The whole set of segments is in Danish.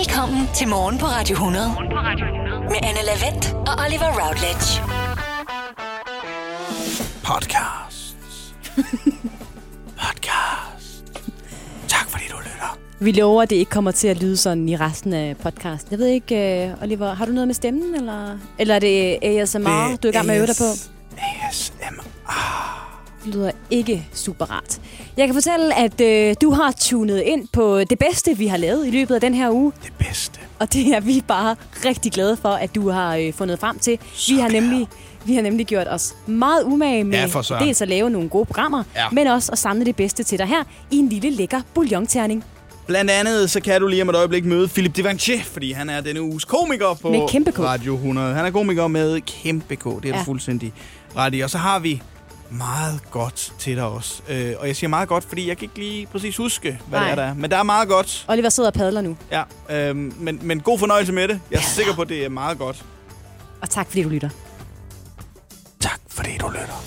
Velkommen til Morgen på Radio 100. Med Anne Lavent og Oliver Routledge. Podcast. Tak fordi du lytter. Vi lover, at det ikke kommer til at lyde sådan i resten af podcasten. Jeg ved ikke, Oliver, har du noget med stemmen, eller er det ASMR, du er i gang med at øve dig på? ASMR. Det lyder ikke super rart. Jeg kan fortælle, at du har tunet ind på det bedste, vi har lavet i løbet af den her uge. Det bedste. Og det er vi bare rigtig glade for, at du har fundet frem til. Vi har nemlig gjort os meget umage med dels at lave nogle gode programmer, men også at samle det bedste til dig her i en lille lækker bouillonterning. Blandt andet, så kan du lige om et øjeblik møde Philippe Devanché, fordi han er denne uges komiker på Radio 100. Han er komiker med kæmpe K, det er du fuldstændig ret i. Og så har vi meget godt til dig også. Og jeg siger meget godt, fordi jeg kan ikke lige præcis huske, hvad det er, der er. Men der er meget godt. Oliver sidder og padler nu. Ja, men god fornøjelse med det. Jeg er sikker på, at det er meget godt. Og tak fordi du lytter. Tak fordi du lytter.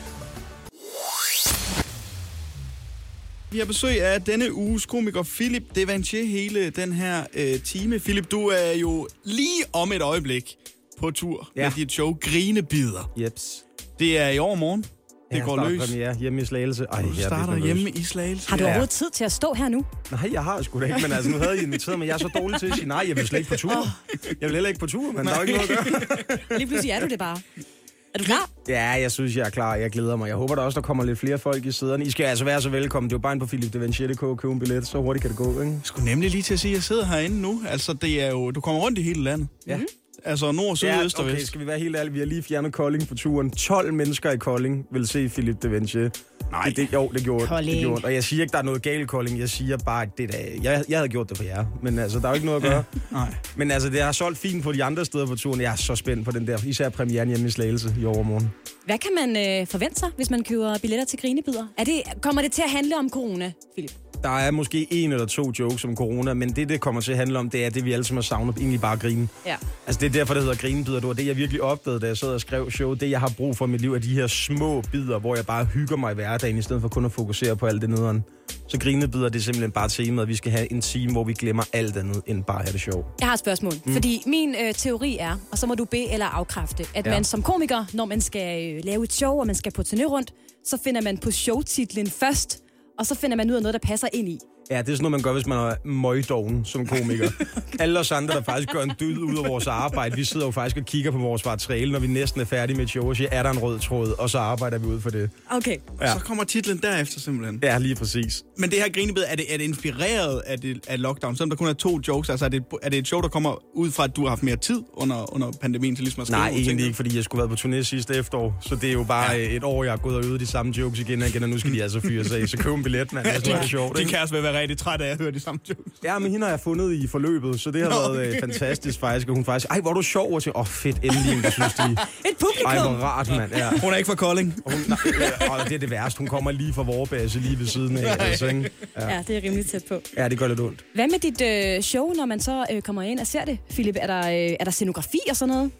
Vi har besøg af denne uges komiker Philippe Devanché hele den her time. Philippe, du er jo lige om et øjeblik på tur med dit show Grinebider. Jeps. Det er i overmorgen. Det går løs. Ja, hjemme i Slagelse. Du starter hjemme i Slagelse. Har du overhovedet tid til at stå her nu? Nej, jeg har sgu da ikke, men altså, nu havde I inviteret mig. Jeg er så dårlig til at sige nej, jeg vil slet ikke på tur. Jeg vil heller ikke på tur, men der er ikke noget at gøre. Lige pludselig er du det bare. Er du klar? Ja, jeg synes, jeg er klar. Jeg glæder mig. Jeg håber der også, der kommer lidt flere folk i sæderne. I skal altså være så velkommen. Det er jo bare ind på philipdevanché.dk og købe en billet. Så hurtigt kan det gå, ikke? Jeg skulle nemlig lige til at sige, at jeg sidder herinde nu. Altså, det er jo, du kommer rundt i hele landet. Ja. Altså nord, syd, øst og vest. Skal vi være helt ærlige? Vi har lige fjernet Kolding på turen. 12 mennesker i Kolding vil se Philippe Devanché. Nej. Det gjorde. Og jeg siger ikke, der er noget galt i Kolding. Jeg siger bare, at jeg havde gjort det for jer. Men altså, der er jo ikke noget at gøre. Nej. Men altså, det har solgt fint på de andre steder på turen. Jeg er så spændt på den der. Især premieren hjemme i Slagelse i overmorgen. Hvad kan man forvente sig, hvis man køber billetter til Grinebider? Kommer det til at handle om corona, Philip? Der er måske 1 eller 2 jokes om corona, men det kommer til at handle om, det er det, vi alle sammen har savnet, egentlig bare at grine. Ja. Altså, det er derfor, det hedder Grinebider. Det var det, jeg virkelig opdagede, da jeg sad og skrev show. Det, jeg har brug for i mit liv, er de her små bidder, hvor jeg bare hygger mig i hverdagen, i stedet for kun at fokusere på alt det nederen. Så Grinebider, det er simpelthen bare temaet, at vi skal have en time, hvor vi glemmer alt andet, end bare at have det sjovt. Jeg har et spørgsmål, fordi min teori er, og så må du bede eller afkræfte, at man som komiker, når man skal lave et show, og man skal på turné rundt, så finder man på showtitlen først, og så finder man ud af noget, der passer ind i. Ja, det er sådan noget, man gør, hvis man er møgdoven som komiker. Alle os andre, der faktisk gør en dyd ud af vores arbejde, vi sidder jo faktisk og kigger på vores materiale, når vi næsten er færdige med et show, og siger, er der en rød tråd, og så arbejder vi ud for det. Okay. Ja. Så kommer titlen derefter simpelthen. Ja, lige præcis. Men det her Grinebider, er det inspireret af lockdown? Selvom der kun er 2 jokes, altså er det et show, der kommer ud fra, at du har haft mere tid under pandemien til ligesom at skrive? Nej, egentlig ikke, fordi jeg skulle være på turné sidste efterår, så det er jo bare et år, jeg har gået og øvet de samme jokes igen og igen, og nu skal de altså fyre sig af. Så køb en billet, man. Det er sjovt, din kæreste vil være rigtig træt af at høre de samme jokes. Ja, men hende har jeg fundet i forløbet, så det har været fantastisk faktisk. Og hun faktisk, hvor er du sjov, og tænker, fedt, endelig, det synes de. Et publikum! Hvor rart, mand. Ja. Hun er ikke fra Kolding. Det er det værste. Hun kommer lige fra Vorebase, lige ved siden af. Altså, ikke? Ja, det er rimelig tæt på. Ja, det gør lidt ondt. Hvad med dit show, når man så kommer ind og ser det, Philip? Er der scenografi og sådan noget?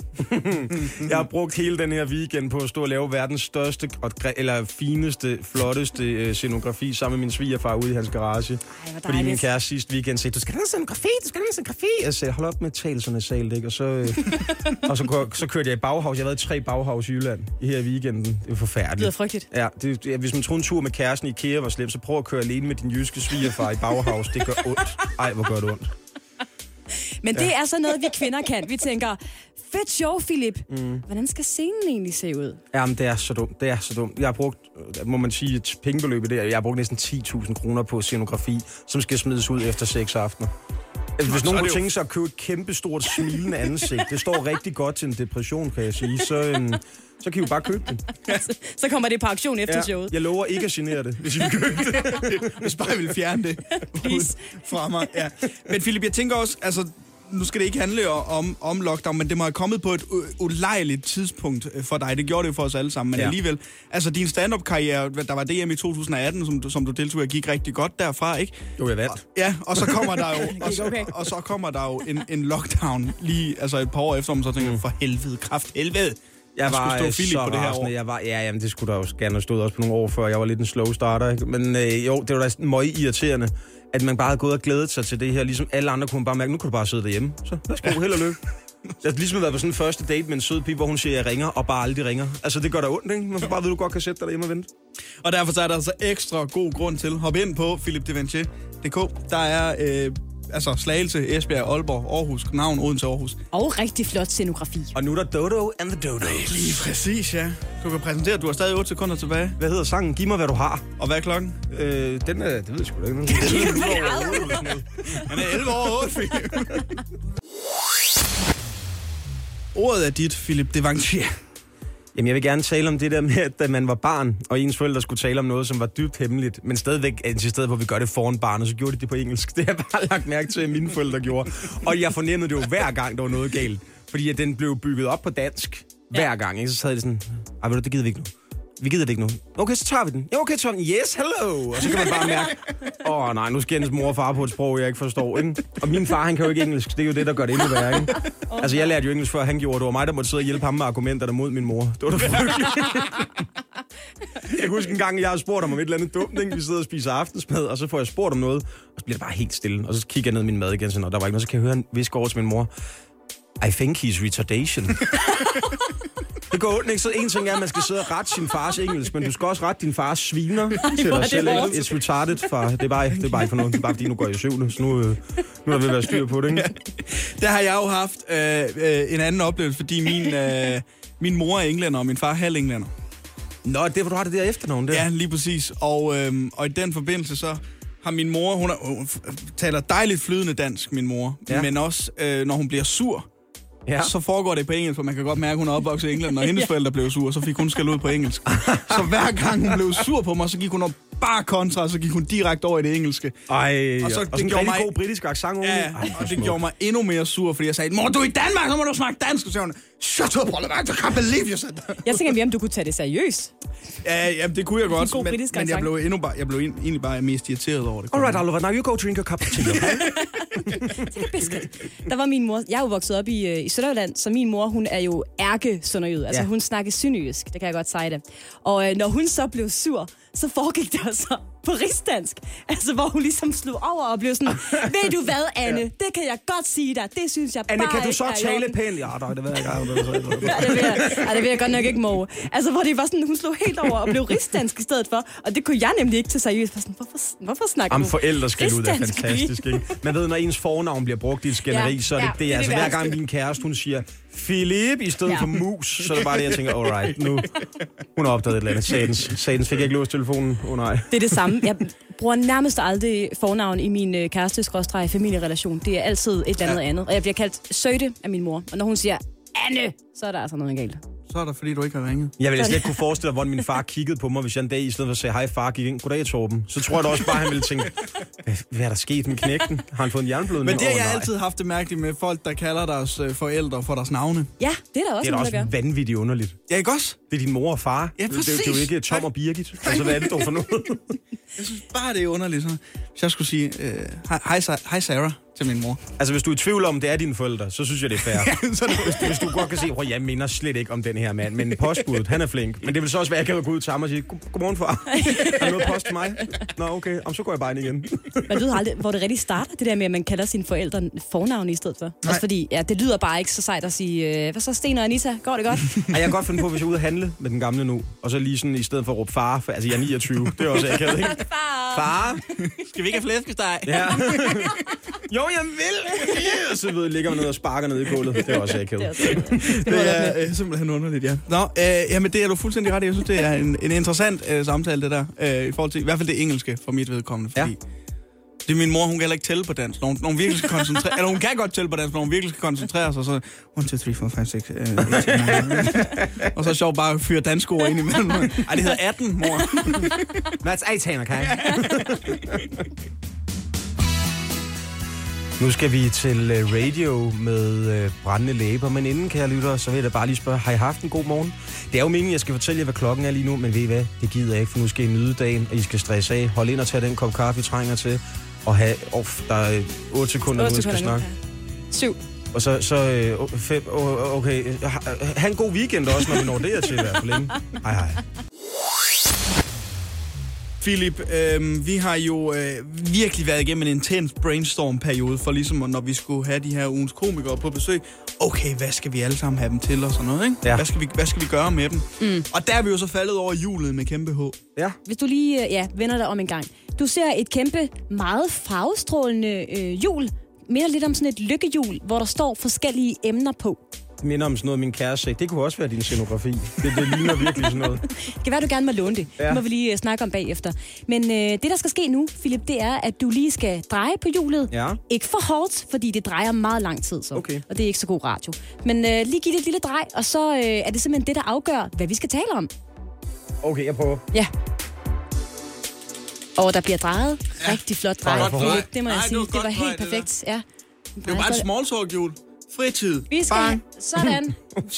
Jeg har brugt hele den her weekend på at stå og lave verdens største, eller fineste, flotteste scenografi sammen med min svigerfar ude i hans garage. Fordi min kæreste sidste weekend sagde, du skal have en scenografi. Jeg sagde, hold op med talserne salt, ikke? Og så kørte jeg i Bauhaus. Jeg har været i 3 Bauhaus i Jylland her i weekenden. Det er forfærdeligt. Det er frygteligt. Ja, hvis man troede en tur med kæresten i IKEA var slemt, så prøv at køre alene med din jyske svigerfar i Bauhaus. Det gør ondt. Ej, hvor gør det ondt. Men det er så noget, vi kvinder kan. Vi tænker, fedt show, Philip. Hvordan skal scenen egentlig se ud? Jamen, det er så dumt. Jeg har brugt, må man sige, et pengebeløb i det. Jeg har brugt næsten 10.000 kroner på scenografi, som skal smides ud efter 6 aftener. Hvis nogen kunne tænke sig at købe et kæmpestort smilende ansigt, det står rigtig godt til en depression, kan jeg sige, så kan I jo bare købe det. Så kommer det på auktion efter showet. Jeg lover ikke at genere det, hvis I vil købe det. Hvis bare jeg vil fjerne det fra mig. Ja. Men Philip, jeg tænker også, altså, nu skal det ikke handle om lockdown, men det må have kommet på et ulejligt tidspunkt for dig. Det gjorde det jo for os alle sammen, men alligevel. Altså, din stand-up-karriere, der var DM i 2018, som du deltog i, gik rigtig godt derfra, ikke? Jo, jeg vandt. Ja, og så kommer der jo, og så kommer der jo en lockdown lige, altså et par år efter, så tænker jeg, for helvede, helvede. Jeg var stå Philip så på det her år. Jamen, det skulle der jo gerne have stået også på nogle år før. Jeg var lidt en slow starter, ikke? Men det var da møg irriterende, at man bare havde gået og glædet sig til det her. Ligesom alle andre kunne bare mærke, nu kan du bare sidde derhjemme. Så værsgo, held og lykke. Jeg har ligesom været på sådan en første date med en sød pige, hvor hun siger, jeg ringer, og bare aldrig ringer. Altså, det gør der ondt, ikke? Man får bare ved, du godt kan sætte dig derhjemme og vente. Og derfor så er der altså ekstra god grund til. Hop ind på philipdevanchier.dk. Der er Slagelse, Esbjerg, Aalborg, Aarhus, København, Odense, Aarhus. Og rigtig flot scenografi. Og nu er der Dodo and the Dodos. Lige præcis, ja. Du kan præsentere, du har stadig 8 sekunder tilbage. Hvad hedder sangen? Giv mig, hvad du har. Og hvad er klokken? Den er, det ved jeg sgu da ikke. Den er 11 over 8, Ordet er dit, Philip Devanchier. Jamen, jeg vil gerne tale om det der med, at da man var barn, og ens forældre skulle tale om noget, som var dybt hemmeligt, men stadigvæk insisterede på, at vi gør det foran barnet, så gjorde de det på engelsk. Det har jeg bare lagt mærke til, at mine forældre gjorde. Og jeg fornemmede det jo hver gang, der var noget galt. Fordi at den blev bygget op på dansk hver gang. Ikke? Så sad de sådan, ved du, det gider vi ikke nu. Vi gider det ikke nu. Okay, så tager vi den. Ja, okay, så den. Yes, hello. Og så kan man bare mærke, nej, nu skal hendes mor og far på et sprog, jeg ikke forstår. Ikke? Og min far, han kan jo ikke engelsk. Det er jo det, der gør det endnu værre. Ikke? Altså, jeg lærte jo engelsk, før han gjorde. Det var mig, der måtte sidde og hjælpe ham med argumenter der mod min mor. Det var da frygteligt. Jeg kan huske en gang, jeg har spurgt om et eller andet dumt. Ikke? Vi sidder og spiser aftensmad, og så får jeg spurgt om noget. Og så bliver det bare helt stille. Og så kigger jeg ned i min mad igen, og der var ikke noget. Så kan jeg høre en viske over til min mor. I think he's retardation. Det går ondt, ikke? Så en ting er, at man skal sidde og rette sin fars engelsk, men du skal også rette din fars sviner til dig selv. It's retarded, far. Det er bare ikke for noget. Det er bare fordi, nu går jeg i søvn, så nu er der ved at være styr på det, ikke? Der har jeg jo haft en anden oplevelse, fordi min mor er englænder, og min far er halv englænder. Nå, det er, du har det der efternavn der. Ja, lige præcis. Og i den forbindelse så har min mor, hun taler dejligt flydende dansk, min mor, men også når hun bliver sur, så foregår det på engelsk, for man kan godt mærke, at hun er opvokset i England. Når hendes forældre blev sur, så fik hun skæld ud på engelsk. Så hver gang hun blev sur på mig, så gik hun op bare kontra, så gik hun direkte over i det engelske. Og så det gjorde mig god britisk accent. Og det gjorde mig endnu mere sur, fordi jeg sagde, mor, du er i Danmark, så må du snakke dansk. Og så sagde hun, shut up, Oliver, I can't believe you said that. Jeg tænker mere, om du kunne tage det seriøst. Ja, det kunne jeg godt, men jeg blev egentlig bare mest irriteret over det. Alright, Oliver, now you go drink a cup of tea, okay? Der var min mor, jeg er jo vokset op i Sønderjylland, så min mor, hun er jo ærke-sønderjyd. Altså, hun snakker sønderjysk, det kan jeg godt sige det. Og når hun så blev sur, så foregik det altså på rigsdansk. Altså, hvor hun ligesom slog over og blev sådan, ved du hvad, Anne, det kan jeg godt sige dig. Det synes jeg Anne, bare kan du så tale pænt? Ja, det ved jeg ikke. Det vil jeg godt nok ikke, Moe. Altså, hvor det var sådan, hun slog helt over og blev rigsdansk i stedet for. Og det kunne jeg nemlig ikke til seriøst. Sådan, hvorfor snakker du? Forældre skal ud, det er fantastisk, ikke? Man ved, når ens fornavn bliver brugt i et skænderi, så er det altså hver gang min kæreste, hun siger Philip i stedet for mus, så er det bare det, jeg tænker, alright, nu hun har opdaget et eller andet. Satans fik jeg ikke låst telefonen. Nej. Det er det samme. Jeg bruger nærmest aldrig fornavn i min kæreste-familierelation. Det er altid et eller andet. Og jeg bliver kaldt Søde af min mor. Og når hun siger Anne, så er der altså noget galt. Så er det, fordi du ikke har ringet. Jeg ville slet ikke kunne forestille dig, hvordan min far kiggede på mig, hvis jeg en dag i stedet for at sige, hej far, gik ind, goddag Torben. Så tror jeg da også bare, han ville tænke, hvad er der sket med knægten? Har han fået en jernblødning? Men det har jeg altid haft det mærkeligt med folk, der kalder deres forældre for deres navne. Ja, det er da også noget, der gør. Vanvittigt underligt. Ja, ikke også? Det er din mor og far. Ja, præcis. Det er jo ikke Tom og Birgit. Altså, hvad er det dog for noget? Jeg synes bare, det er underligt. Hvis jeg skulle sige, hej Sarah til min mor. Altså, hvis du er i tvivl om, det er dine forældre, så synes jeg, det er fair. Hvis du godt kan se, jeg minder slet ikke om den her mand, men postbuddet, han er flink. Men det vil så også være, at jeg kan gå ud til ham og sige, godmorgen far. Har du noget post til mig? Nå, okay. Så går jeg bare ind igen. Man ved aldrig, hvor det rigtig starter, det der med, at man kalder sine forældre fornavne i stedet for. Også fordi, det lyder bare ikke så sejt at sige, hvad så, Sten og Anita, går det godt? Jeg kan godt finde på, hvis jeg er ude at handle med den gamle nu, og så lige sådan, i stedet for at råbe far, for, altså jeg er 29, det er også akavet, ikke? Far! Skal vi ikke have flæskesteg? Ja. Jo, jeg vil! Og så ligger man ned og sparker ned i gulvet. Det er også akavet. Det er simpelthen underligt, ja. Nå, jamen det er du fuldstændig ret. Jeg synes, det er en interessant samtale, det der. I forhold til, i hvert fald det engelske, for mit vedkommende. Fordi det er min mor, hun kan heller ikke tælle på dansk. Når hun virkelig skal koncentrere... Eller hun kan godt tælle på dansk, når hun virkelig skal koncentrere sig. Så 1, 2, 3, 4, 5, 6... og så er sjovt bare at fyre dansk ord ind imellem. Ej, det hedder 18, mor. That's 18, okay? Nu skal vi til radio med brændende læber, men inden, kære lyttere, så vil jeg da bare lige spørge, har I haft en god morgen? Det er jo meningen, jeg skal fortælle jer, hvad klokken er lige nu, men ved I hvad? Det gider jeg ikke, for nu skal I nyde dagen, og I skal stresse af. Hold ind og tage den kop kaffe, I trænger til, og have... der er 8 sekunder, nu skal snakke. 7. Og så 5... Okay, ha' en god weekend også, når vi når det til i hvert fald, ikke? Hej. Philip, vi har jo virkelig været igennem en intens brainstorm-periode for ligesom, når vi skulle have de her ugens komikere på besøg. Okay, hvad skal vi alle sammen have dem til og sådan noget, ikke? Ja. Hvad skal vi gøre med dem? Og der er vi jo så faldet over hjulet med kæmpe H. Ja. Hvis du lige vender dig om en gang. Du ser et kæmpe, meget farvestrålende hjul. Minder lidt om sådan et lykkehjul, hvor der står forskellige emner på. Minder om sådan noget min kæreste. Det kunne også være din scenografi. Det ligner virkelig sådan noget. Det kan være, du gerne må låne det. Ja. Det må vi lige snakke om bagefter. Men det, der skal ske nu, Philip, det er, at du lige skal dreje på hjulet. Ja. Ikke for hårdt, fordi det drejer meget lang tid. Så. Okay. Og det er ikke så god radio. Men lige giv det et lille drej, og så er det simpelthen det, der afgør, hvad vi skal tale om. Okay, jeg prøver. Ja. Og der bliver drejet. Ja. Rigtig flot drej. Det må jeg sige. Det var helt perfekt. Ja. Det var bare et small talk-hjul. Fritid. Vi skal... Sådan.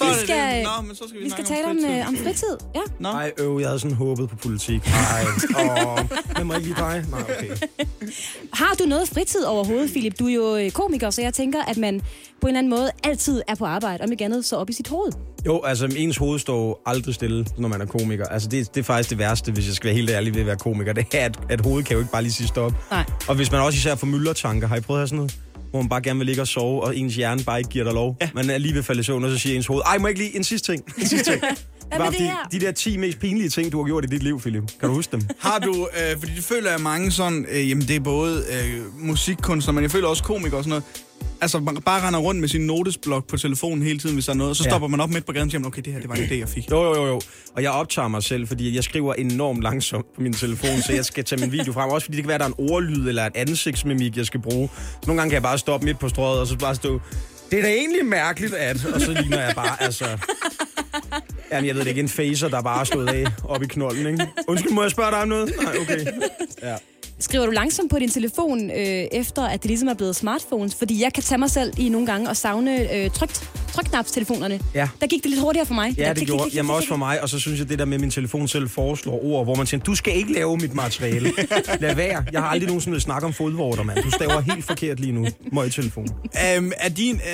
Vi skal tale om fritid. Ja. Nej, jeg havde sådan håbet på politik. Nej, jeg må ikke lide dig. Nej, okay. Har du noget fritid overhovedet, Philip? Du er jo komiker, så jeg tænker, at man på en eller anden måde altid er på arbejde, om ikke andet så op i sit hoved. Jo, altså ens hoved står aldrig stille, når man er komiker. Altså det er faktisk det værste, hvis jeg skal være helt ærlig ved at være komiker. Det er, at hovedet kan jo ikke bare lige sige stop. Nej. Og hvis man også især får myldertanker, har I prøvet at have sådan noget? Hvor man bare gerne vil ligge og sove, og ens hjerne bare ikke giver dig lov. Ja. Man er lige ved at falde i søvn, og så siger ens hoved, må ikke lige en sidste ting. Bare de der 10 mest pinlige ting, du har gjort i dit liv, Philip. Kan du huske dem? Har du, fordi det føler jeg mange sådan, jamen det er både musikkunstner, men jeg føler også komikere og sådan noget. Altså, man bare render rundt med sin notesblok på telefonen hele tiden, hvis der er noget, og så stopper man op midt på gaden og siger, okay, det her, det var en idé, jeg fik. Jo. Og jeg optager mig selv, fordi jeg skriver enormt langsomt på min telefon, så jeg skal tage min video frem. Også fordi det kan være, der er en ordlyd eller et ansigtsmimik, jeg skal bruge. Så nogle gange kan jeg bare stoppe midt på strøget, og så bare stå, det er da egentlig mærkeligt, at... Og så ligner jeg bare, altså... Jamen, jeg ved det ikke, en facer, der bare er stået af op i knolden, ikke? Undskyld, må jeg spørge dig om noget? Nej, okay. Ja. Skriver du langsomt på din telefon, efter at det ligesom er blevet smartphones? Fordi jeg kan tage mig selv i nogle gange og savne trykknapstelefonerne. Ja. Der gik det lidt hurtigere for mig. Ja, det gjorde. Jamen også for mig. Og så synes jeg, det der med min telefon selv foreslår ord, hvor man siger, du skal ikke lave mit materiale. Lad være. Jeg har aldrig nogensinde snakket om fodvorter, mand. Du staver helt forkert lige nu. Møg telefon. Er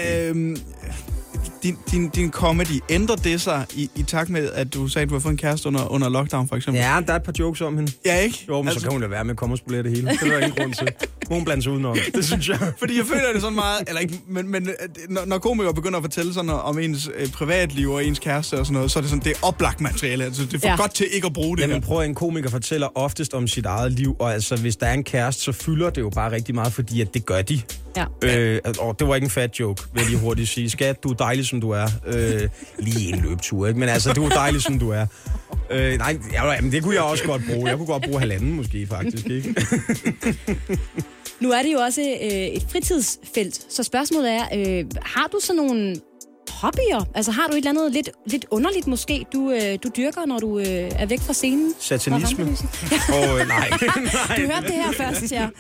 din comedy, ændrer det sig i takt med, at du sagde, at du har fået en kæreste under lockdown, for eksempel? Ja, der er et par jokes om hende. Ja, ikke? Jo, men altså... så kan hun da være med at komme og spolere det hele. Det er der ingen grund til. Hun blander sig udenom. Det synes jeg. Fordi jeg føler det sådan meget, eller ikke, men når komikere begynder at fortælle sådan om ens privatliv og ens kæreste og sådan noget, så er det sådan, det er oplagt materiale. Altså, det er for godt til ikke at bruge det. Jamen prøv, en komiker fortæller oftest om sit eget liv, og altså, hvis der er en kæreste, så fylder det jo bare rigtig meget, fordi at det gør de. Ja. Det var ikke en fat joke, vil jeg lige hurtigt sige. Skat, du er dejlig, som du er. Lige en løbetur, ikke? Men altså, du er dejlig, som du er. Nej, men det kunne jeg også godt bruge. Jeg kunne godt bruge 1,5 måske, faktisk, ikke? Nu er det jo også et fritidsfelt, så spørgsmålet er, har du sådan nogle hobbyer? Altså har du et eller andet lidt underligt måske, du dyrker, når du er væk fra scenen? Satanisme? Nej. Du hørte det her først, ja.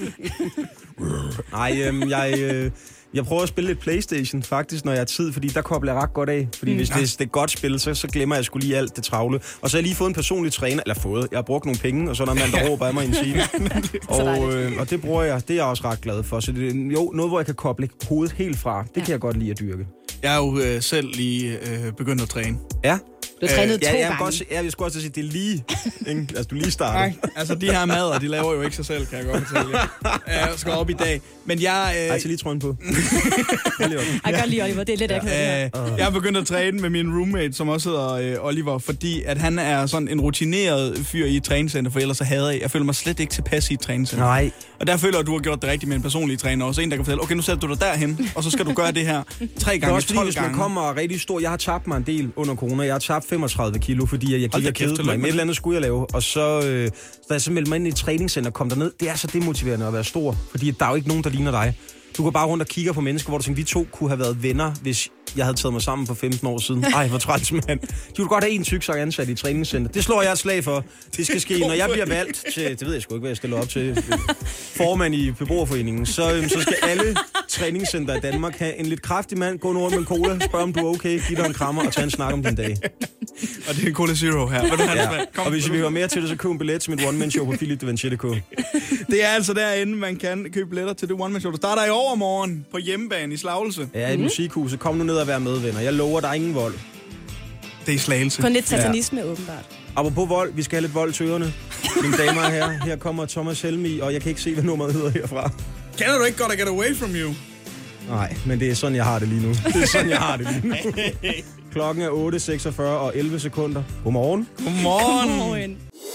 Nej, jeg prøver at spille lidt PlayStation faktisk, når jeg har tid, fordi der kobler jeg ret godt af. Fordi hvis det er et godt spil, så glemmer jeg sgu lige alt det travle. Og så har jeg lige fået en personlig træner, jeg har brugt nogle penge, og så er der en mand, der råber af mig i en time. Og det bruger jeg, det er jeg også ret glad for. Så det er noget, hvor jeg kan koble hovedet helt fra. Det kan jeg godt lide at dyrke. Jeg er jo selv lige begyndt at træne. Ja. Du har trænet 2 gange. Jeg skulle også sige, det er lige... Altså, du lige starter. Nej, altså de her mader, de laver jo ikke sig selv, kan jeg godt fortælle jer. Jeg skal op i dag. Men jeg... Ej, til lige trøjen på. Jeg kan lige Oliver, det er lidt akavet. Jeg har begyndt at træne med min roommate, som også hedder Oliver, fordi at han er sådan en rutineret fyr i et træningscenter, for ellers så hader jeg føler mig slet ikke tilpas i et træningscenter. Nej. Og der føler jeg, at du har gjort det rigtigt med en personlig træner. Også en, der kan fortælle, okay, nu sætter du dig derhen, og så skal du gøre det her 3 gange, 12 gange. Hvis man kommer rigtig stor... Jeg har tabt mig en del under corona. Jeg har tabt 35 kilo, fordi jeg gik og kædede mig. Med et eller andet skulle jeg lave. Og så, da jeg så meldte mig ind i et træningscenter og kom derned, det er så demotiverende at være stor. Fordi der er jo ikke nogen, der ligner dig. Du går bare rundt og kigger på mennesker, hvor du tænker, vi 2 kunne have været venner, hvis jeg havde taget mig sammen for 15 år siden. Ej, hvor træls, mand. De ville godt have en tyksak ansat i et træningscenter. Det slår jeg et slag for. Det skal ske, når jeg bliver valgt til, det ved jeg sgu ikke, hvad jeg stiller op til, formand i beboerforeningen, så skal alle træningscenter i Danmark have en lidt kraftig mand, gå rundt med en cola, spørg om du er okay, give dig en krammer og tage en snak om din dag. Og det er Cola Zero her. Og hvis I vil høre mere til det, så køb en billet til mit one-man-show på philipdevanchier.dk. Det er altså derinde, man kan købe billetter til det one-man-show. Der starter i overmorgen på hjemmebane i Slagelse. Ja, i Musikhuset. Kom nu ned og vær med, venner. Jeg lover, der er ingen vold. Det er i Slagelse. Kun lidt satanisme, åbenbart. Apropos vold, vi skal have lidt vold til ørerne. Mine damer og herrer, her kommer Thomas Helmig, og jeg kan ikke se, hvad nummeret hedder herfra. Kender du ikke godt at Get Away From You? Nej, men det er sådan, jeg har det lige nu. Det er sådan, jeg har det lige nu. Klokken er 8.46 og 11 sekunder. Godmorgen. Godmorgen.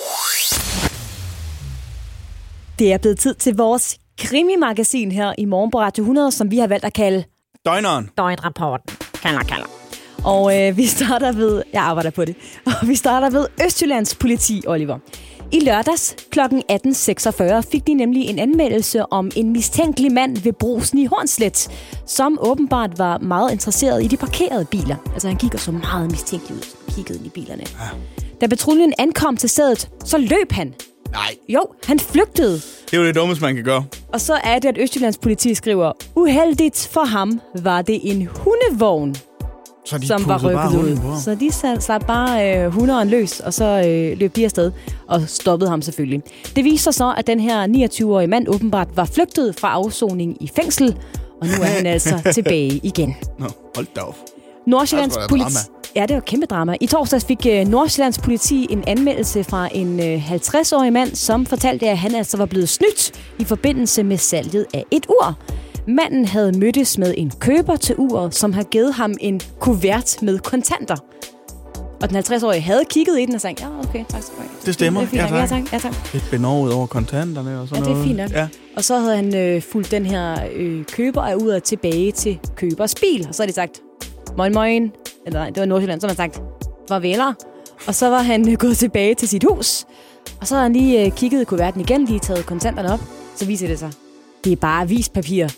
Det er blevet tid til vores krimi-magasin her i morgen på Radio 100, som vi har valgt at kalde Døgnrapporten. Kalder. Og vi starter ved, jeg arbejder på det, og vi starter ved Østjyllands politi, Oliver. I lørdags kl. 18.46 fik de nemlig en anmeldelse om en mistænkelig mand ved Brugsen i Hornslet, som åbenbart var meget interesseret i de parkerede biler. Altså han kigger så meget mistænkelig ud, kiggede ind i bilerne. Ja. Da patruljen ankom til stedet, så løb han. Nej. Jo, han flygtede. Det er jo det dummeste, man kan gøre. Og så er det, at Østjyllands politi skriver, uheldigt for ham var det en hundevogn, som var rykket ud. Så de slap bare hunderen løs, og så løb de afsted og stoppede ham selvfølgelig. Det viser så, at den her 29-årige mand åbenbart var flygtet fra afsoning i fængsel, og nu er han altså tilbage igen. Nå, hold da op. Nordsjællands politi... Ja, det var kæmpe drama. I torsdags fik Nordsjællands politi en anmeldelse fra en 50-årig mand, som fortalte, at han altså var blevet snydt i forbindelse med salget af et ur. Manden havde mødtes med en køber til uret, som havde givet ham en kuvert med kontanter. Og den 50-årige havde kigget i den og sagt, ja, okay, tak skal du have. Det stemmer. Det er fint, ja, tak. Lidt benovet over kontanterne og sådan noget. Ja, det er fint nok. Ja. Og så havde han fulgt den her køber af uret tilbage til købers bil. Og så havde de sagt, moin. Eller nej, det var Nordsjælland, så havde man sagt, farveler. Og så var han gået tilbage til sit hus. Og så havde han lige kigget i kuverten igen, lige taget kontanterne op. Så viser det sig, det er bare avispapir.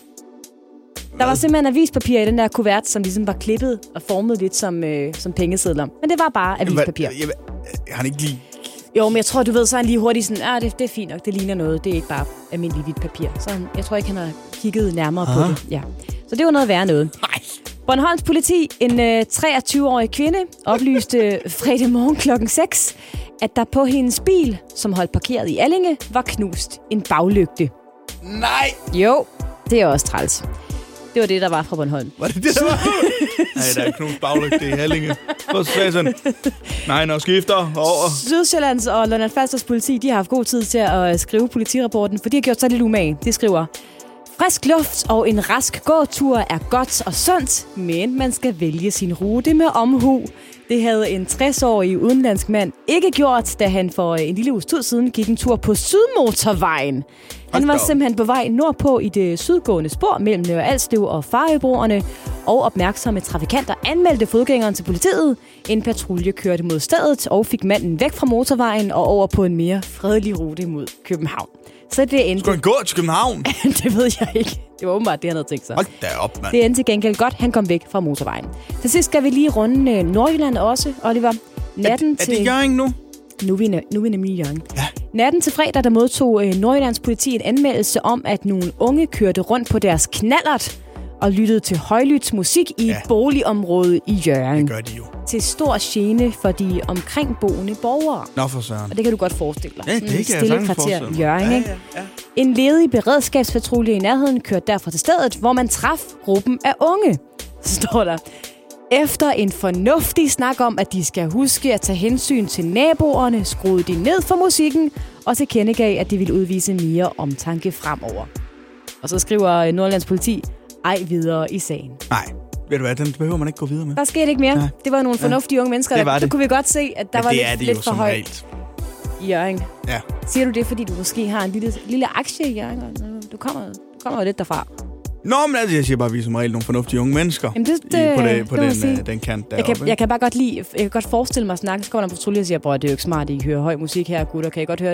Der var simpelthen avispapir i den der kuvert, som ligesom var klippet og formet lidt som pengesedler. Men det var bare avispapir. Jeg har ikke lige... Jo, men jeg tror, du ved, så er han lige hurtigt sådan, det er fint nok, det ligner noget. Det er ikke bare almindelig hvidt papir. Så jeg tror ikke, han har kigget nærmere på det. Ja. Så det var noget værre noget. Nej. Bornholms politi, en 23-årig kvinde, oplyste fredag morgen klokken 6, at der på hendes bil, som holdt parkeret i Allinge, var knust en baglygte. Nej! Jo, det er også træls. Det var det, der var fra Bornholm. Var det der var? Nej, der er knust baglygte i Allinge. Så sagde sådan, nej, når skifter over. Sydsjællands og Lolland-Falsters politi, de har haft god tid til at skrive politirapporten, for de har gjort sig lidt umage. De skriver, frisk luft og en rask gåtur er godt og sundt, men man skal vælge sin rute med omhu. Det havde en 60-årig udenlandsk mand ikke gjort, da han for en lille uges tid siden gik en tur på Sydmotorvejen. Han var simpelthen på vej nordpå i det sydgående spor mellem Nørre Alslev og Farøbroerne, og opmærksomme trafikanter anmeldte fodgængeren til politiet. En patrulje kørte mod stedet og fik manden væk fra motorvejen og over på en mere fredelig rute mod København. Så det endte... Skal han gå til København? Det ved jeg ikke. Det var åbenbart det, han havde tænkt sig. Hold da op, mand. Det endte til gengæld godt. Han kom væk fra motorvejen. Til sidst skal vi lige runde Nordjylland også, Oliver. Natten er det Hjørring nu? Nu er vi nemlig i Hjørring. Ja. Natten til fredag, der modtog Nordjyllands politi en anmeldelse om, at nogle unge kørte rundt på deres knallert og lyttede til højlydt musik i et boligområde i Hjørring. Det gør de jo. Til stor gene for de omkringboende borgere. Nå for søren. Og det kan du godt forestille dig. Ja, det kan jeg sagtens forestille mig. Hjørring, ikke? Ja. En ledig beredskabspatrulje i nærheden kørte derfor til stedet, hvor man traf gruppen af unge. Så står der... Efter en fornuftig snak om, at de skal huske at tage hensyn til naboerne, skruede de ned for musikken og tilkendegav, at de ville udvise mere omtanke fremover. Og så skriver Nordjyllands politi, ej videre i sagen. Nej, ved du hvad, den behøver man ikke gå videre med. Der skete ikke mere. Nej. Det var nogle fornuftige unge mennesker. Der kunne vi godt se, at der var lidt for højt i Hjørring. Ja. Siger du det, fordi du måske har en lille aktie i Hjørring? Du kommer jo lidt derfra. Nå, men altså, jeg siger bare, at vi er som regel nogle fornuftige unge mennesker. Jamen på den kant deroppe. Jeg kan bare godt lide, jeg kan godt forestille mig at snakke, så kommer der en patrulje og siger, bror, det er jo ikke smart, I hører høj musik her, gutter. Kan I godt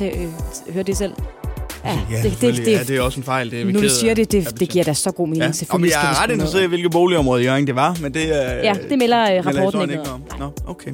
høre det selv? Ja, det er også en fejl. Det er nu du siger det giver da så god mening. Ja. Og jeg er ret interesseret i, hvilke boligområde i Hjørring det var, men det ja, det melder rapporten ikke om. Nå, okay.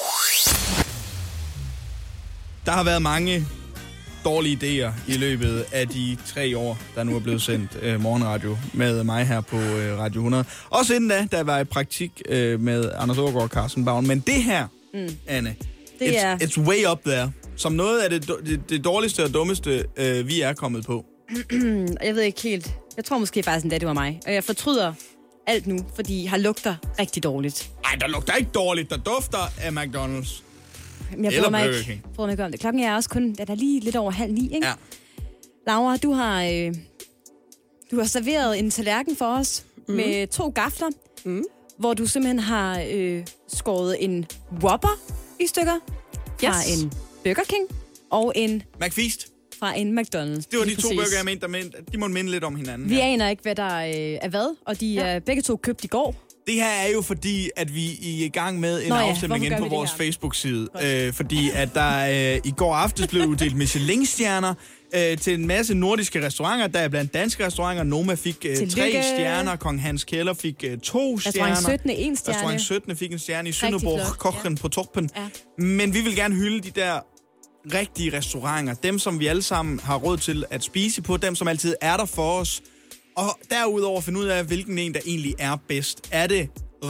Der har været mange dårlige idéer i løbet af de 3 år, der nu er blevet sendt morgenradio med mig her på Radio 100. Også inden da, der var i praktik med Anders Aagaard og Carsten Baum. Men det her, Anne, it's way up there. Som noget af det dårligste og dummeste, vi er kommet på. Jeg ved ikke helt. Jeg tror måske faktisk endda, det var mig. Og jeg fortryder alt nu, fordi jeg lugter rigtig dårligt. Nej, der lugter ikke dårligt. Der dufter af McDonald's. Eller Burger King. Prøv mig om det. Klokken er også kun, der er lige lidt over 8:30, ikke? Ja. Laura, du har serveret en tallerken for os med 2 gafler, hvor du simpelthen har skåret en Whopper i stykker fra en Burger King og en McFeast fra en McDonald's. Det var de 2 burger, jeg mente, de må minde lidt om hinanden. Vi aner ikke, hvad der er hvad, og de er begge 2 købt i går. Det her er jo fordi, at vi er i gang med en afstemning inde på vores Facebook-side. Fordi at der i går aftes blev uddelt Michelin-stjerner til en masse nordiske restauranter. Der er blandt danske restauranter. Noma fik 3 stjerner. Kong Hans Keller fik 2 stjerner. Restaurant 17 1 stjerne. Restaurant 17 fik en stjerne i Sønderborg. Kochen på Toppen. Ja. Men vi vil gerne hylde de der rigtige restauranter. Dem, som vi alle sammen har råd til at spise på. Dem, som altid er der for os. Og derudover finde ud af, hvilken en, der egentlig er bedst. Er det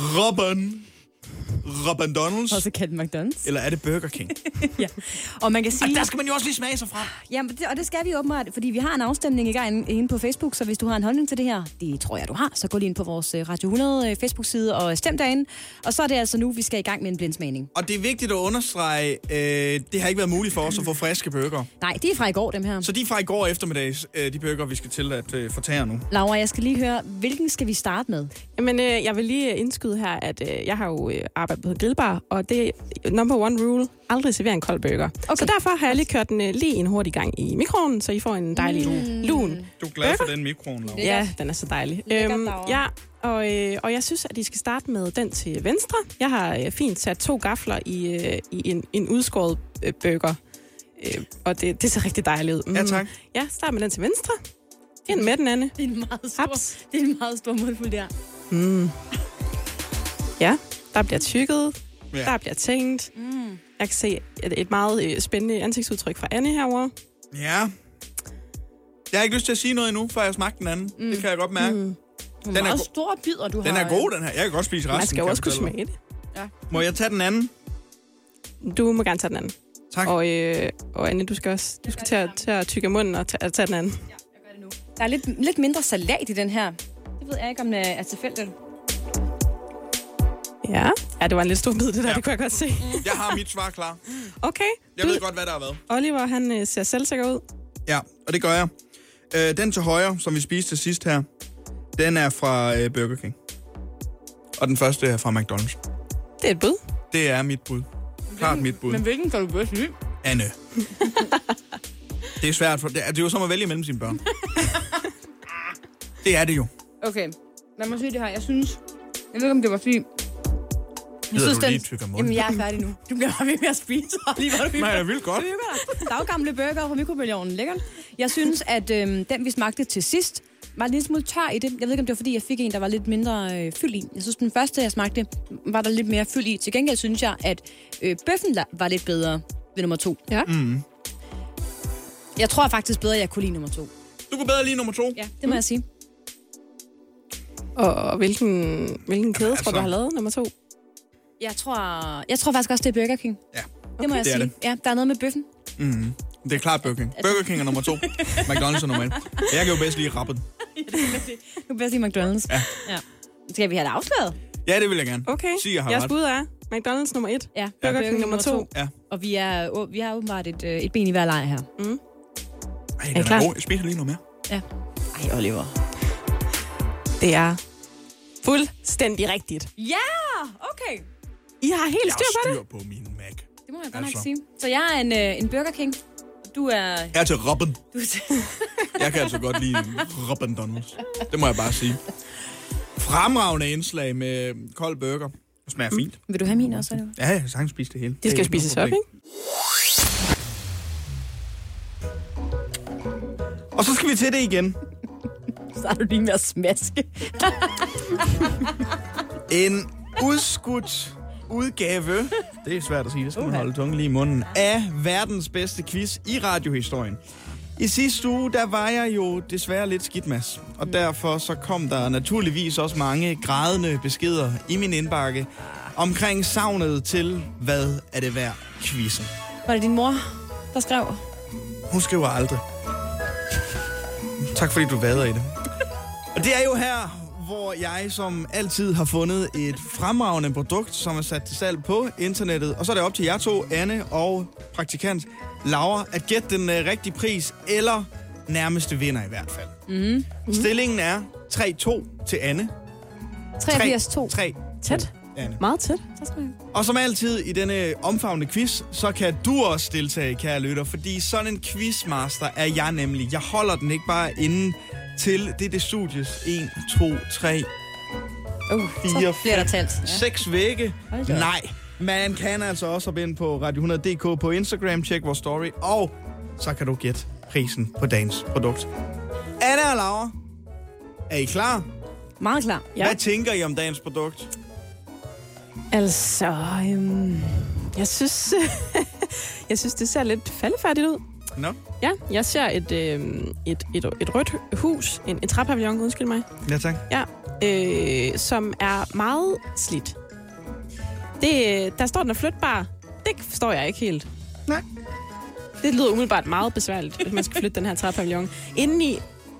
Robandonalds? Også kaldt McDonald's. Eller er det Burger King? Ja. Og man kan sige... Og der skal man jo også lige smage sig fra. Ja, og det skal vi åbenbart, fordi vi har en afstemning i gang inde på Facebook, så hvis du har en holdning til det her, det tror jeg, du har, så gå lige ind på vores Radio 100 Facebook-side og stem derinde. Og så er det altså nu, vi skal i gang med en blindsmagning. Og det er vigtigt at understrege, det har ikke været muligt for os at få friske burger. Nej, de er fra i går, dem her. Så de er fra i går eftermiddags, de burger, vi skal til at fortære nu. Laura, jeg skal lige høre, hvilken skal vi starte med? Jamen, jeg vil lige indskyde her, at jeg har jo arbejdet på en grillbar, og det er number 1 rule, aldrig servere en kold burger. Okay. Så derfor har jeg lige kørt den lige en hurtig gang i mikroovnen, så I får en dejlig lun. Du er glad for den mikroovn, Laura? Ja, den er så dejlig. Ja, og jeg synes, at I skal starte med den til venstre. Jeg har fint sat 2 gafler i en udskåret burger, og det ser rigtig dejligt ud. Ja, tak. Ja, start med den til venstre. Ind med den, Anne. Det er en meget stor mundfuld der. Ja, der bliver tykket. Ja. Der bliver tænkt. Jeg kan se et meget spændende ansigtsudtryk fra Anne herovre. Ja. Jeg har ikke lyst til at sige noget endnu, før jeg smagte den anden. Det kan jeg godt mærke. Den er meget stor bidder, du har. Den er god, den her. Jeg kan godt spise resten. Man skal jo også kunne smage det. Ja. Må jeg tage den anden? Du må gerne tage den anden. Tak. Og Anne, du skal til at tykke munden og tage den anden. Ja, jeg gør det nu. Der er lidt mindre salat i den her. Det ved jeg ikke, om det er tilfældigt. Ja, det var en lidt stor bid, det der, det kunne jeg godt se. Jeg har mit svar klar. Okay. Jeg ved godt, hvad der har været. Oliver, han ser selvsikker ud. Ja, og det gør jeg. Den til højre, som vi spiste til sidst her, den er fra Burger King. Og den første er fra McDonald's. Det er et bud. Det er mit bud. Klart mit bud. Men hvilken kan du bedst lide? Anne. Det er svært, for det er jo som at vælge mellem sine børn. Det er det jo. Okay, lad mig sige det her. Jeg ved ikke, om det var fordi... Jamen, jeg er færdig nu. Du bliver bare ved med at spise. Nej, jeg vil godt. Daggamle burger fra mikrobølgeovnen. Lækkert. Jeg synes, at den, vi smagte til sidst, var lidt smule tør i det. Jeg ved ikke, om det var, fordi jeg fik en, der var lidt mindre fyld i. Jeg synes, den første, jeg smagte, var der lidt mere fyld i. Til gengæld synes jeg, at bøffen var lidt bedre ved nummer 2. Ja. Jeg tror faktisk bedre, at jeg kunne lide nummer 2. Du kunne bedre lide nummer 2? Ja, det må jeg sige. Og hvilken kæde tror du har lavet nummer 2? Jeg tror faktisk også, det er Burger King. Ja, det må jeg sige. Ja, der er noget med bøffen. Det er klart Burger King. Burger King er nummer 2. McDonald's er nummer 1. Jeg kan jo bedst lide rappen. Du kan bedst lide McDonald's. Ja. Skal vi have det afsløret? Ja, det vil jeg gerne. Okay. Jeres bud er McDonald's nummer 1. Ja. Burger King nummer 2. Ja. Og vi har åbenbart et ben i hver lejr her. Ej, den er god. Jeg spiser lige noget mere. Ja. Ej, Oliver. Det er fuldstændig rigtigt. Ja, okay. I har helt styr på det. Jeg har styr på min Mac. Det må jeg godt nok sige. Så jeg er en Burger King. Du er... Jeg er til Robben. Jeg kan altså godt lide Robandonalds. Det må jeg bare sige. Fremragende indslag med kold burger. Det smager fint. Vil du have min også, eller? Ja, jeg kan sagtens spise det hele. Det skal spises op, ikke? Og så skal vi til det igen. Så er du lige med at smaske. En udskudt udgave, det er svært at sige, det skal man holde tungen lige i munden, af verdens bedste quiz i radiohistorien. I sidste uge, der var jeg jo desværre lidt skidt, Mads. Og derfor så kom der naturligvis også mange grædende beskeder i min indbakke omkring savnet til, hvad er det værd, quizzen. Var det din mor, der skrev? Hun skriver aldrig. Tak fordi du vader i det. Og det er jo her, hvor jeg som altid har fundet et fremragende produkt, som er sat til salg på internettet. Og så er det op til jer to, Anne og praktikant Laura, at gætte den rigtige pris, eller nærmeste vinder i hvert fald. Mm-hmm. Stillingen er 3-2 til Anne. 83-2. 3 tæt. Anne. Meget tæt. Og som altid i denne omfavnende quiz, så kan du også deltage, kære lytter, fordi sådan en quizmaster er jeg nemlig. Jeg holder den ikke bare inde til det studies 1, 2, 3, 4, 5, 6 vægge. Nej, man kan altså også hoppe ind på Radio100.dk på Instagram, tjek vores story, og så kan du gætte prisen på dagens produkt. Anna og Laura, er I klar? Meget klar. Ja. Hvad tænker I om dagens produkt? Altså, jeg synes, det ser lidt faldefærdigt ud. No. Ja, jeg ser et rødt hus, en træpavillon, undskyld mig. Ja, tak. Ja, som er meget slidt. Der står, den er flytbar. Det forstår jeg ikke helt. Nej. Det lyder umiddelbart meget besværligt, hvis man skal flytte den her træpavillon. Indeni,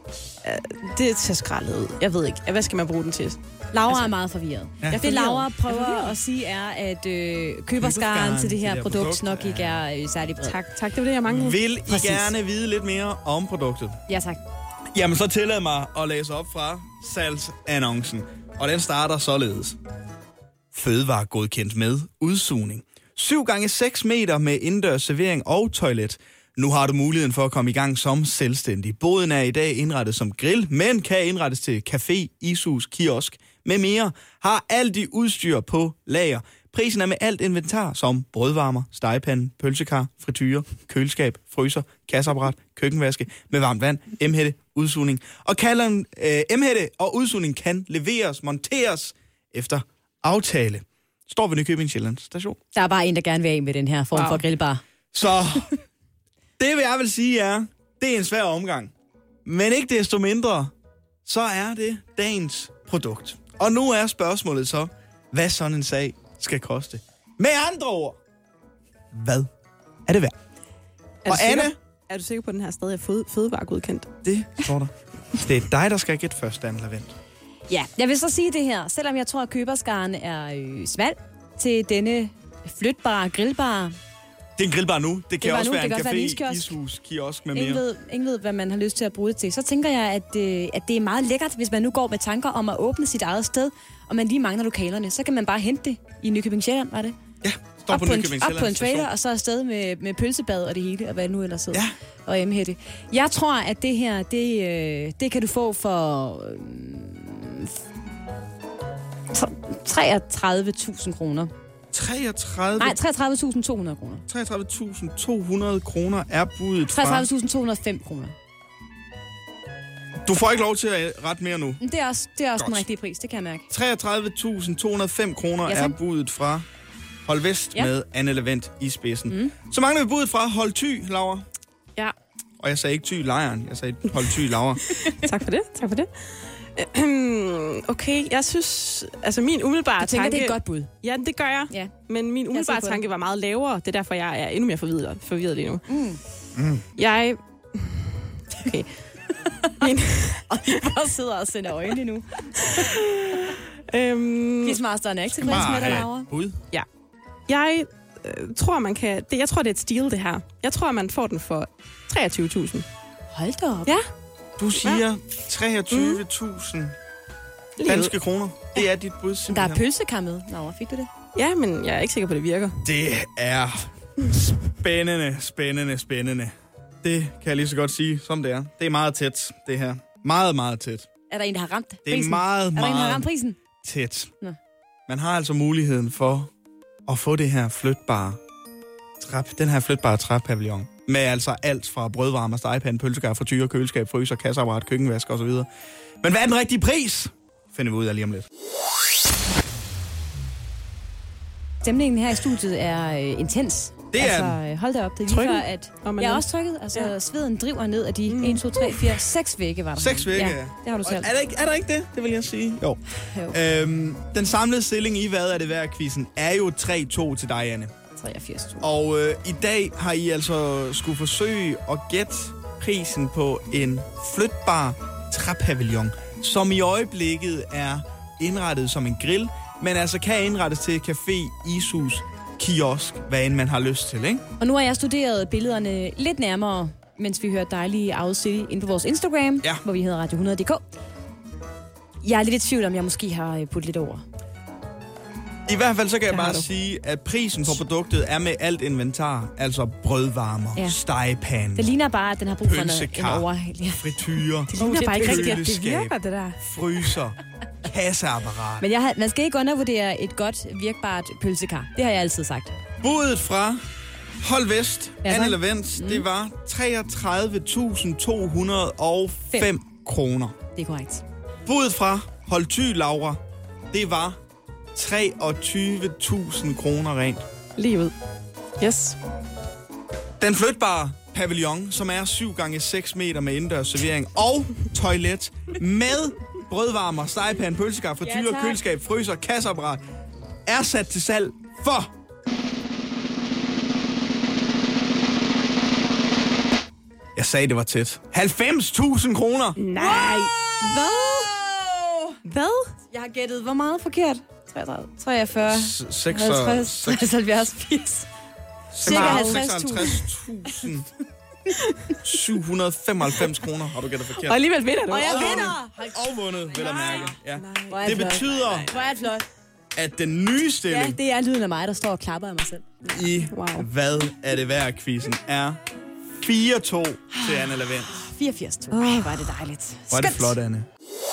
det ser skrællet ud. Jeg ved ikke, hvad skal man bruge den til? Laura er meget forvirret. Ja. Det Laura prøver at sige er, at køberskaren til det her produkt nok ikke er særlig bred. Tak, det var det, jeg manglede. Vil I gerne vide lidt mere om produktet? Ja, tak. Jamen, så tillad mig at læse op fra salgsannoncen. Og den starter således. Fødevare godkendt med udsugning. 7x6 meter med indendørs servering og toilet. Nu har du muligheden for at komme i gang som selvstændig. Boden er i dag indrettet som grill, men kan indrettes til café, ishus, kiosk med mere. Har alt i udstyr på lager. Prisen er med alt inventar som brødvarmer, stegepande, pølsekar, frityre, køleskab, fryser, kasseapparat, køkkenvaske med varmt vand, emhætte, udsugning. Og emhætte og udsugning kan leveres, monteres efter aftale. Står ved Nykøbing Sjælland station. Der er bare en, der gerne vil af med den her form for grillbar. Så det vil jeg vil sige er, det er en svær omgang. Men ikke desto mindre, så er det dagens produkt. Og nu er spørgsmålet så, hvad sådan en sag skal koste. Med andre ord, hvad er det værd? Og Anne, er du sikker på, at den her stadig er fødevaregodkendt? Det står der. Det er dig, der skal gætte først, Anne Lavent. Ja, jeg vil så sige det her. Selvom jeg tror, at køberskaren er smal til denne flytbare grillbar. Det er en grillbar nu. Det kan også være en café, en ishus, kiosk med mere. Ingen ved, hvad man har lyst til at bruge det til. Så tænker jeg, at det er meget lækkert, hvis man nu går med tanker om at åbne sit eget sted, og man lige mangler lokalerne. Så kan man bare hente det i Nykøbing Sjælland, var det? Ja, står på Nykøbing Sjælland. Op på en trailer, og så afsted med pølsebad og det hele, og hvad nu ellers hedder. Ja. Og emhætte. Jeg tror, at det her, det kan du få for 33.000 kroner. 33.200 kroner. 33.200 kroner er budet fra... 33.205 kroner. Du får ikke lov til at rette mere nu. Det er også den rigtige pris, det kan jeg mærke. 33.205 kroner er budet fra Hold Vest med Anne Lavent i spidsen. Mm. Så mangler vi budet fra Hold Thy, Laura. Ja. Og jeg sagde ikke Thy lejren, jeg sagde Hold Thy, Laura. Tak for det. Okay, jeg synes... Altså, min umiddelbare tanke... Du tænker, det er et godt bud? Ja, det gør jeg. Ja. Men min umiddelbare tanke var meget lavere. Det er derfor, jeg er endnu mere forvirret lige nu. Jeg... Okay. Og I bare sidder og sender øjne nu. Quizmasteren er ikke tilfreds med dig, Laura. Bud? Ja. Jeg tror, man kan... Jeg tror, det er et steal, det her. Jeg tror, man får den for 23.000. Hold da op. Ja. Du siger 23.000 danske kroner. Det er dit bud, simpelthen. Der er pølsekar med. Laura, fik du det? Ja, men jeg er ikke sikker på, at det virker. Det er spændende. Det kan jeg lige så godt sige, som det er. Det er meget tæt, det her. Meget, meget tæt. Er der en, der har ramt prisen? Det er meget, meget der en, der har ramt prisen? Tæt. Nå. Man har altså muligheden for at få det her flytbare træpavillon. Med altså alt fra brødvarmer, stegepande, pølsekar, frityre, køleskab, fryser, kasseapparat, køkkenvask osv. Men hvad er den rigtige pris? Finder vi ud af lige om lidt. Stemningen her i studiet er intens. Det er altså, hold da op, det er lige før, at jeg er også trykket. Altså, sveden driver ned af de 1, 2, 3, 4, 6 vægge, var der. 6 vægge, ja. Det har du selv. Er der ikke det? Det vil jeg sige. Jo. Den samlede stilling i Hvad er det værd -quizzen er jo 3-2 til dig, Anne. 83.000. Og i dag har I altså skulle forsøge at gætte prisen på en flytbar træpavillon, som i øjeblikket er indrettet som en grill, men altså kan indrettes til café, ishus, kiosk, hvad end man har lyst til, ikke? Og nu har jeg studeret billederne lidt nærmere, mens vi hørte dejlige Audacity inde på vores Instagram, hvor vi hedder Radio100.dk. Jeg er lidt i tvivl om, jeg måske har puttet lidt over. I hvert fald så kan jeg bare sige, at prisen for produktet er med alt inventar, altså brødvarmer, stegepande, det ligner bare, at den har brug for en overhæld. Frityre, det ligner bare ikke rigtigt, det virker, det der. Fryser, kasseapparat. Men man skal ikke undervurdere et godt, virkbart pølsekar. Det har jeg altid sagt. Budet fra Hold Vest, Anne Lavens, det var 33.205 kroner. Det er korrekt. Budet fra Hold Thy, Laura, det var 23.000 kroner rent. Lige ud. Yes. Den flytbare pavillon, som er 7x6 meter med indendørs servering og toilet med brødvarmer, stegepande, pølsekar, frityre, køleskab, fryser, kasseapparat, er sat til salg for... Jeg sagde, det var tæt. 90.000 kroner! Nej! Hvad? Jeg har gættet hvor meget forkert? 33, 43, 50, 70, 80. Cirka 56.795 kroner har du gættet forkert. Og alligevel vinder du. Og jeg vinder! Og vundet, vil jeg mærke. Ja. Det flot. betyder, at den nye stilling... Ja, det er lyden af mig, der står og klapper af mig selv. I hvad er det værd, quizzen er 4-2 til Anne Lavens. 84-2. Hvor er det dejligt. Hvor er det flot, Anne.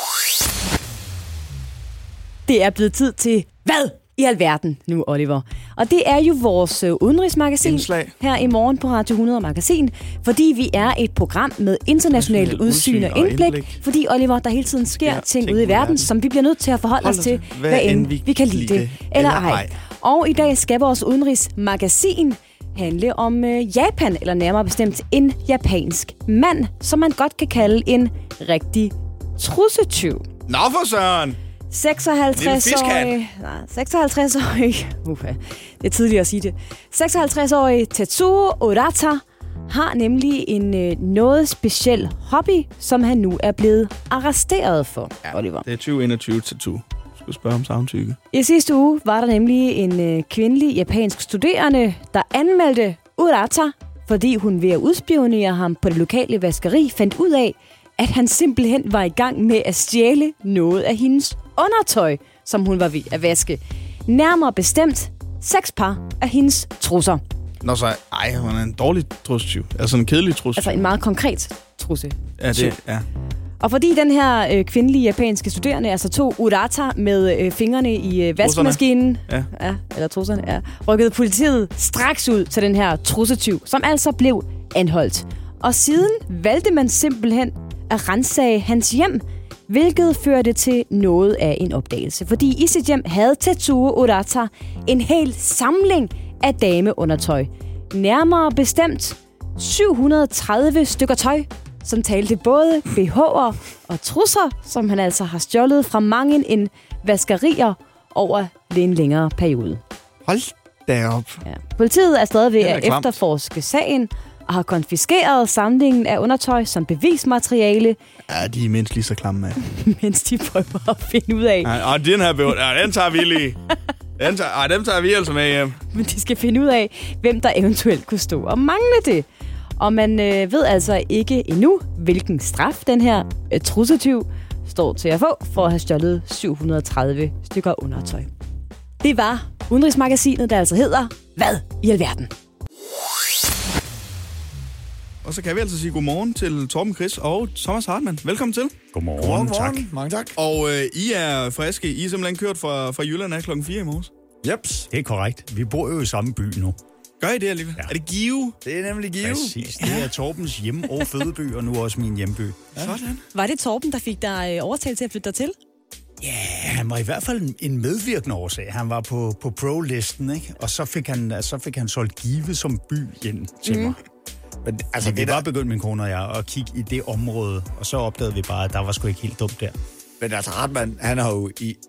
Det er blevet tid til hvad i alverden nu, Oliver. Og det er jo vores udenrigsmagasin indslag her i morgen på Radio 100 Magasin, fordi vi er et program med internationalt udsyn og indblik. Fordi, Oliver, der hele tiden sker ting ude i verden, som vi bliver nødt til at forholde os til, hvad end vi kan lide det eller ej. Og i dag skal vores udenrigsmagasin handle om Japan, eller nærmere bestemt en japansk mand, som man godt kan kalde en rigtig trussetyv. Nå for søren! 56-årig... 56-årig... det er tidligt at sige det. 56-årig Tetsuo Urata har nemlig en noget speciel hobby, som han nu er blevet arresteret for, Oliver. Det er 2021 tattoo. Skulle spørge om samtykke. I sidste uge var der nemlig en kvindelig japansk studerende, der anmeldte Urata, fordi hun ved at udspionere ham på det lokale vaskeri fandt ud af, at han simpelthen var i gang med at stjæle noget af hendes undertøj, som hun var ved at vaske. Nærmere bestemt 6 par af hendes trusser. Nå så, hun er en dårlig trussetyv. Altså en kedelig trussetyv. Altså en meget konkret trusse. Ja, det er. Og fordi den her kvindelige japanske studerende altså tog Urata med fingrene i vaskemaskinen, eller trusserne, rykkede politiet straks ud til den her trussetyv, som altså blev anholdt. Og siden valgte man simpelthen at ransage hans hjem, hvilket førte til noget af en opdagelse. Fordi i sit hjem havde Tetsuo Urata en hel samling af dameundertøj. Nærmere bestemt 730 stykker tøj, som talte både BH'er og trusser, som han altså har stjålet fra mange en vaskerier over en længere periode. Hold da op. Ja. Politiet er stadig ved at efterforske sagen, og har konfiskeret samlingen af undertøj som bevismateriale. Ja, de er mindst lige så klamme af. Mens de prøver at finde ud af. Ja, og den her den tager vi lige. Dem tager vi altså med hjem. Men de skal finde ud af, hvem der eventuelt kunne stå og mangle det. Og man ved altså ikke endnu, hvilken straf den her trussetyv står til at få for at have stjålet 730 stykker undertøj. Det var udenrigsmagasinet, der altså hedder Hvad i alverden? Og så kan vi altså sige godmorgen til Torben Chris og Thomas Hartmann. Velkommen til. Godmorgen. Tak. Mange tak. Og I er friske. I er simpelthen kørt fra Jylland af klokken 4 i morges. Jeps. Det er korrekt. Vi bor jo i samme by nu. Gør I det alligevel? Ja. Er det Give? Det er nemlig Give. Præcis. Det er Torbens hjem- og fødeby, og nu også min hjemby. Ja. Sådan. Var det Torben, der fik dig overtalt til at flytte dig til? Ja, han var i hvert fald en medvirkende årsag. Han var på pro-listen, ikke? Og så fik han solgt Give som by ind til mig. Men altså, vi var begyndt, min kone og jeg, at kigge i det område, og så opdagede vi bare, at der var sgu ikke helt dumt der. Men altså, Hartmann, han har jo i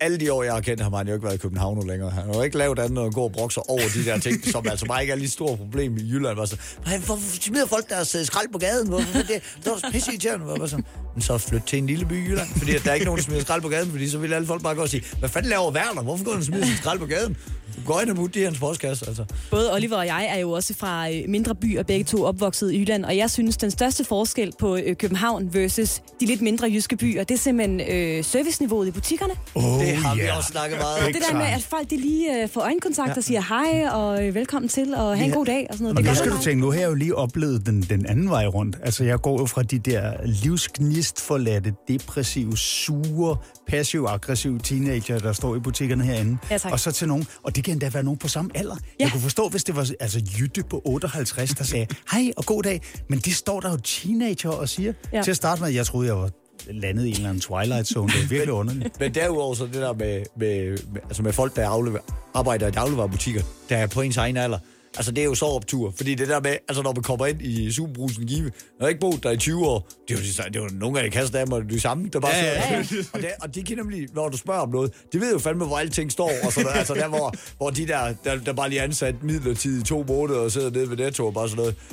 alle de år, jeg har kendt ham, har han jo ikke været i København længere. Han har jo ikke lavet andet end at gå og brokke sig over de der ting, som altså bare ikke er lige store problem i Jylland. Var så, hvorfor smider folk deres skrald på gaden? Det var pisse irriterende. Men så flyt til en lille by i Jylland, fordi der er ikke nogen, der smider skrald på gaden, fordi så vil alle folk bare gå og sige, hvad fanden laver Werner? Hvorfor går han og smider sin skrald på gaden? Gå ind og putte i hans postkasse, altså. Både Oliver og jeg er jo også fra mindre byer, begge to opvokset i Jylland, og jeg synes, den største forskel på København versus de lidt mindre jyske byer, det er simpelthen serviceniveauet i butikkerne. Det har vi også snakket meget om. Det der med, at folk de lige får øjenkontakt og siger hej og velkommen til og have en god dag og sådan noget. Og nu skal du tænke, nu har jeg jo lige oplevet den anden vej rundt. Altså, jeg går jo fra de der livsgnistforladte, depressive, sure, passiv-aggressive teenager, der står i butikkerne herinde. Ja, og så til nogen, og det kan endda være nogen på samme alder. Ja. Jeg kunne forstå, hvis det var Jytte på 58, der sagde, hej og god dag. Men det står der jo teenager og siger. Ja. Til at starte med, jeg troede, jeg var landet i en eller anden Twilight Zone. Det er virkelig underligt. Men derudover så det der med folk, der arbejder i dagligvarebutikker, der er på ens egen alder. Altså, det er jo så optur. Fordi det der med, altså når man kommer ind i Superbrusen Give, når jeg ikke boet der i 20 år, det er jo nogle af de kassedamer, det er samme, der bare og de kan nemlig, når du spørger om noget, de ved jo fandme, hvor alting står, og sådan noget. Altså der, hvor de der bare lige ansat midlertidigt i 2 måneder, og sidder nede ved Netto og bare sådan noget.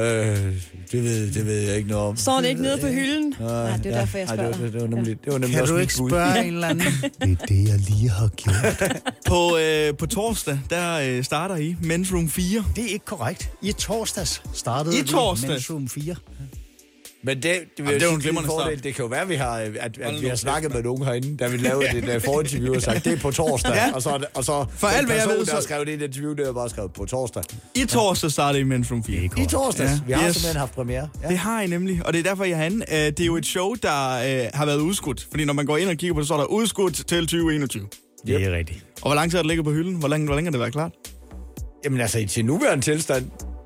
Det ved jeg ikke noget om. Står det ikke nede på hylden? Nej, det er derfor, jeg spørger. Det var nemlig kan også du ikke spørge en eller anden? Det er det, jeg lige har gjort. På torsdag, der starter I Men's Room 4. Det er ikke korrekt. I torsdags startede Men's Room 4. Men det er jo en glimrende fordel. Det kan jo være, at vi har snakket med nogen herinde, da vi lavede et forinterview og sagt, det er på torsdag. Ja. Og så for alt, hvad jeg ved, der skrev det i et interview, det er bare skrevet på torsdag. I torsdag starter I Men's Room 4. I torsdags. Ja. Vi har simpelthen haft premiere. Ja. Det har I nemlig, og det er derfor, jeg er herinde. Det er jo et show, der har været udskudt. Fordi når man går ind og kigger på det, så er der udskudt til 2021. Det er rigtigt. Og hvor lang tid har det ligget på hylden? Hvor længe har det været klart? Jamen altså, til nuværende tilstand,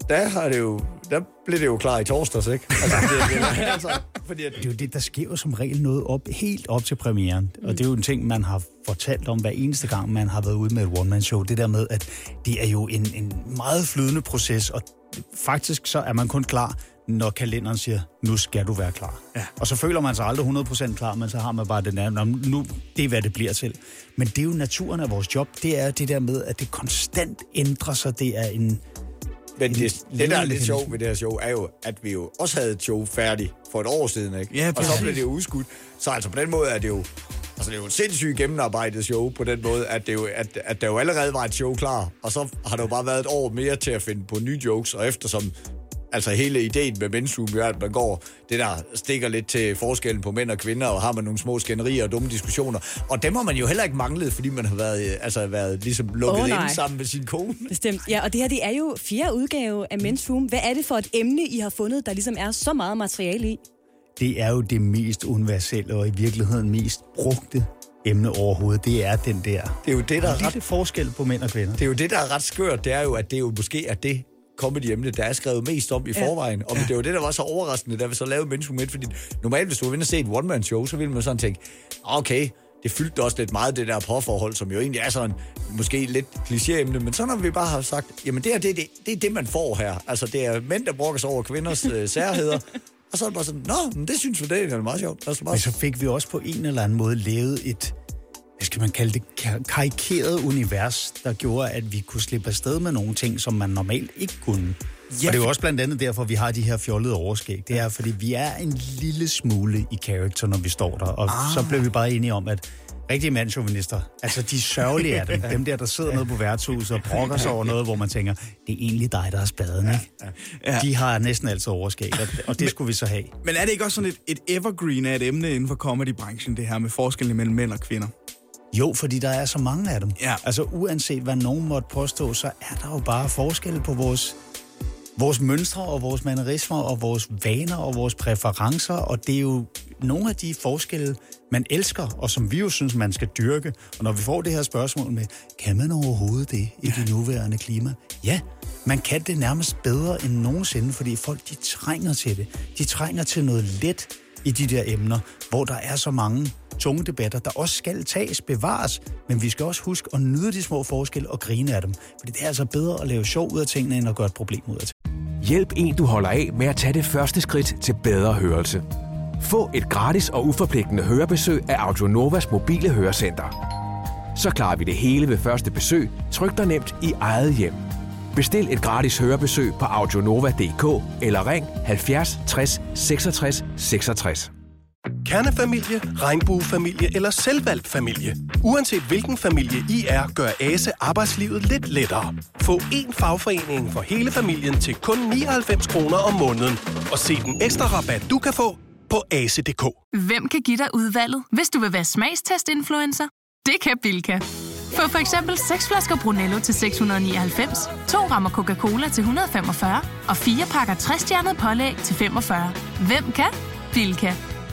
der blev det jo klar i torsdags, ikke? Det er jo det, der sker jo som regel noget helt op til premieren. Og det er jo en ting, man har fortalt om hver eneste gang, man har været ude med et one-man-show. Det der med, at det er jo en meget flydende proces, og faktisk så er man kun klar, når kalenderen siger, nu skal du være klar. Ja. Og så føler man sig aldrig 100% klar, men så har man bare den der, nu det er, hvad det bliver til. Men det er jo naturen af vores job. Det er det der med, at det konstant ændrer sig. Det er en... Men det der er lidt sjovt ved det her show, er jo, at vi jo også havde et show færdigt for et år siden, ikke? Ja, og så blev det jo udskudt. Så altså på den måde er det jo... Altså det er jo et sindssygt gennemarbejdet show på den måde, at der jo allerede var et show klar, og så har der jo bare været et år mere til at finde på nye jokes, og eftersom altså hele ideen med Men's Room er, at man går det der stikker lidt til forskellen på mænd og kvinder, og har man nogle små skænderier og dumme diskussioner. Og dem har man jo heller ikke manglet, fordi man har været ligesom lukket ind sammen med sin kone. Bestemt. Ja, og det her, det er jo 4. udgave af Men's Room. Hvad er det for et emne, I har fundet, der ligesom er så meget materiale i? Det er jo det mest universelle og i virkeligheden mest brugte emne overhovedet. Det er den der. Det er jo det, der er ret forskel på mænd og kvinder. Det er jo det, der er ret skørt. Det er jo, at det jo måske er det comedy-emne, der er skrevet mest om i forvejen. Og det er jo det, der var så overraskende, da vi så lavede Men's Room 1, fordi normalt, hvis du var inde og se et one-man-show, så ville man sådan tænke, okay, det fyldte også lidt meget det der parforhold, som jo egentlig er sådan måske lidt klichéemne, men så når vi bare har sagt, jamen det er det, man får her. Altså det er mænd, der brokker sig over kvinders særheder, og så er det bare sådan, men det synes vi, det er meget sjovt. Men så fik vi også på en eller anden måde lavet et, hvad skal man kalde det, karikeret univers, der gjorde, at vi kunne slippe afsted med nogle ting, som man normalt ikke kunne. Ja. Og det er jo også blandt andet derfor, vi har de her fjollede overskæg. Det er, fordi vi er en lille smule i character, når vi står der. Og så blev vi bare enige om, at rigtige mandschauvinister, altså de sørgelige af dem der sidder nede på værtshuset og brokker sig over noget, hvor man tænker, det er egentlig dig, der er spaden, ikke? Ja. De har næsten altid overskæg, og det skulle vi så have. Men er det ikke også sådan et evergreen af et emne inden for comedy-branchen, det her med forskellen mellem mænd og kvinder? Jo, fordi der er så mange af dem. Ja. Altså uanset hvad nogen måtte påstå, så er der jo bare forskel på vores mønstre og vores mannerismer og vores vaner og vores præferencer, og det er jo nogle af de forskelle, man elsker, og som vi jo synes, man skal dyrke. Og når vi får det her spørgsmål med, kan man overhovedet det i det nuværende klima? Ja, man kan det nærmest bedre end nogensinde, fordi folk, de trænger til det. De trænger til noget let i de der emner, hvor der er så mange tunge debatter, der også skal tages, bevares, men vi skal også huske at nyde de små forskelle og grine af dem. Fordi det er altså bedre at lave sjov ud af tingene, end at gøre et problem ud af tingene. Hjælp en, du holder af med at tage det første skridt til bedre hørelse. Få et gratis og uforpligtende hørebesøg af Audionovas mobile hørecenter. så klarer vi det hele ved første besøg, trygt og nemt i eget hjem. Bestil et gratis hørebesøg på audionova.dk eller ring 70 60 66 66. Kernefamilie, regnbuefamilie eller selvvalgt familie. Uanset hvilken familie I er, gør ASE arbejdslivet lidt lettere. Få én fagforening for hele familien til kun 99 kroner om måneden. Og se den ekstra rabat, du kan få på ase.dk. Hvem kan give dig udvalget, hvis du vil være smagstest-influencer? Det kan Bilka. Få for eksempel 6 flasker Brunello til 699, 2 rammer Coca-Cola til 145 og 4 pakker 60-stjernet pålæg til 45. Hvem kan? Bilka.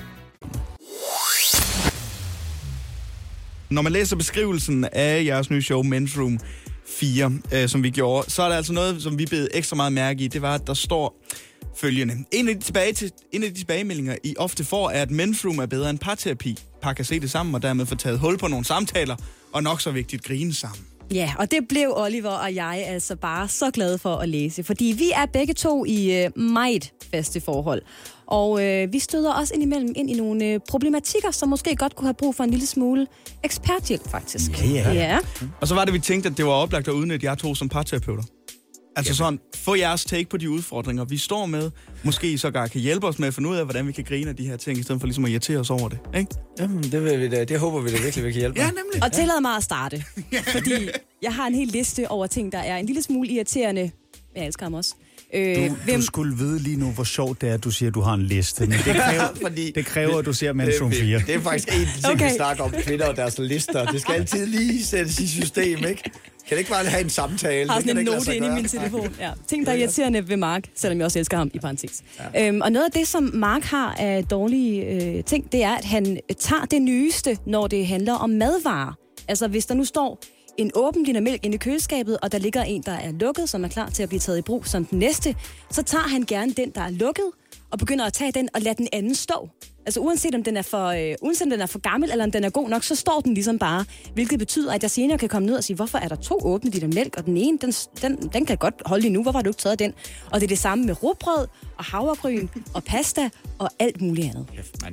Når man læser beskrivelsen af jeres nye show, Men's Room 4, som vi gjorde, så er der altså noget, som vi bed ekstra meget mærke i. Det var, at der står følgende. En af de tilbagemeldinger, I ofte får, er, at Men's Room er bedre end parterapi. Par kan se det sammen og dermed få taget hul på nogle samtaler, og nok så vigtigt grine sammen. Ja, og det blev Oliver og jeg altså bare så glade for at læse, fordi vi er begge to i meget faste forhold. Og vi støder også indimellem ind i nogle problematikker, som måske godt kunne have brug for en lille smule eksperthjælp, faktisk. Ja. Og så var det, vi tænkte, at det var oplagt at udnytte jer to som parterapeuter. Altså sådan, få jeres take på de udfordringer, vi står med. Måske I sågar kan hjælpe os med at finde ud af, hvordan vi kan grine af de her ting, i stedet for ligesom at irritere os over det, ikke? Jamen, det håber vi da virkelig, vi kan hjælpe. Ja, nemlig. Og tillad mig at starte, fordi jeg har en hel liste over ting, der er en lille smule irriterende. Jeg elsker ham også. Du skulle vide lige nu, hvor sjovt det er, at du siger, at du har en liste. Men det kræver at du ser Men's Room 4. Det er faktisk en ting, vi snakker om kvinder og deres lister. Det skal altid lige sættes i system, ikke? Kan det ikke bare have en samtale? Jeg har sådan en note inde i min telefon. Ja. Ting, der er irriterende ved Mark, selvom jeg også elsker ham, i parentes. Ja. Og noget af det, som Mark har af dårlige ting, det er, at han tager det nyeste, når det handler om madvarer. Altså, hvis der nu står en åben liter mælk inde i køleskabet, og der ligger en, der er lukket, som er klar til at blive taget i brug som den næste, så tager han gerne den, der er lukket, og begynder at tage den og lade den anden stå. Altså uanset om den er for gammel, eller om den er god nok, så står den ligesom bare. Hvilket betyder, at jeg senere kan komme ned og sige, hvorfor er der 2 åbne liter mælk, og den ene, den kan godt holde lige nu, hvorfor har du ikke taget den? Og det er det samme med rugbrød, og havregryn, og pasta, og alt muligt andet.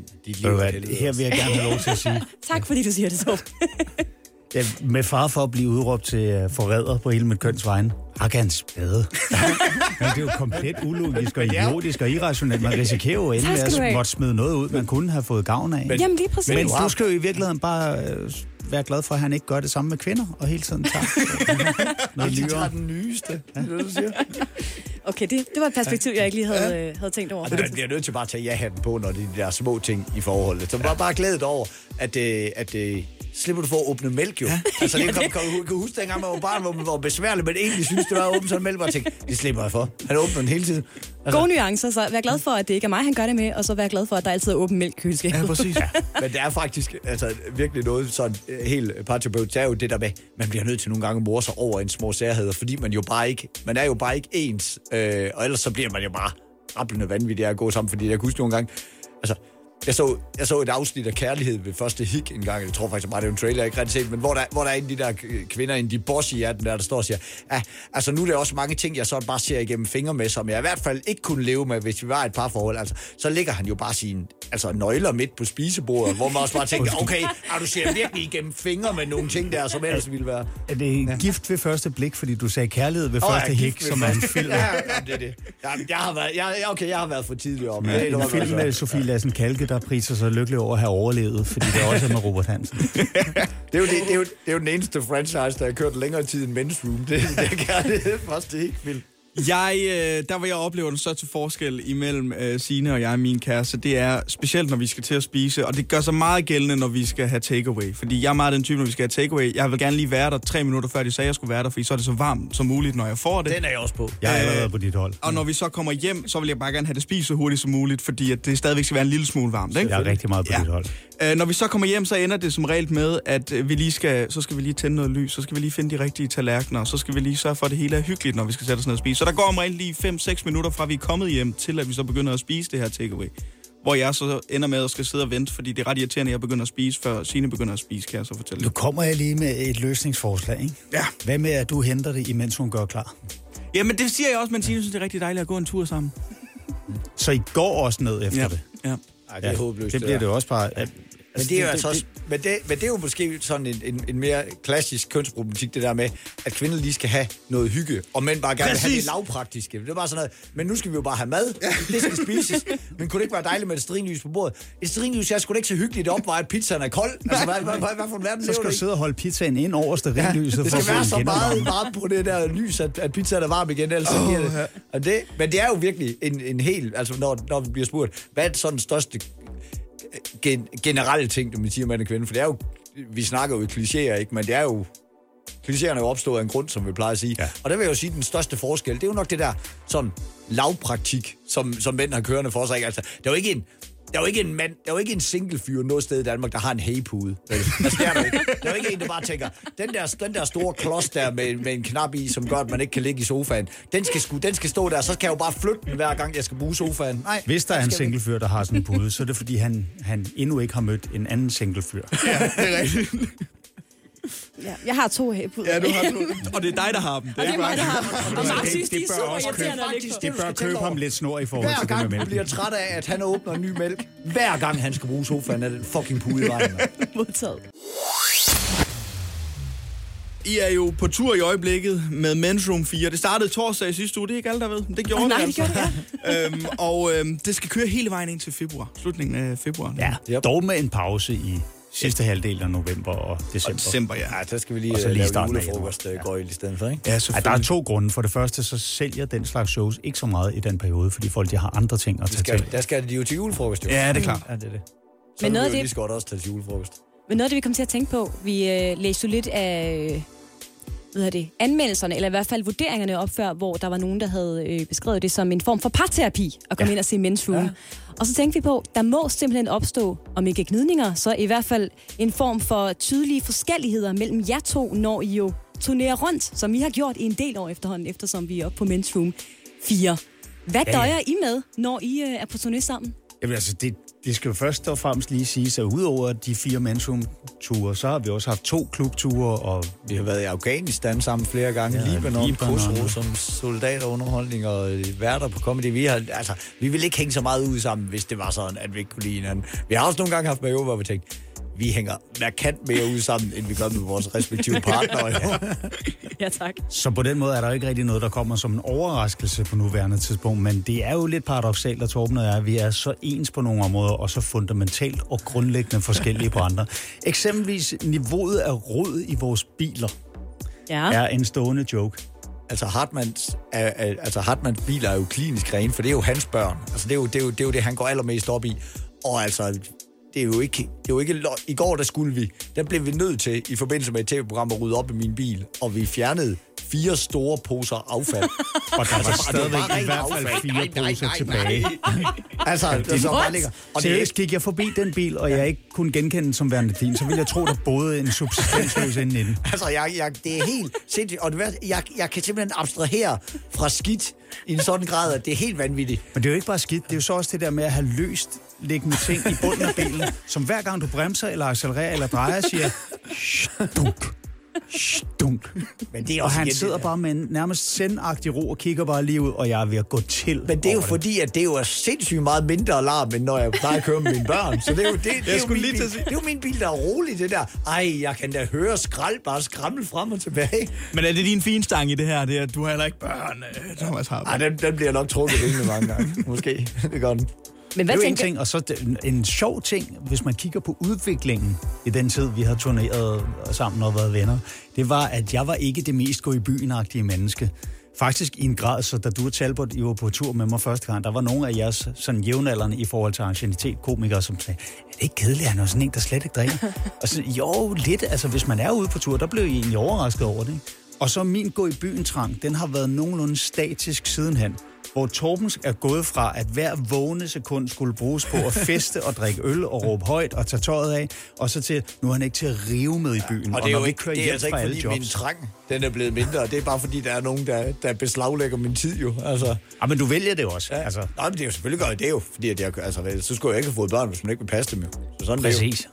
Her vil jeg gerne have lov til at sige. Tak fordi du siger det så. Ja, med far for at blive udråbt til forræder på hele mit køns vegne. Hakke spade. Men det er jo komplet ulogisk og idiotisk og irrationelt. Man risikerer jo endelig at måtte smide noget ud, man kunne have fået gavn af. Jamen lige præcis. Men du skal jo i virkeligheden bare være glad for, at han ikke gør det samme med kvinder, og hele tiden tager noget lyre. Det er den nyeste, det du siger. Okay, det var et perspektiv, jeg ikke lige havde tænkt over. Det bliver nødt til bare at tage ja-hatten på, når det er de der små ting i forholdet. Så bare glædet over, at slipper du for at åbne mælk, jo. Altså, det kan huske dengang, man var barn, hvor man var besværlig, men egentlig synes, det var at åbne sådan mælk, og tænkte, det slipper jeg for. Han åbner den hele tiden. Altså. Gode nuancer, så vær glad for, at det ikke er mig, han gør det med, og så vær glad for, at der altid er åben mælk i køleskabet. Ja, præcis. Men det er faktisk virkelig noget sådan helt parterapeut, det er jo det der med, man bliver nødt til nogle gange at more sig over en små særheder, fordi man er jo bare ikke ens, og ellers så bliver man jo bare rablende vanvittig at gå sammen, fordi jeg kan huske nogle gange, altså, Jeg så et afsnit af Kærlighed ved første hik en gang. Jeg tror faktisk bare, det er en trailer, jeg ikke rigtig set. Men hvor der er en af de der kvinder, en de bossy i den der står og siger, altså nu er der også mange ting, jeg så bare ser igennem fingre med, som jeg i hvert fald ikke kunne leve med, hvis vi var et parforhold. Altså, så ligger han jo bare sine nøgler midt på spisebordet, hvor man også bare tænker, okay, du ser virkelig igennem fingre med nogle ting der, som ellers ville være. Er det gift ved første blik, fordi du sagde Kærlighed ved første hik, som er en film? Ja, det er det. Jeg har været for tidlig om. Ja, en film med Sofie Lassen Kalke, der priser sig lykkelig over at have overlevet, fordi det også er med Robert Hansen. det er jo den eneste franchise, der har kørt længere tid end Men's Room. Det er Kærlighed første hik-film. Der hvor jeg oplever den største forskel imellem Signe og jeg, min kæreste, det er specielt, når vi skal til at spise, og det gør sig meget gældende, når vi skal have takeaway. Fordi jeg er meget den type, når vi skal have takeaway. Jeg vil gerne lige være der 3 minutter, før de sagde, jeg skulle være der, fordi så er det så varmt som muligt, når jeg får det. Den er jeg også på. Jeg er allerede på dit hold. Og når vi så kommer hjem, så vil jeg bare gerne have det spist så hurtigt som muligt, fordi at det stadigvæk skal være en lille smule varmt. Ikke? Jeg er rigtig meget på dit hold. Når vi så kommer hjem, så ender det som regel med, at vi skal vi lige tænde noget lys, så skal vi lige finde de rigtige tallerkener, og så skal vi lige sørge for, at det hele er hyggeligt, når vi skal sætte os ned og spise. Så der går omregel lige 5-6 minutter fra vi er kommet hjem, til at vi så begynder at spise det her takeaway. Hvor jeg så ender med at skal sidde og vente, fordi det er ret irriterende, at jeg begynder at spise, før Signe begynder at spise, kan jeg så fortælle. Nu kommer jeg lige med et løsningsforslag, ikke? Ja. Hvad med, at du henter det, imens hun gør klar? Jamen, det siger jeg også, men Signe synes, det er rigtig dejligt at gå en tur sammen. Så I går også ned efter det? Ja. Ej, det er håbløst. Det bliver det også bare... Men det er jo altså også, men det er jo måske sådan en mere klassisk kønsproblematik, det der med, at kvinder lige skal have noget hygge, og mænd bare gerne vil have det lavpraktiske. Det er bare sådan noget, men nu skal vi jo bare have mad, det skal spises. Men kunne det ikke være dejligt med et stearinlys på bordet? Et stearinlys, jeg skulle ikke så hyggeligt op, hvor pizzaen er kold. Altså, hvad for en verden så skal du sidde og holde pizzaen ind over stearinlyset. Det skal være så meget varmt på det der lys, at pizzaen er varm igen, ellers giver det. Men det er jo virkelig en helt, altså når vi bliver spurgt, hvad er sådan den største generelle ting, du siger mand og kvinde, for det er jo, vi snakker jo i klichéer, ikke, men det er jo, klichéerne er jo opstået af en grund, som vi plejer at sige. Ja. Og der vil jeg jo sige, den største forskel, det er jo nok det der sådan lavpraktik, som mænd har kørende for sig, ikke? Altså, der er jo ikke en mand, der er jo ikke en single fyr noget sted i Danmark, der har en hægepude. Altså, det er der ikke. Der er jo ikke en, der bare tænker, den der store klods der med en knap i, som gør, at man ikke kan ligge i sofaen, den skal stå der, så kan jeg jo bare flytte den hver gang, jeg skal bruge sofaen. Nej, hvis der er en single fyr, der har sådan en pude, så er det fordi, han endnu ikke har mødt en anden single fyr. Ja, det er rigtigt. Ja, jeg har 2 hægepuder. Ja, du har 2. Og det er dig, der har dem. Det er mig, der har dem. Og Mark synes, de er super irriterende at ligge på. Det bør købe ham lidt snor i forhold til det med mælk. Hver gang du bliver træt af, at han åbner en ny mælk, hver gang han skal bruge sofaen, er den fucking pude i vejen. Modtaget. I er jo på tur i øjeblikket med Men's Room 4. Det startede torsdag i sidste uge, det er ikke alle, der ved. Det gjorde det altså. Det gjorde det, det skal køre hele vejen ind til februar. Slutningen af februar. Ja, dog med en pause i sidste halvdel af november og december. Ja, så skal vi lige lave julefrokost i stedet for, ikke? Ja, der er 2 grunde. For det første, så sælger den slags shows ikke så meget i den periode, fordi folk de har andre ting at tage til. Der skal de jo til julefrokost, jo. Ja, det er klart. Ja, det er det. Så men noget af det, lige godt også til julefrokost. Men noget af det, vi kom til at tænke på, vi læste jo lidt af anmeldelserne, eller i hvert fald vurderingerne op før, hvor der var nogen, der havde beskrevet det som en form for parterapi at komme ind og se Men's Room. Ja. Og så tænkte vi på, der må simpelthen opstå, om ikke gnidninger, så i hvert fald en form for tydelige forskelligheder mellem jer to, når I jo turnerer rundt, som I har gjort i en del år efterhånden, eftersom vi er oppe på Men's Room 4. Hvad døjer I med, når I er på turné sammen? Jamen altså, det skal jo først og fremmest lige sige, at udover de 4 Men's Room-ture, så har vi også haft 2 klubture, og vi har været i Afghanistan sammen flere gange, Libanon, Kosovo som soldaterunderholdning og værter på comedy. Vi vil ikke hænge så meget ud sammen, hvis det var sådan, at vi ikke kunne lide hinanden. Vi har også nogle gange haft perioder, hvor vi tænkte, vi hænger markant mere ud sammen, end vi gør med vores respektive partnere. Ja, tak. Så på den måde er der ikke rigtig noget, der kommer som en overraskelse på nuværende tidspunkt, men det er jo lidt paradoksalt, at Torben og jeg, vi er så ens på nogle områder, og så fundamentalt og grundlæggende forskellige på andre. Eksempelvis niveauet af rod i vores biler er en stående joke. Altså Hartmanns biler er jo klinisk ren, for det er jo hans børn. Altså det er jo det, han går allermest op i. Og altså, det er jo ikke i går, der blev vi nødt til, i forbindelse med et tv-program, at rydde op i min bil, og vi fjernede 4 store poser affald. Og der var stadigvæk i hvert fald 4 poser tilbage. Altså, det så bare ligger. Og seriøst, gik jeg forbi den bil, og jeg ikke kunne genkende den som værende din, så ville jeg tro, der boede en substansløs inde i den. Altså, det er helt sindssygt. Og jeg kan simpelthen abstrahere fra skidt i en sådan grad, at det er helt vanvittigt. Men det er jo ikke bare skidt, det er jo så også det der med at have løst liggende ting i bunden af bilen, som hver gang du bremser, eller accelererer, eller drejer, siger stunk. Stunk. Men det er og han sidder bare med en nærmest sendagtig ro og kigger bare lige ud, og jeg er ved at gå til. Men det er jo fordi, at det er sindssygt meget mindre alarm, end når jeg plejer at køre med mine børn. Så det er jo det er jo min bil, der er rolig, det der. Ej, jeg kan da høre skrald bare skramle frem og tilbage. Men er det din finstang i det her? Det er, at du har heller ikke børn, Thomas Harper? Ej, den bliver nok trukket rimelig mange gange. Måske. Det gør den. Men hvad det er jo en ting, og så en sjov ting, hvis man kigger på udviklingen i den tid, vi har turneret sammen og været venner, det var, at jeg var ikke det mest gå i byen-agtige menneske. Faktisk i en grad, så da du og Talbot, I var på tur med mig første gang, der var nogle af jeres sådan jævnaldrende i forhold til anciennitet, komikere, som sagde, er det ikke kedeligt, han er sådan en, der slet ikke drikker? Og så, jo, lidt, altså hvis man er ude på tur, der blev I egentlig overrasket over det. Og så min gå i byen-trang, den har været nogenlunde statisk sidenhen. Hvor Torben er gået fra, at hver vågne sekund skulle bruges på at feste og drikke øl og råbe højt og tage tøjet af, og så til, nu er han ikke til at rive med i byen. Og det er jo ikke, det er altså ikke fordi min trang, den er blevet mindre, det er bare fordi, der er nogen, der beslaglægger min tid jo. Altså. Ja, men du vælger det også. Ja. Altså. Nej, men det er jo selvfølgelig gør det jo, fordi at så skulle jeg ikke have fået børn, hvis man ikke vil passe dem jo. Så sådan præcis.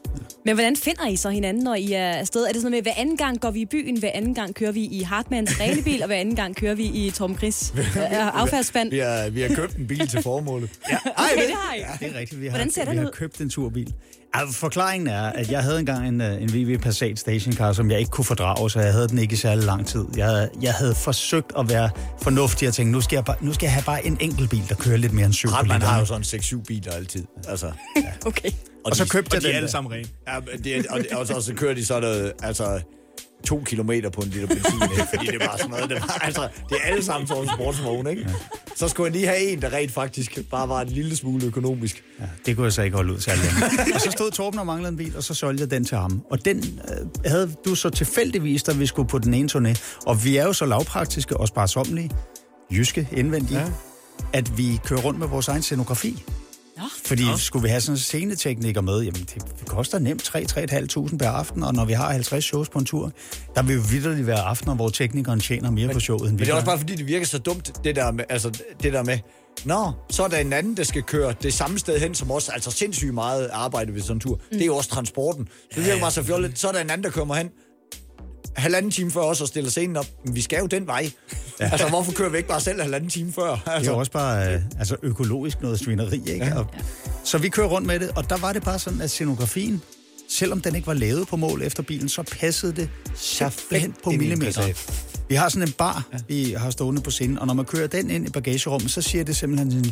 Men hvordan finder I så hinanden, når I er afsted? Er det sådan med, hver anden gang går vi i byen, hver anden gang kører vi i Hartmanns rælebil, og hver anden gang kører vi i Torben Chris affaldsspand? Vi har købt en bil til formålet. Ja. Okay, det har I. Ja, det er rigtigt. Vi har købt en turbil. Altså, forklaringen er, at jeg havde engang en VW Passat stationcar, som jeg ikke kunne fordrage, så jeg havde den ikke i særlig lang tid. Jeg havde forsøgt at være fornuftig og tænke, nu skal jeg have bare en enkelt bil, der kører lidt mere end 7 Hartmann har jo sådan 6-7 biler altid. Altså, ja. Okay. Og så købte jeg den. Og de er alle sammen rene. Ja, og så kører de så noget, altså 2 kilometer på en liter benzin, fordi det er bare sådan noget. Det er alle sammen sådan en sportsvogn, ikke? Ja. Så skulle jeg lige have en, der rent faktisk bare var en lille smule økonomisk. Ja, det kunne jeg så ikke holde ud til længe. Og så stod Torben og manglede en bil, og så solgte jeg den til ham. Og den havde du så tilfældigvis, da vi skulle på den ene turné. Og vi er jo så lavpraktiske og sparsommelige, jyske indvendige, at vi kører rundt med vores egen scenografi. Fordi skulle vi have sådan en scenetekniker med, jamen det koster nemt 3.500 per aften, og når vi har 50 shows på en tur, der vil jo vitterligt være aftener, hvor teknikeren tjener mere på showet. Men det er også bare fordi, det virker så dumt, det der med, så er der en anden, der skal køre det samme sted hen, som også, altså sindssygt meget arbejde ved sådan en tur. Det er jo også transporten. Det virker bare så fjollet. Så er der en anden, der kommer hen, 1,5 time før os og stiller scenen op. Men vi skal jo den vej. Ja. Altså, hvorfor kører vi ikke bare selv 1,5 time før? Altså. Det er også bare økologisk noget svineri, ikke? Ja. Så vi kører rundt med det, og der var det bare sådan, at scenografien, selvom den ikke var lavet på mål efter bilen, så passede det simpelthen på millimeter. Vi har sådan en bar, vi har stående på scenen, og når man kører den ind i bagagerummet, så siger det simpelthen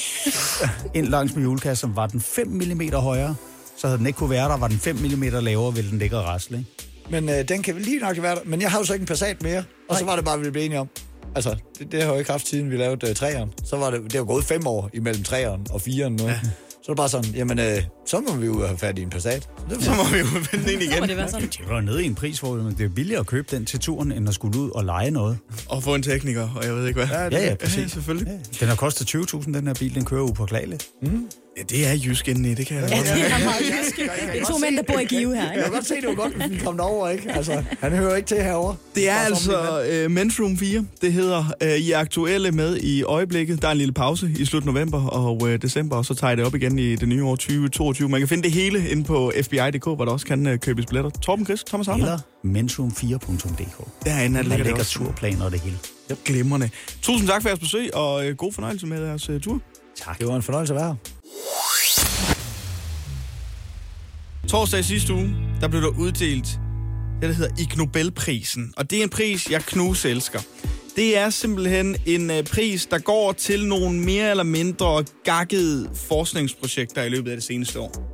ind langs med hjulkassen, som var den 5 mm højere, så havde den ikke kunne være der, var den 5 mm lavere, ville den ligge og rasle, ikke? Men den kan lige nok være der. Men jeg har jo så ikke en Passat mere. Og så var det bare, vi blev enige om. Altså, det har jo ikke haft siden vi lavede 3'eren. Så var det var gået 5 år imellem 3'eren og 4'eren nu. Ja. Så er det bare sådan, jamen, så må vi jo have fat i en Passat. Så må vi jo vende ind igen. Det var nede i en pris, hvor det er billigere at købe den til turen, end at skulle ud og lege noget. Og få en tekniker, og jeg ved ikke hvad. Ja, præcis. Ja, selvfølgelig. Ja. Den har kostet 20.000, den her bil. Den kører upåklageligt. Ja, det er jysk indeni, det kan jeg godt. Ja, det er meget jysk. Det er 2 mænd, der bor i Give her. Ikke? Jeg kan godt se, det var godt, hvis vi kom derover, ikke? Altså, han hører ikke til herovre. Det er altså Men's Room 4. Det hedder, I er aktuelle med i øjeblikket. Der er en lille pause i slut november og december, og så tager jeg det op igen i det nye år 2022. Man kan finde det hele inde på fbi.dk, hvor der også kan købes billetter. Torben Chris, Thomas Hartmann. Eller mensroom4.dk. Derinde der ligger turplaner og det hele. Yep. Glimrende. Tusind tak for jeres besøg, og god fornøjelse med jeres tur. Tak. Det var en fornøjelse at være her. Torsdag sidste uge, der blev der uddelt det, der hedder Ig Nobelprisen. Og det er en pris, jeg knuselsker. Det er simpelthen en pris, der går til nogle mere eller mindre gakkede forskningsprojekter i løbet af det seneste år.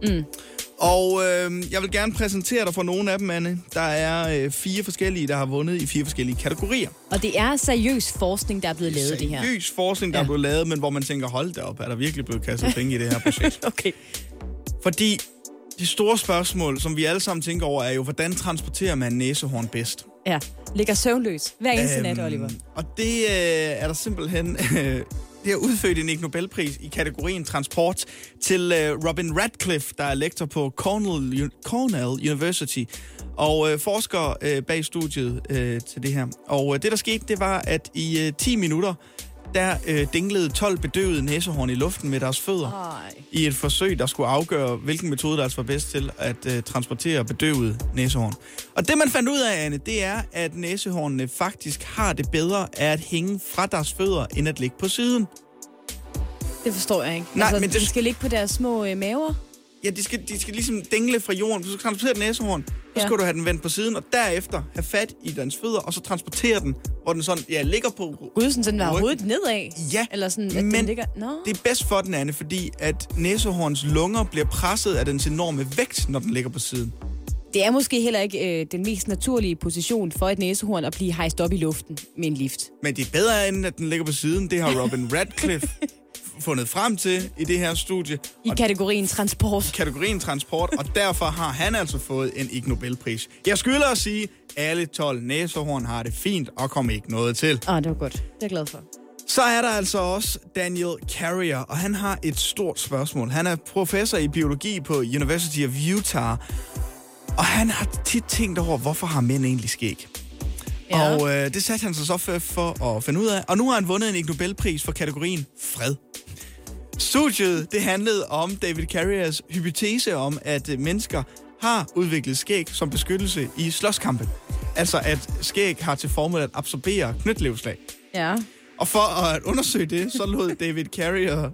Og jeg vil gerne præsentere dig for nogle af dem, Anne. Der er 4 forskellige, der har vundet i 4 forskellige kategorier. Og det er seriøs forskning, der er blevet lavet, det her. Seriøs forskning, der er blevet lavet, men hvor man tænker, hold da op, er der virkelig blevet kastet penge i det her projekt? Okay. Fordi de store spørgsmål, som vi alle sammen tænker over, er jo, hvordan transporterer man næsehorn bedst? Ja, ligger søvnløs hver eneste nat, Oliver. Og det er der simpelthen... det har udfødt en Ig Nobelpris i kategorien transport til Robin Radcliffe, der er lektor på Cornell University, og forsker bag studiet til det her. Og det, der skete, det var, at i 10 minutter, der dinglede 12 bedøvede næsehorn i luften med deres fødder i et forsøg, der skulle afgøre, hvilken metode der altså var bedst til at transportere bedøvede næsehorn. Og det, man fandt ud af, Anne, det er, at næsehornene faktisk har det bedre af at hænge fra deres fødder, end at ligge på siden. Det forstår jeg ikke. Nej, altså, men de skal ligge på deres små maver? Ja, de skal ligesom dingle fra jorden. Hvis du transporterer et næsehorn, så skal du have den vendt på siden, og derefter have fat i dens fødder, og så transportere den, hvor den sådan, ligger på... Gud, sådan den har hovedet nedad? Ja, eller sådan, at men den ligger... det er bedst for den, Anne, fordi at næsehorns lunger bliver presset af dens enorme vægt, når den ligger på siden. Det er måske heller ikke den mest naturlige position for et næsehorn at blive hejst op i luften med en lift. Men det er bedre, end at den ligger på siden. Det har Robin Radcliffe fundet frem til i det her studie. I kategorien transport. I kategorien transport, og derfor har han altså fået en Ig Nobelpris. Jeg skylder at sige, at alle 12 næsehorn har det fint, og kommer ikke noget til. Det var godt. Det er jeg glad for. Så er der altså også Daniel Carrier, og han har et stort spørgsmål. Han er professor i biologi på University of Utah, og han har tit tænkt over, hvorfor har mænd egentlig skæg? Ja. Og det satte han sig så for at finde ud af. Og nu har han vundet en Ig Nobelpris for kategorien fred. Studiet, det handlede om David Carriers hypotese om, at mennesker har udviklet skæg som beskyttelse i slåskampe. Altså, at skæg har til formål at absorbere knytlevslag. Ja. Og for at undersøge det, så lod David Carrier...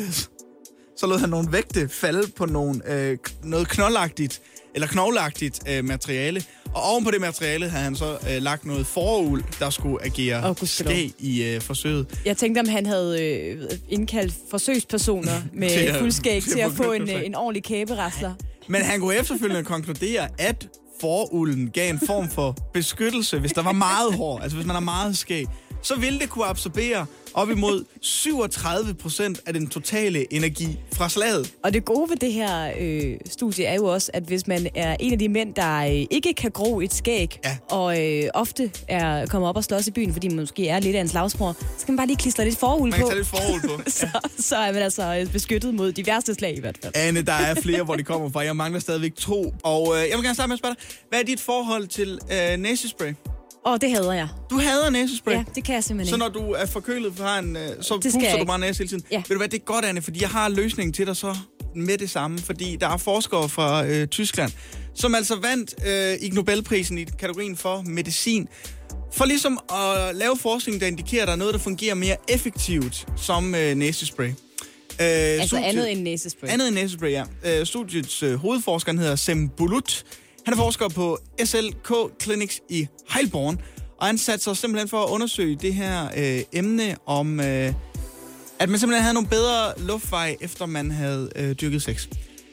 så lod han nogle vægte falde på noget knoglagtigt materiale. Og oven på det materiale havde han så lagt noget foruld, der skulle agere skæg i forsøget. Jeg tænkte, om han havde indkaldt forsøgspersoner med fuldskæg til at få en ordentlig kæberasler. Men han kunne efterfølgende konkludere, at forulden gav en form for beskyttelse, hvis der var meget hår. Altså hvis man har meget skæg, så ville det kunne absorbere op imod 37% af den totale energi fra slaget. Og det gode ved det her studie er jo også, at hvis man er en af de mænd, der ikke kan gro et skæg, og ofte kommer op og slås i byen, fordi man måske er lidt af en slagsbror, så kan man bare lige klistre lidt forhul på. Man kan tage lidt forhul på. så er man altså beskyttet mod de værste slag i hvert fald. Anne, der er flere, hvor de kommer fra. Jeg mangler stadigvæk 2. Og jeg vil gerne starte med at spørge dig, hvad er dit forhold til næsespray? Det hader jeg. Du hader næsespray? Ja, det kan jeg simpelthen ikke. Så når du er forkølet, så puster du bare næse hele tiden? Ja. Ved du hvad, det er godt, Anne, fordi jeg har løsningen til dig så med det samme. Fordi der er forskere fra Tyskland, som altså vandt Ig Nobelprisen i kategorien for medicin. For ligesom at lave forskning, der indikerer, at der er noget, der fungerer mere effektivt som næsespray. Andet end næsespray? Andet end næsespray, ja. Studiets hovedforsker hedder Sem Bulut. Han er forsker på SLK Clinics i Heilbronn, og han satte sig simpelthen for at undersøge det her emne om, at man simpelthen havde nogle bedre luftveje, efter man havde dyrket sex.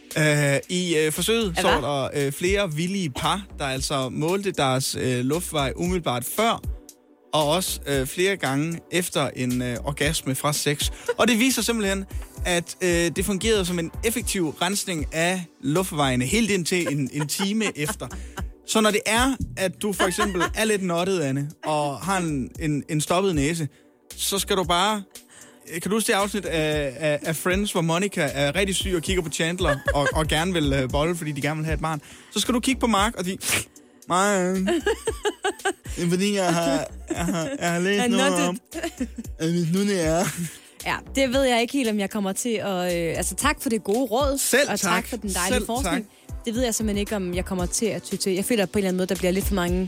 I forsøget så der flere villige par, der altså målte deres luftvej umiddelbart før, og også flere gange efter en orgasme fra sex. Og det viser simpelthen, at det fungerede som en effektiv rensning af luftvejene helt indtil en time efter. Så når det er, at du for eksempel er lidt nuttet, Anne, og har en stoppet næse, så skal du bare... Kan du huske det afsnit af Friends, hvor Monica er rigtig syg og kigger på Chandler og gerne vil bolle, fordi de gerne vil have et barn? Så skal du kigge på Mark og sige... Det er fordi, jeg har læst noget om, hvis nu det er... Ja, det ved jeg ikke helt, om jeg kommer til at... tak for det gode råd. Selv og tak for den dejlige forskning. Tak. Det ved jeg simpelthen ikke, om jeg kommer til at ty til. Jeg føler på en eller anden måde, der bliver lidt for mange...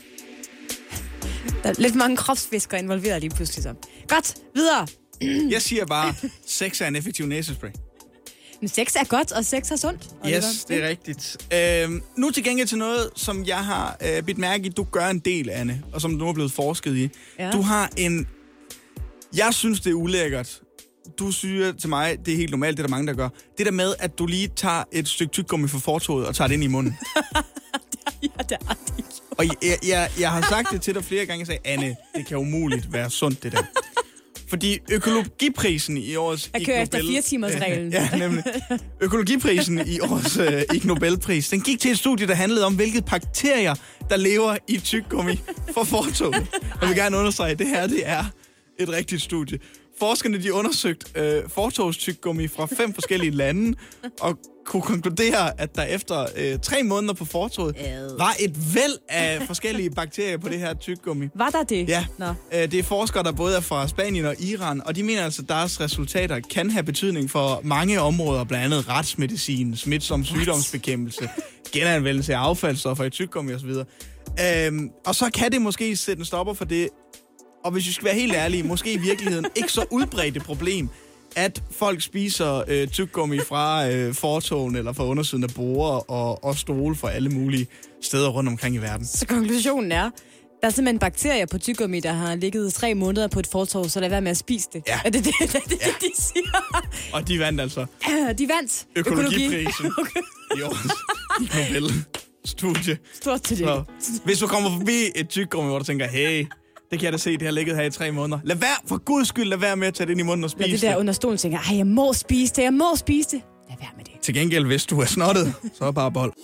Der er lidt for mange kropsfisker involveret lige pludselig så. Godt, videre. Jeg siger bare, sex er en effektiv næsespray. Men sex er godt, og sex er sundt. Yes, det er rigtigt. Nu til gengæld til noget, som jeg har bidt mærke i, du gør en del, Anne, og som du er blevet forsket i. Ja. Du har en... Jeg synes, det er ulækkert. Du siger til mig, det er helt normalt, det er der mange, der gør. Det der med, at du lige tager et stykke tyggegummi fra fortovet og tager det ind i munden. Ja, det er det. Og jeg har sagt det til dig flere gange, og sagde, Anne, det kan umuligt være sundt, det der. Fordi økologiprisen i årets Ig Nobel... Jeg kører efter 4-timers-reglen. Ja, nemlig. Økologiprisen i årets Ig Nobelpris, den gik til et studie, der handlede om, hvilke bakterier, der lever i tyggegummi fra fortovet. Jeg vil gerne understrege, at det her, det er et rigtigt studie. Forskerne, de undersøgte fortovstyggegummi fra 5 forskellige lande, og kunne konkludere, at der efter 3 måneder på fortovet var et væld af forskellige bakterier på det her tyggegummi. Var der det? Ja. Det er forskere, der både er fra Spanien og Iran, og de mener altså, at deres resultater kan have betydning for mange områder, blandt andet retsmedicin, smitsom sygdomsbekæmpelse, genanvendelse af affaldsstoffer i tyggegummi osv. Og så kan det måske sætte en stopper for det, og hvis vi skal være helt ærlige, måske i virkeligheden ikke så udbredt et problem, at folk spiser tyggegummi fra fortoven eller fra undersiden af borde og stole fra alle mulige steder rundt omkring i verden. Så konklusionen er, der er simpelthen bakterier på tyggegummi, der har ligget 3 måneder på et fortov, så lad være med at spise det. Ja. Er det det, de siger? Og de vandt altså. De vandt økologiprisen i årets Ig Nobel-studie. Stort til det. Så, hvis du kommer forbi et tyggegummi, hvor du tænker, hey, det kan jeg da se, det har ligget her i 3 måneder. Lad være, for guds skyld, lad være med at tage det ind i munden og spise det. Lad det der under stolen tænker, jeg må spise det, Lad være med det. Til gengæld, hvis du er snottet, så er bare bold.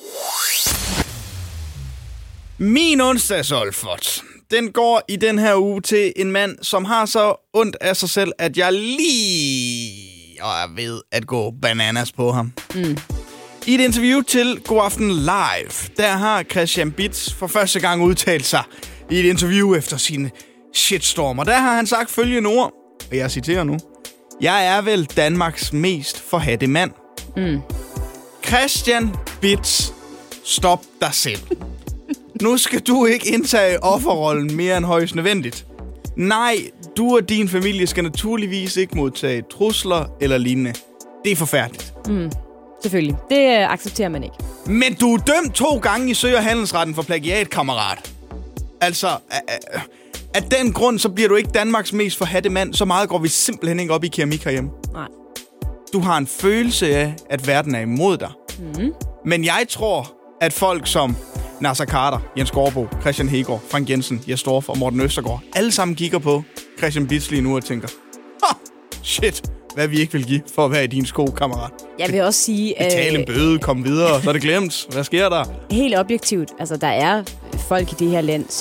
Min onsdagsolfot, den går i den her uge til en mand, som har så ondt af sig selv, at jeg lige er ved at gå bananas på ham. I et interview til Godaften Live, der har Christian Bitz for første gang udtalt sig i et interview efter sin shitstorm. Og der har han sagt følgende ord, og jeg citerer nu. Jeg er vel Danmarks mest forhadte mand. Christian Bitz stop dig selv. Nu skal du ikke indtage offerrollen mere end højst nødvendigt. Nej, du og din familie skal naturligvis ikke modtage trusler eller lignende. Det er forfærdeligt. Selvfølgelig. Det accepterer man ikke. Men du er dømt 2 gange i Sø- og Handelsretten for plagiat, kammerat. Altså, af den grund, så bliver du ikke Danmarks mest forhatte mand. Så meget går vi simpelthen ikke op i keramik herhjemme. Nej. Du har en følelse af, at verden er imod dig. Men jeg tror, at folk som Naser Khader, Jens Gårdbo, Christian Hegård, Frank Jensen, Jes Dorf og Morten Østergaard, alle sammen kigger på Christian Bitz lige nu og tænker, shit, hvad vi ikke vil give for at være i din sko, kammerat. Jeg vil også sige... Betale en bøde, kom videre, så er det glemt. Hvad sker der? Helt objektivt, altså der er folk i det her land,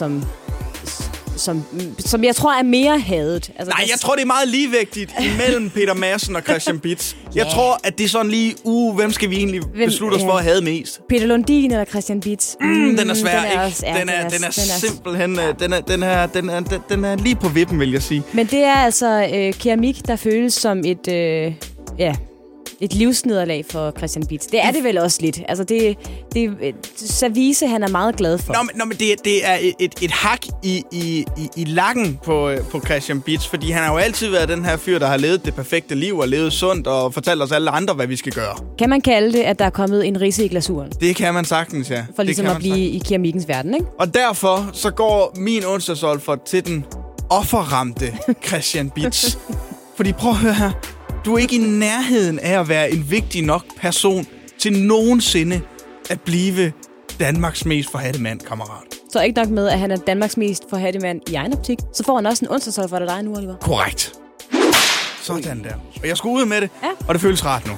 som jeg tror er mere hadet. Altså, nej, jeg tror, det er meget ligevægtigt imellem Peter Madsen og Christian Bitz. Jeg tror, at det er sådan lige, hvem skal vi egentlig beslutte os for at hade mest? Peter Lundin eller Christian Bitz? Den er svær, ikke? Den er simpelthen... Den er lige på vippen, vil jeg sige. Men det er altså keramik, der føles som et livsnederlag for Christian Bitz. Det er det vel også lidt. Altså, det er service, han er meget glad for. Nå, men det er et hak i lakken på Christian Bitz, fordi han har jo altid været den her fyr, der har levet det perfekte liv og levet sundt og fortalt os alle andre, hvad vi skal gøre. Kan man kalde det, at der er kommet en ridse i glasuren? Det kan man sagtens, ja. For ligesom at blive i keramikkens verden, ikke? Og derfor så går min onsdagsolfer til den offerramte Christian Bitz. Fordi prøv at høre her. Du er ikke i nærheden af at være en vigtig nok person til nogensinde at blive Danmarks mest forhatte mand, kammerat. Så ikke nok med, at han er Danmarks mest forhatte mand i egen optik, så får han også en onsdagsholder for dig nu, Oliver. Korrekt. Sådan der. Og jeg skulle ud med det, og det føles rart nu.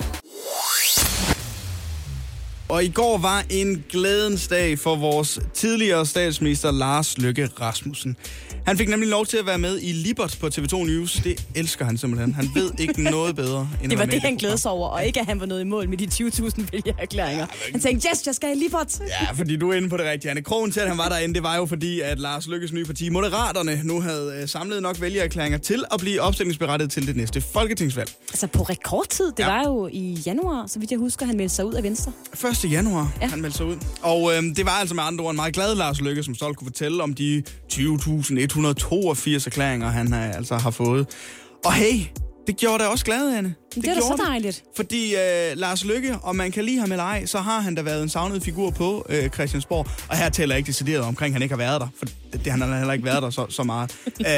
Og i går var en glædens dag for vores tidligere statsminister Lars Løkke Rasmussen. Han fik nemlig lov til at være med i Libert på TV2 News. Det elsker han simpelthen. Han ved ikke noget bedre end det var det, han glædede sig over, og ikke at han var nået i mål med de 20.000 vælgererklæringer. Han tænkte, yes, jeg skal i Libert. Ja, fordi du er inde på det rigtige, Anne. Krogen til, at han var derinde, det var jo fordi, at Lars Løkkes nye parti, Moderaterne, nu havde samlet nok vælgererklæringer til at blive opstillingsberettiget til det næste folketingsvalg. Altså på rekordtid. Det var jo i januar, så vidt jeg husker, han meldte sig ud af Venstre. 1. januar, han meldte sig ud. Og det var altså med andre ord en meget glad Lars Løkke, som stolt kunne fortælle om de 20.182 erklæringer, han altså har fået. Og hey, det gjorde da også glad, Anne. Det er da så dejligt. Fordi Lars Løkke, om man kan lide ham eller ej, så har han da været en savnet figur på Christiansborg. Og her tæller jeg ikke decideret omkring, han ikke har været der. For han har heller ikke været der så meget.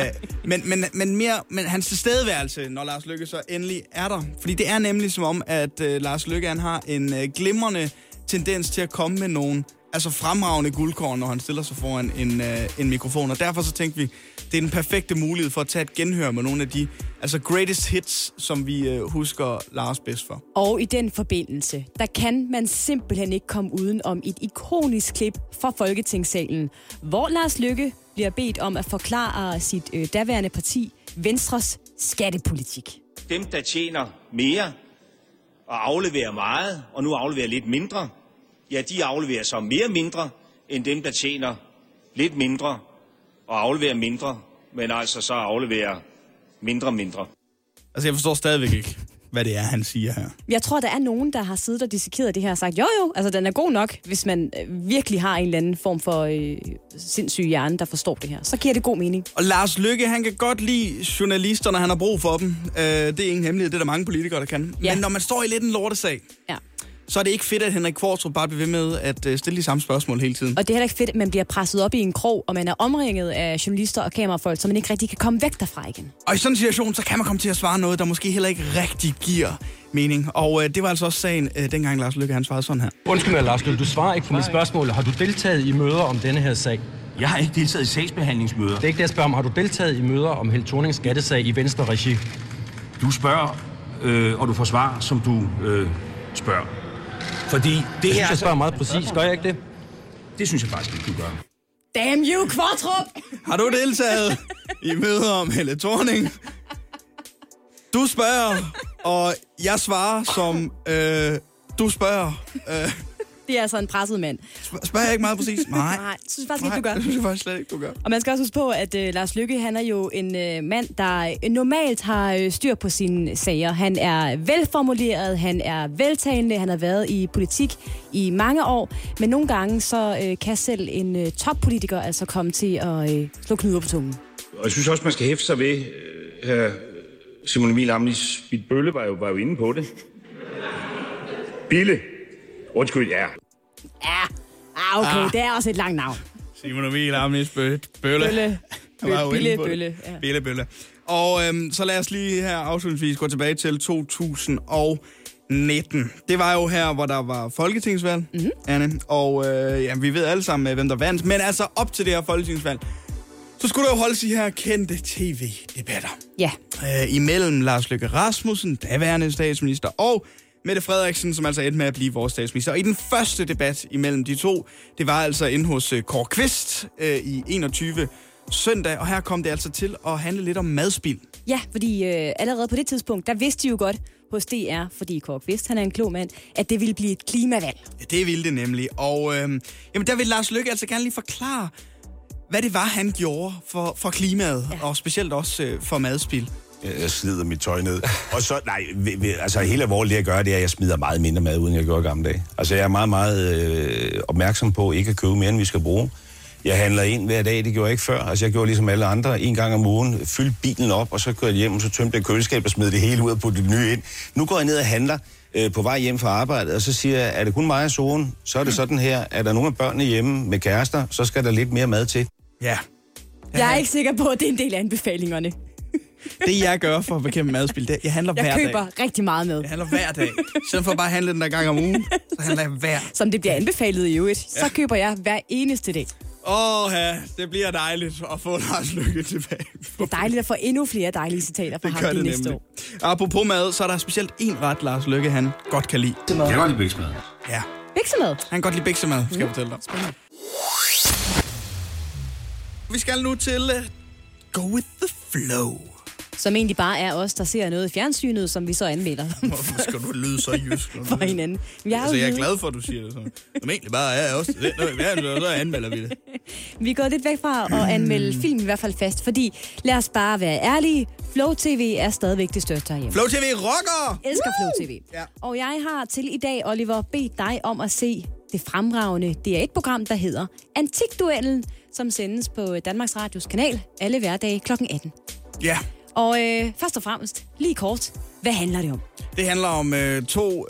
Men hans tilstedeværelse, når Lars Løkke så endelig er der. Fordi det er nemlig som om, at Lars Løkke han har en glimrende tendens til at komme med nogle fremragende guldkorn, når han stiller sig foran en mikrofon. Og derfor så tænkte vi, det er den perfekte mulighed for at tage et genhør med nogle af de greatest hits, som vi husker Lars bedst for. Og i den forbindelse, der kan man simpelthen ikke komme uden om et ikonisk klip fra Folketingssalen, hvor Lars Løkke bliver bedt om at forklare sit daværende parti, Venstres skattepolitik. Dem, der tjener mere og afleverer meget, og nu afleverer lidt mindre, ja, de afleverer så mere mindre, end dem, der tjener lidt mindre og afleverer mindre, men altså så afleverer mindre. Altså, jeg forstår stadigvæk ikke, hvad det er, han siger her. Jeg tror, der er nogen, der har siddet og dissekeret det her og sagt, jo, altså den er god nok, hvis man virkelig har en eller anden form for sindssyg hjerne, der forstår det her. Så giver det god mening. Og Lars Løkke, han kan godt lide journalister, når han har brug for dem. Det er ingen hemmelighed, det er der mange politikere, der kan. Ja. Men når man står i lidt en lortesag, så er det ikke fedt, at Henrik Qvortrup bare bliver ved med at stille de samme spørgsmål hele tiden. Og det er heller ikke fedt, at man bliver presset op i en krog, og man er omringet af journalister og kamerafolk, så man ikke rigtig kan komme væk derfra igen. Og i sådan en situation, så kan man komme til at svare noget, der måske heller ikke rigtig giver mening. Og det var altså også sagen, dengang Lars Løkke, han svarede sådan her. Undskyld mig, Lars Løkke, du svarer ikke på mit spørgsmål. Har du deltaget i møder om denne her sag? Jeg har ikke deltaget i sagsbehandlingsmøder. Det er ikke det, jeg spørger om. Har du deltaget i møder om Helle Thornings skattesag i Venstre-regi? Du spørger, og du får svar, som du spørger. Fordi det jeg synes, jeg spørger meget præcis. Gør jeg ikke det? Det synes jeg faktisk ikke, du gør. Damn you, Qvortrup! Har du deltaget i møder om Helle Thorning? Du spørger, og jeg svarer som du spørger. Det er altså en presset mand. Spørger jeg ikke meget præcis? Nej. Nej, det synes jeg faktisk ikke, du gør. Det synes jeg faktisk slet ikke, du gør. Og man skal også huske på, at Lars Løkke, han er jo en mand, der normalt har styr på sine sager. Han er velformuleret, han er veltalende, han har været i politik i mange år. Men nogle gange, så kan selv en toppolitiker altså komme til at slå knuder på tungen. Og jeg synes også, man skal hæfte sig ved, her Simon Emil Ammitzbølle var jo inde på det. Bille. Undskyld, ja. Ja, okay, det er også et langt navn. Simon Emil Ammitzbølle. Bølle. Bille. Og så lad os lige her afslutningsvis gå tilbage til 2019. Det var jo her, hvor der var folketingsvalg, Anne. Og vi ved alle sammen, hvem der vandt. Men altså op til det her folketingsvalg, så skulle der jo holdes de her kendte tv-debatter. Ja. Imellem Lars Løkke Rasmussen, daværende statsminister, og Mette Frederiksen, som altså endte med at blive vores statsminister. Og i den første debat imellem de to, det var altså inde hos Kåre Quist i 21 søndag, og her kom det altså til at handle lidt om madspild. Ja, fordi allerede på det tidspunkt, der vidste de jo godt hos DR, fordi Kåre Quist, han er en klog mand, at det ville blive et klimavalg. Ja, det ville det nemlig. Og der vil Lars Løkke altså gerne lige forklare, hvad det var, han gjorde for klimaet, og specielt også for madspild. Jeg slider mit tøj ned. Og så, altså helt alvorligt det, jeg gør, det er, at jeg smider meget mindre mad, uden jeg gjorde i gamle dage. Altså jeg er meget, meget opmærksom på ikke at købe mere, end vi skal bruge. Jeg handler ind hver dag, det gjorde jeg ikke før. Altså jeg gjorde ligesom alle andre, en gang om ugen, fyldte bilen op, og så kørte jeg hjem, og så tømte jeg køleskab og smed det hele ud og puttede det nye ind. Nu går jeg ned og handler på vej hjem fra arbejdet, og så siger jeg, er det kun mig og Soren? Så er det sådan her, er der nogle af børnene hjemme med kærester, så skal der lidt mere mad til. Ja. Jeg er ikke sikker på, at det er en del af anbefalingerne. Det jeg gør for at bekæmpe madspild, det jeg handler hver dag. Jeg køber rigtig meget med. Jeg handler hver dag. Så for bare at handle den der gang om ugen, så handler jeg hver. Som det bliver anbefalet i øvrigt, så køber jeg hver eneste dag. Det bliver dejligt at få Lars Løkke tilbage. Det er dejligt at få endnu flere dejlige citater fra ham de næste år. Apropos mad, så er der specielt en ret, Lars Løkke han godt kan lide. Jeg kan godt lide biksemad. Ja. Biksemad? Han kan godt lide biksemad, skal jeg fortælle dig. Spændende. Vi skal nu til Go With The Flow. Som egentlig bare er os, der ser noget i fjernsynet, som vi så anmelder. Hvorfor skal du lyde så jysk? For hinanden. Jeg er glad for, at du siger det sådan. Som egentlig bare er os, der ser noget i fjernsynet, og så anmelder vi det. Vi er gået lidt væk fra at anmelde film i hvert fald fast, fordi lad os bare være ærlige. Flow TV er stadigvæk det største herhjemme. Flow TV rocker! Elsker Flow TV. Ja. Og jeg har til i dag, Oliver, bedt dig om at se det fremragende DR1-program, der hedder Antikduellen, som sendes på Danmarks Radios kanal alle hverdage kl. 18. Ja. Og først og fremmest, lige kort, hvad handler det om? Det handler om to,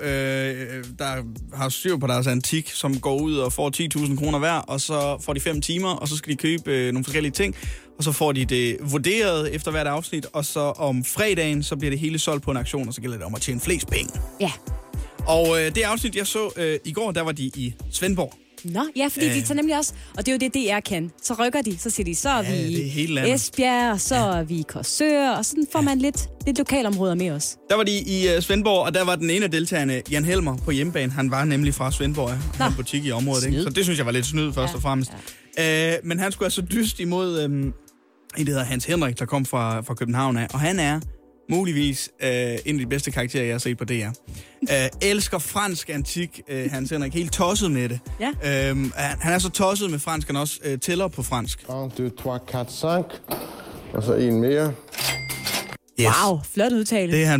der har styr på deres antik, som går ud og får 10.000 kroner hver, og så får de 5 timer, og så skal de købe nogle forskellige ting, og så får de det vurderet efter hvert afsnit, og så om fredagen, så bliver det hele solgt på en auktion, og så gælder det om at tjene flest penge. Ja. Og det afsnit, jeg så i går, der var de i Svendborg. Nå, ja, fordi de tager nemlig også, og det er jo det, DR kan. Så rykker de, så siger de, så er vi i Esbjerg, og så er vi i Korsør, og sådan får man lidt lokalområder med os. Der var de i Svendborg, og der var den ene af deltagerne, Jan Helmer, på hjemmebane. Han var nemlig fra Svendborg, han har en butik i området, ikke? Så det synes jeg var lidt snyd først og fremmest. Ja. Men han skulle altså dyst imod en, der hedder Hans Henrik, der kom fra København af, og han er muligvis en af de bedste karakterer, jeg har set på DR. Elsker fransk antik, Hans Henrik, helt tosset med det. Ja. Han er så tosset med fransk, han også tæller på fransk. 1, 2, 3, 4, 5, og så en mere. Yes. Wow, flot udtale. Det er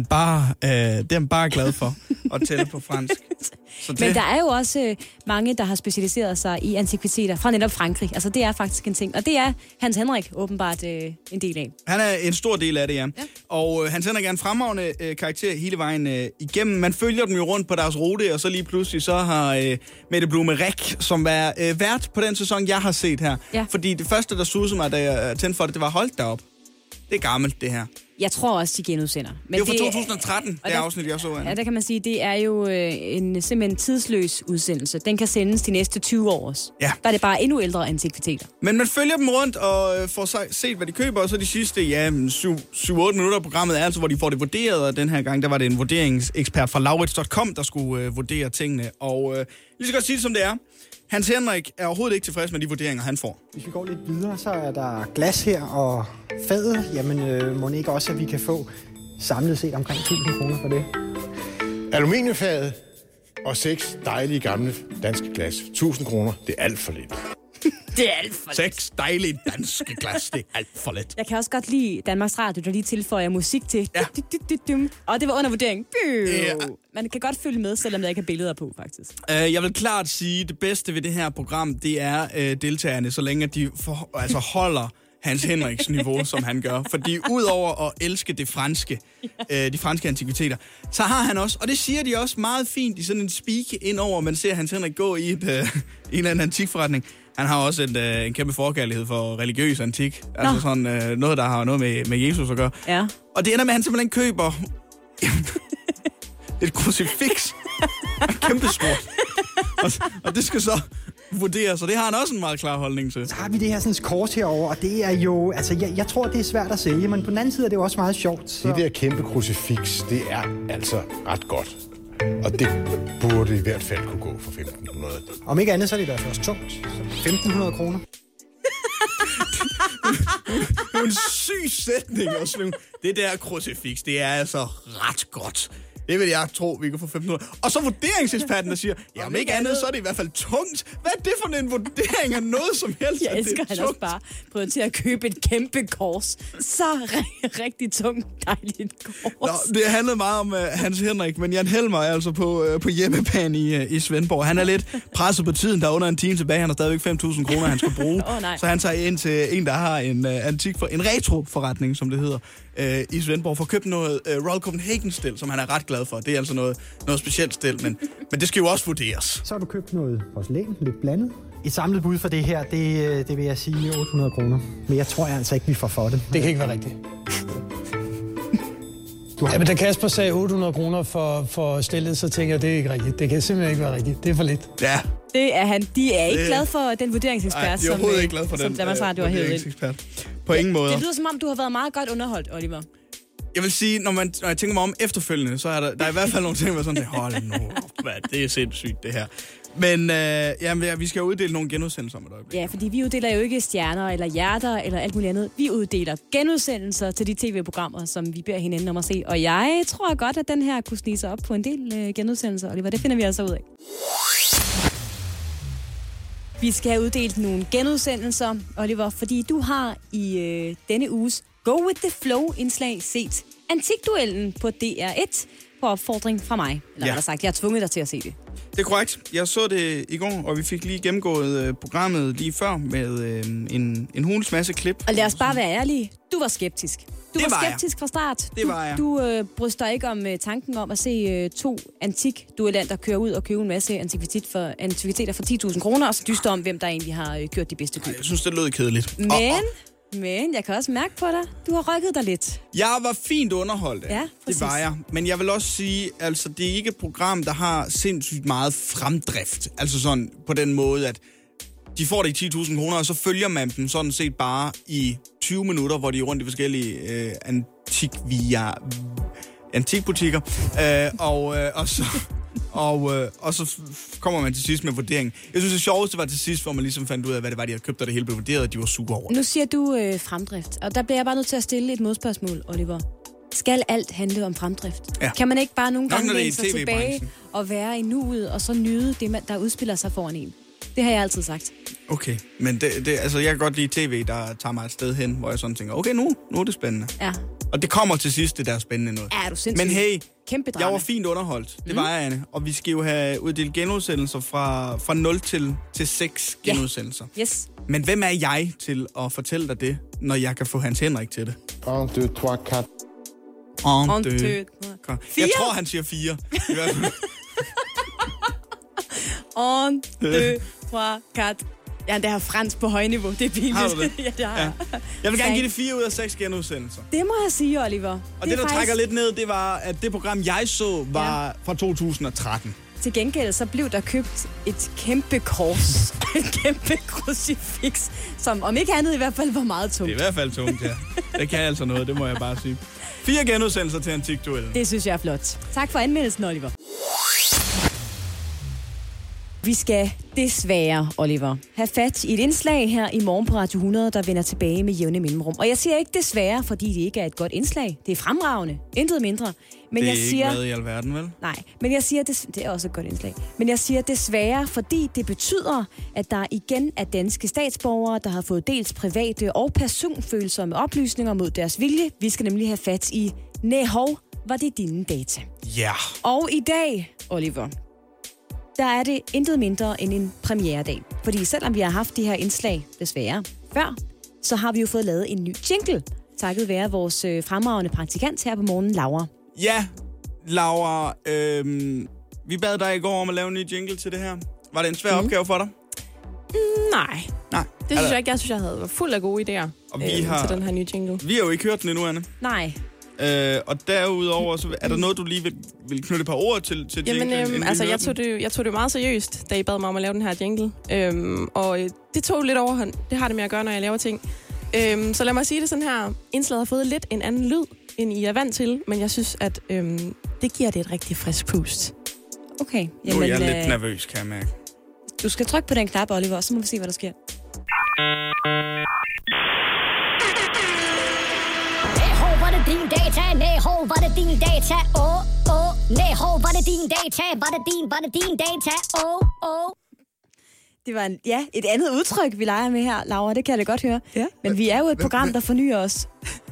han bare glad for, at tælle på fransk. Så det... Men der er jo også mange, der har specialiseret sig i antikviteter fra netop Frankrig. Altså det er faktisk en ting. Og det er Hans Henrik åbenbart en del af. Han er en stor del af det, ja. Og Hans Henrik er en fremragende karakter hele vejen igennem. Man følger dem jo rundt på deres rute, og så lige pludselig så har Mette Blume-Rik, som er vært på den sæson, jeg har set her. Ja. Fordi det første, der susede mig, da jeg tændte for det, det var holdt derop. Det er gammelt, det her. Jeg tror også, de genudsender. Men det er jo fra 2013, det afsnit, jeg så. Ja, der kan man sige, det er jo simpelthen tidsløs udsendelse. Den kan sendes de næste 20 år også. Ja. Der er det bare endnu ældre antikviteter. Men man følger dem rundt og får set, hvad de køber, og så de sidste 7-8 minutter af programmet er altså, hvor de får det vurderet, og den her gang, der var det en vurderingsekspert fra Laurits.com, der skulle vurdere tingene. Og lige så godt sige det, som det er. Hans Henrik er overhovedet ikke tilfreds med de vurderinger, han får. Hvis vi går lidt videre, så er der glas her og fadet. Jamen, må ikke også, at vi kan få samlet set omkring 1.000 kroner for det? Aluminiumfadet Og 6 dejlige gamle danske glas. 1000 kroner, det er alt for lidt. Det er alt for lidt. 6 dejlige danske glas, det er alt for lidt. Jeg kan også godt lide Danmarks Radio, der lige tilføjer musik til. Ja. Og det var under vurdering. Man kan godt følge med, selvom der ikke er billeder på, faktisk. Jeg vil klart sige, at det bedste ved det her program, det er deltagerne, så længe de holder Hans Henriks niveau, som han gør. Fordi udover at elske det franske, de franske antikviteter, så har han også, og det siger de også meget fint i sådan en speak indover, man ser Hans Henrik gå i en eller anden antikforretning. Han har også en kæmpe forkærlighed for religiøs antik. Altså sådan noget, der har noget med Jesus at gøre. Ja. Og det ender med, at han simpelthen køber et krucifiks. Kæmpe stort. Og det skal så vurderes, og det har han også en meget klar holdning til. Så har vi det her sådan kors herover, og det er jo... Altså, jeg tror, det er svært at sælge, men på den anden side er det jo også meget sjovt. Så... Det der kæmpe krucifiks, det er altså ret godt. Og det burde i hvert fald kunne gå for 1.500. Om ikke andet, så er det da først tungt. 1.500 kroner. Det er en syg sætning. Det der krucifiks, det er altså ret godt. Det vil jeg tro, vi kan få 1.500. Og så vurderingseksperten, der siger, ja, om ikke andet, så er det i hvert fald tungt. Hvad er det for en vurdering af noget som helst? Jeg elsker, han også bare prøvet til at købe et kæmpe kors. Så rigtig tungt, dejligt kors. Nå, det handlede meget om Hans Henrik, men Jan Helmer er altså på hjemmebane i Svendborg. Han er lidt presset på tiden, der er under en time tilbage. Han har stadigvæk 5.000 kroner, han skal bruge. Så han tager ind til en, der har en retro-forretning, som det hedder, i Svendborg, for at købe noget Royal Copenhagen-stil, som han er ret glad for. Det er altså noget specielt stil, men det skal jo også vurderes. Så har du købt noget porcelæn, lidt blandet. Et samlet bud for det her, det vil jeg sige 800 kroner. Men jeg tror altså ikke, vi får for det. Det kan ikke være rigtigt. Ja, men da Kasper sagde 800 kroner for stillet, så tænker jeg, det er ikke rigtigt. Det kan simpelthen ikke være rigtigt. Det er for lidt. Ja. Det er han. De er ikke glade for den vurderingsekspert, Nej, de er overhovedet ikke glade for som Danmarks Radio har hævet ind. På ingen måde. Det lyder som om, du har været meget godt underholdt, Oliver. Jeg vil sige, når jeg tænker mig om efterfølgende, så er der i hvert fald nogle ting, hvor sådan, hold nu op, det er sindssygt, det her. Men vi skal uddele nogle genudsendelser om et øjeblik. Ja, fordi vi uddeler jo ikke stjerner eller hjerter eller alt muligt andet. Vi uddeler genudsendelser til de tv-programmer, som vi beder hinanden om at se. Og jeg tror godt, at den her kunne snige sig op på en del genudsendelser, Oliver. Det finder vi altså ud af. Vi skal have uddelt nogle genudsendelser, Oliver, fordi du har i denne uges Go With The Flow-indslag set Antikduellen på DR1 på opfordring fra mig. Eller sagt, jeg har tvunget dig til at se det. Det er korrekt. Jeg så det i går, og vi fik lige gennemgået programmet lige før med en hulens masse klip. Og lad os bare være ærlige. Du var skeptisk. Du var skeptisk fra start. Det var jeg. Du bryster ikke om tanken om at se to antikduellanter køre ud og købe en masse antikviteter for 10.000 kroner, og så dyster om, hvem der egentlig har gjort de bedste køb. Jeg synes, det lød kedeligt. Men jeg kan også mærke på dig, du har rykket dig lidt. Jeg var fint underholdt. Ja, det var jeg. Men jeg vil også sige, altså det er ikke et program, der har sindssygt meget fremdrift. Altså sådan på den måde, at de får det i 10.000 kroner, og så følger man dem sådan set bare i 20 minutter, hvor de er rundt i forskellige antikbutikker. Og så kommer man til sidst med vurderingen. Jeg synes, det sjoveste var til sidst, hvor man ligesom fandt ud af, hvad det var, de havde købt, og det hele blev vurderet, og de var sure over det. Nu siger du fremdrift, og der bliver jeg bare nødt til at stille et modspørgsmål, Oliver. Skal alt handle om fremdrift? Ja. Kan man ikke bare nogle gange læne sig tilbage og være i nuet, og så nyde det, der udspiller sig foran en? Det har jeg altid sagt. Okay, men altså, jeg kan godt lide tv, der tager mig et sted hen, hvor jeg sådan tænker, okay, nu er det spændende. Ja. Og det kommer til sidst, det der spændende noget. Ja, du sindssygt. Men hey, kæmpe drama. Jeg var fint underholdt. Det var jeg, Anne. Og vi skal jo have uddelt genudsendelser fra 0 til 6 genudsendelser. Yes. Men hvem er jeg til at fortælle dig det, når jeg kan få Hans Henrik til det? 1, 2, 3, 4. 1, 2, 3. Jeg tror, han siger 4. I hvert fald. 1, 2, 3, 4. Ja, det har fransk på højniveau. Det er pinligt. Har du det? Ja, det har jeg. Jeg vil gerne give det 4 ud af 6 genudsendelser. Det må jeg sige, Oliver. Og det der faktisk trækker lidt ned, det var, at det program, jeg så, var fra 2013. Til gengæld så blev der købt et kæmpe kors, et kæmpe krucifiks, som om ikke andet i hvert fald var meget tungt. Det er i hvert fald tungt, ja. Det kan altså noget, det må jeg bare sige. 4 genudsendelser til Antikduellen. Det synes jeg er flot. Tak for anmeldelsen, Oliver. Vi skal desværre, Oliver, have fat i et indslag her i morgen på Radio 100, der vender tilbage med jævne mellemrum. Og jeg siger ikke desværre, fordi det ikke er et godt indslag. Det er fremragende. Intet mindre. Men det er jeg siger, ikke hvad i alverden, vel? Nej, men jeg siger, det er også et godt indslag. Men jeg siger desværre, fordi det betyder, at der igen er danske statsborgere, der har fået dels private og personfølsomme oplysninger mod deres vilje. Vi skal nemlig have fat i Næhov, var det dine data. Ja. Yeah. Og i dag, Oliver, der er det intet mindre end en premieredag. Fordi selvom vi har haft de her indslag, desværre, før, så har vi jo fået lavet en ny jingle, takket være vores fremragende praktikant her på morgenen, Laura. Ja, Laura, vi bad dig i går om at lave en ny jingle til det her. Var det en svær opgave for dig? Nej. Det synes jeg ikke. Jeg synes, jeg havde fuld af gode idéer til den her nye jingle. Vi har jo ikke hørt den endnu, Anne. Nej. Og derudover, så er der noget, du lige vil knytte et par ord til jinglen? Jamen, altså, jeg tog det meget seriøst, da I bad mig om at lave den her jingle. Og det tog lidt overhånd. Det har det med at gøre, når jeg laver ting. Så lad mig sige det sådan her. Indslaget har fået lidt en anden lyd, end I er vant til. Men jeg synes, at det giver det et rigtig frisk pust. Okay. Jamen, nu er jeg lidt nervøs, kan jeg mærke. Du skal trykke på den knap, Oliver, og så må vi se, hvad der sker. Var det din data? Næhov, var det din data? Næhov, var det din data? Var det din data? Det var et andet udtryk, vi leger med her, Laura. Det kan jeg da godt høre. Ja. Men vi er jo et program, der fornyer os.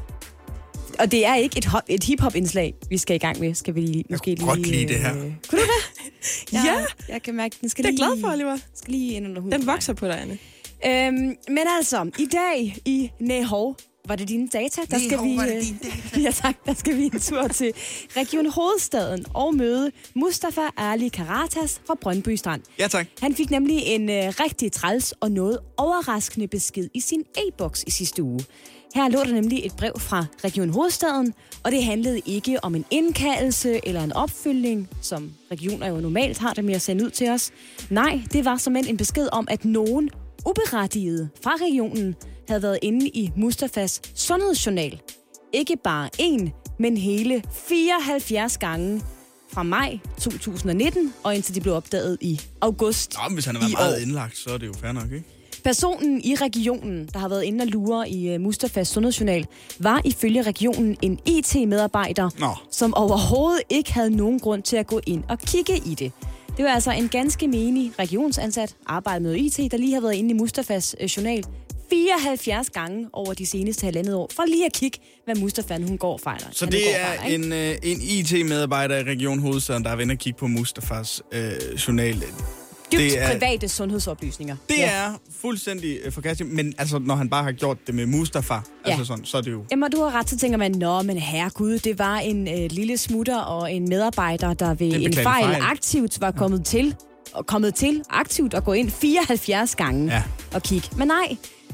Og det er ikke et hip-hop-indslag, vi skal i gang med. Skal vi måske lige... Jeg kunne godt lide det her. Kunne du det? Ja. Jeg kan mærke, den skal lige... Det er glad for, Oliver. Skal lige ind under huden. Den vokser på dig, Anne. Men altså, i dag i Næhov, var det dine data? Der skal vi, ja, tak, der skal vi en tur til Region Hovedstaden og møde Mustafa Ali Karatas fra Brøndby Strand. Ja, tak. Han fik nemlig en rigtig træls og noget overraskende besked i sin e-boks i sidste uge. Her lå der nemlig et brev fra Region Hovedstaden, og det handlede ikke om en indkaldelse eller en opfølgning, som regioner jo normalt har det med at sende ud til os. Nej, det var simpelthen en besked om, at nogen uberettiget fra regionen havde været inde i Mustafas sundhedsjournal. Ikke bare én, men hele 74 gange fra maj 2019 og indtil de blev opdaget i august. Ja, hvis han har været meget indlagt, så er det jo fair nok, ikke? Personen i regionen, der har været inde og lure i Mustafas sundhedsjournal, var ifølge regionen en IT-medarbejder, som overhovedet ikke havde nogen grund til at gå ind og kigge i det. Det var altså en ganske menig regionsansat, arbejdet med IT, der lige har været inde i Mustafas journal 74 gange over de seneste 1,5 år, for lige at kigge, hvad Mustafa hun går fejler. Så det er en IT-medarbejder i Region Hovedstaden, der er ved at kigge på Mustafas journal. Dybt private sundhedsoplysninger. Det er fuldstændig forkasteligt, men altså, når han bare har gjort det med Mustafa, altså sådan, så er det jo... Jamen, du har ret, så tænker man, men herregud, det var en lille smutter og en medarbejder, der ved en fejl aktivt var kommet til aktivt at gå ind 74 gange og kigge. Men nej,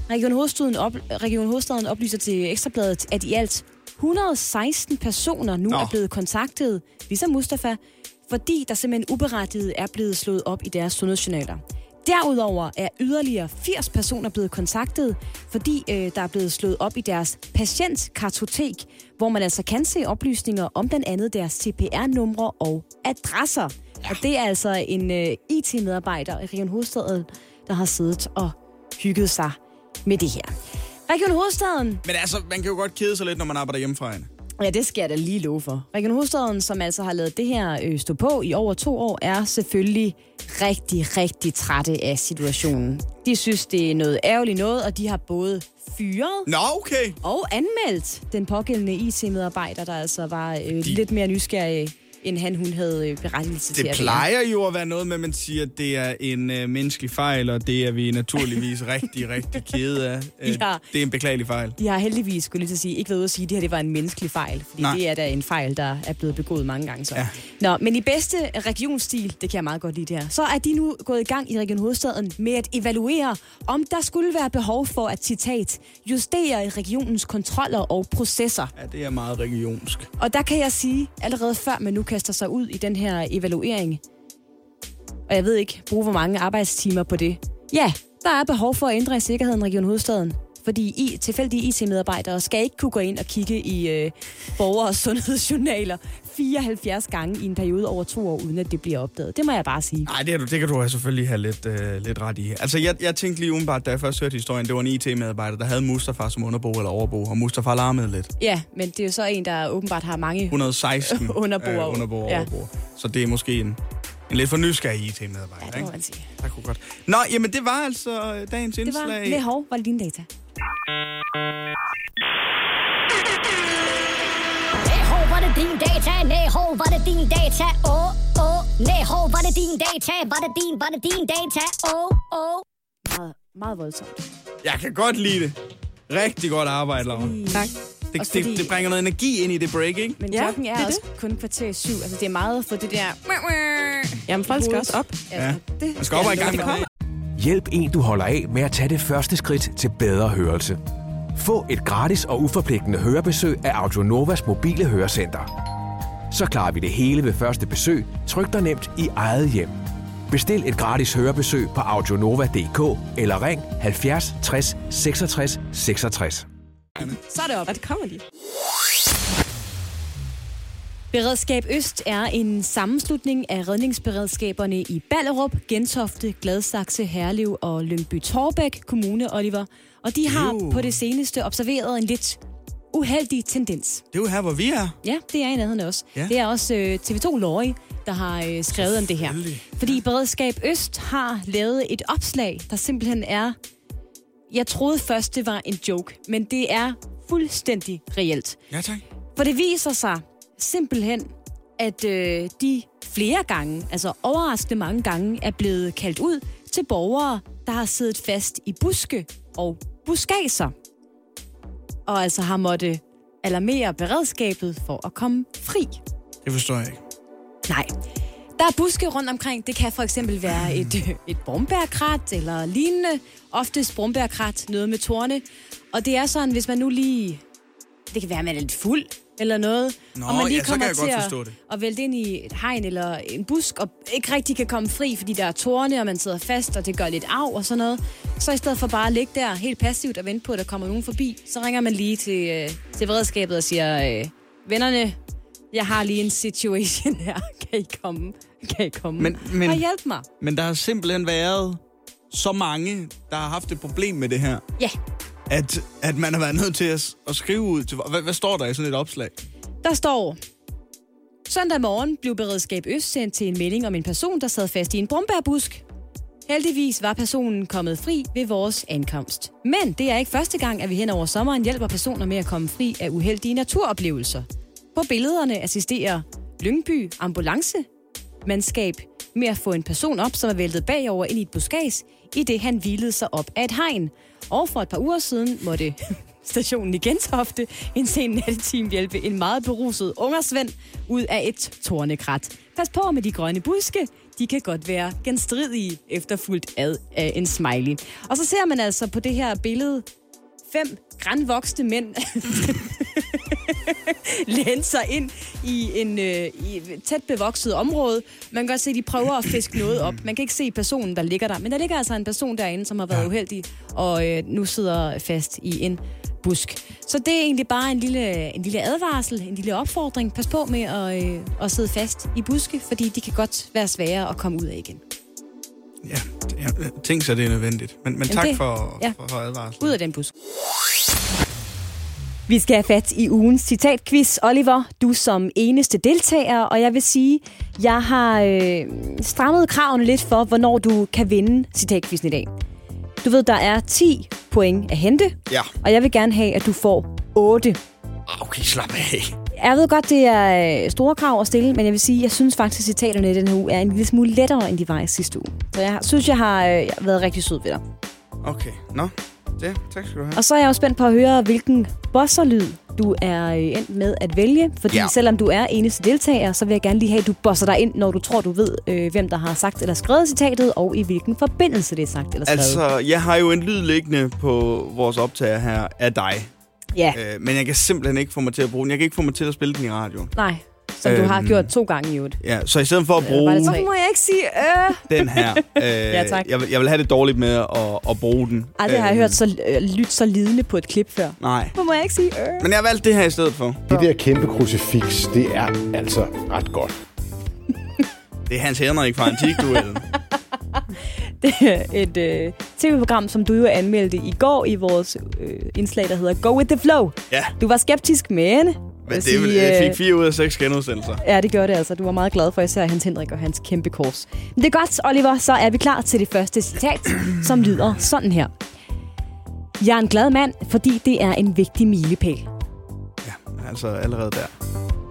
Region Hovedstaden oplyser til Ekstrabladet, at i alt 116 personer nu er blevet kontaktet, ligesom Mustafa, fordi der simpelthen uberettiget er blevet slået op i deres sundhedsjournaler. Derudover er yderligere 80 personer blevet kontaktet, fordi der er blevet slået op i deres patientkartotek, hvor man altså kan se oplysninger om blandt andet deres CPR-numre og adresser. Ja. Og det er altså en IT-medarbejder i Region Hovedstaden, der har siddet og hygget sig med det her. Region Hovedstaden... Men altså, man kan jo godt kede sig lidt, når man arbejder hjemmefra. Ja, det skal jeg da lige love for. Region Hovedstaden, som altså har lavet det her stå på i over 2 år, er selvfølgelig rigtig, rigtig trætte af situationen. De synes, det er noget ærgerligt noget, og de har både fyret og anmeldt den pågældende IT-medarbejder, der altså var lidt mere nysgerrig, end hun havde berettigelse til at være. Det plejer jo at være noget med, at man siger, at det er en menneskelig fejl, og det er vi naturligvis rigtig, rigtig kede af. Det er en beklagelig fejl. De har heldigvis, skulle jeg lige sige, ikke været ude at sige, at det her det var en menneskelig fejl. Fordi det er da en fejl, der er blevet begået mange gange. Så. Ja. Nå, men i bedste regionsstil, det kan jeg meget godt lide det her, så er de nu gået i gang i Region Hovedstaden med at evaluere, om der skulle være behov for at, citat, justere regionens kontroller og processer. Ja, det er meget regionsk. Og der kan jeg sige, allerede før man nu kaster sig ud i den her evaluering, og jeg ved ikke, bruge hvor mange arbejdstimer på det. Ja, der er behov for at ændre i sikkerheden i Region Hovedstaden. fordi tilfældige IT-medarbejdere skal ikke kunne gå ind og kigge i borgeres sundhedsjournaler 74 gange i en periode over 2 år, uden at det bliver opdaget. Det må jeg bare sige. Nej, det kan du selvfølgelig have lidt ret i. Altså, jeg tænkte lige umiddelbart, da jeg først hørte historien, det var en IT-medarbejder, der havde Mustafa som underbo eller overbo, og Mustafa larmede lidt. Ja, men det er jo så en, der åbenbart har mange 116 underboer. Overbo. Så det er måske en lidt for nysgerrig IT-medarbejder. Ja, det må man sige. Tak kunne godt. Nå, jamen det var altså dagens indslag. Det var hov, var det dine data? Var det din data? Nej, hov, var det din data? Nej, hov, var det din data? Var det din data? Meget, meget voldsomt. Jeg kan godt lide det. Rigtig godt arbejde, Laura. Tak. Det bringer noget energi ind i det break, ikke? Men klokken er også kun 7:15. Altså, det er meget for det der... Jamen, folk skal også op. Ja, man skal op og i gang med det. Hjælp en, du holder af med at tage det første skridt til bedre hørelse. Få et gratis og uforpligtende hørebesøg af Audionovas mobile hørecenter. Så klarer vi det hele ved første besøg, tryk dig nemt i eget hjem. Bestil et gratis hørebesøg på audionova.dk eller ring 70 60 66 66. Så er det op. Og det kommer de. Beredskab Øst er en sammenslutning af redningsberedskaberne i Ballerup, Gentofte, Gladsaxe, Herlev og Lyngby-Taarbæk Kommune, Oliver. Og de har på det seneste observeret en lidt uheldig tendens. Det er jo her, hvor vi er. Ja, det er i nærheden også. Ja. Det er også TV2 Lorry, der har skrevet om det her. Fordi Beredskab Øst har lavet et opslag, der simpelthen er... Jeg troede først, det var en joke, men det er fuldstændig reelt. Ja, tak. For det viser sig simpelthen, at de flere gange, altså overraskende mange gange, er blevet kaldt ud til borgere, der har siddet fast i buske og buskager. Og altså har måttet alarmere beredskabet for at komme fri. Det forstår jeg ikke. Nej. Der er buske rundt omkring. Det kan for eksempel være et brombærkrat eller lignende. Oftest brombærkrat, noget med torne. Og det er sådan, hvis man nu lige... Det kan være, at man er lidt fuld eller noget. Nå, og man lige kommer til at vælte ind i et hegn eller en busk, og ikke rigtig kan komme fri, fordi der er torne, og man sidder fast, og det gør lidt af og sådan noget. Så i stedet for bare at ligge der helt passivt og vente på, at der kommer nogen forbi, så ringer man lige til beredskabet og siger, vennerne, jeg har lige en situation her. Kan I komme og hjælpe mig? Men der har simpelthen været så mange, der har haft et problem med det her. Ja. At man har været nødt til at skrive ud til... Hvad står der i sådan et opslag? Der står... Søndag morgen blev Beredskab Øst sendt til en melding om en person, der sad fast i en brombærbusk. Heldigvis var personen kommet fri ved vores ankomst. Men det er ikke første gang, at vi hen over sommeren hjælper personer med at komme fri af uheldige naturoplevelser. På billederne assisterer Lyngby ambulancemandskab med at få en person op, som er væltet bagover ind i et buskads, i det han hvilede sig op af et hegn. Og for et par uger siden måtte stationen i Gentofte en sen nattetime hjælpe en meget beruset ungersvend ud af et tornekrat. Pas på med de grønne buske. De kan godt være genstridige efterfulgt af en smiley. Og så ser man altså på det her billede 5 grandvoksne mænd læne sig ind i et tæt bevokset område. Man kan godt se, at de prøver at fiske noget op. Man kan ikke se personen, der ligger der. Men der ligger altså en person derinde, som har været uheldig, og nu sidder fast i en busk. Så det er egentlig bare en lille advarsel, en lille opfordring. Pas på med at sidde fast i buske, fordi de kan godt være svære at komme ud af igen. Ja, jeg tænker så, det er nødvendigt. Men tak for advarslen. Ud af den busk. Vi skal have fat i ugens citatquiz. Oliver, du som eneste deltager, og jeg vil sige, jeg har strammet kravene lidt for, hvornår du kan vinde citatquizzen i dag. Du ved, der er 10 point at hente, og jeg vil gerne have, at du får 8. Okay, slap af. Jeg ved godt, det er store krav at stille, men jeg vil sige, jeg synes faktisk, at citaterne i den her uge er en lille smule lettere, end de var i sidste uge. Så jeg synes, jeg har været rigtig sød ved dig. Okay, nå. Ja, tak skal du have. Og så er jeg jo spændt på at høre, hvilken bosserlyd du er endt med at vælge. Fordi selvom du er eneste deltager, så vil jeg gerne lige have, at du bosser dig ind, når du tror, du ved, hvem der har sagt eller skrevet citatet, og i hvilken forbindelse det er sagt eller skrevet. Altså, jeg har jo en lyd liggende på vores optager her af dig. Ja. Men jeg kan simpelthen ikke få mig til at bruge den. Jeg kan ikke få mig til at spille den i radio. Nej. Som du har gjort 2 gange i øvrigt. Ja, så i stedet for at bruge... Hvorfor må jeg ikke sige den her. Ja, tak. Jeg vil have det dårligt med at bruge den. Aldrig har jeg hørt lytte så lidende på et klip før. Nej. Hvorfor må jeg ikke sige Men jeg har valgt det her i stedet for. Det der kæmpe krucifiks, det er altså ret godt. Det er Hans Henrik fra Antikduellen. Det er et tv-program, som du jo anmeldte i går i vores indslag, der hedder Go With The Flow. Ja. Du var skeptisk, men det fik 4 ud af 6 genudsendelser. Ja, det gjorde det altså. Du var meget glad for især Hans Henrik og hans kæmpe kors. Men det er godt, Oliver, så er vi klar til det første citat, som lyder sådan her. Jeg er en glad mand, fordi det er en vigtig milepæl. Ja, altså allerede der.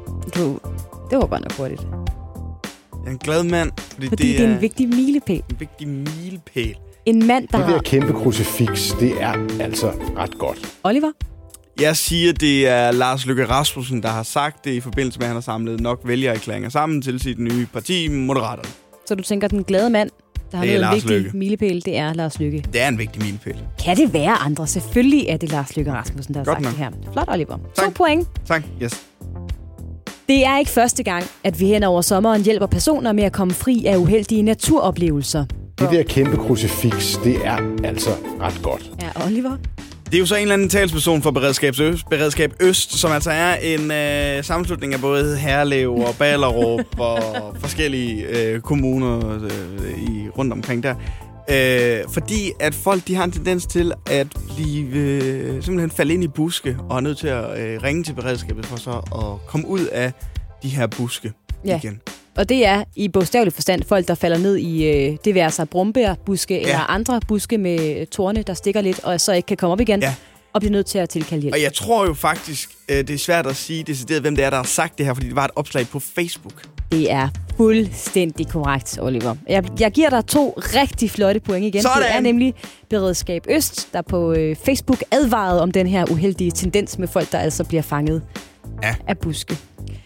Det var godt nok hurtigt. Jeg er en glad mand, fordi det er en vigtig milepæl. En vigtig milepæl. En mand, der det der kæmpe krucifiks, det er altså ret godt. Oliver? Jeg siger, det er Lars Løkke Rasmussen, der har sagt det i forbindelse med, at han har samlet nok vælgererklæringer sammen til sit nye parti, Moderaterne. Så du tænker, den glade mand, der har en vigtig milepæl, det er Lars Løkke? Det er en vigtig milepæl. Kan det være andre? Selvfølgelig er det Lars Løkke Rasmussen, der har sagt det her. Flot, Oliver. Tak. 2 point. Tak, yes. Det er ikke første gang, at vi hen over sommeren hjælper personer med at komme fri af uheldige naturoplevelser. Det der kæmpe krucifiks, det er altså ret godt. Ja, Oliver? Det er jo så en eller anden talsperson for Beredskab Øst, som altså er en sammenslutning af både Herlev og Ballerup og forskellige kommuner rundt omkring der. Fordi at folk de har en tendens til at blive simpelthen falde ind i buske og er nødt til at ringe til beredskabet for så at komme ud af de her buske igen. Og det er i bogstavelig forstand folk, der falder ned i det være sig brumbærbuske eller andre buske med torne, der stikker lidt og så ikke kan komme op igen og bliver nødt til at tilkalde hjælp. Og jeg tror jo faktisk, det er svært at sige decideret, hvem det er, der har sagt det her, fordi det var et opslag på Facebook. Det er fuldstændig korrekt, Oliver. Jeg giver dig 2 rigtig flotte point igen. Sådan. Det er nemlig Beredskab Øst, der på Facebook advarede om den her uheldige tendens med folk, der altså bliver fanget af buske.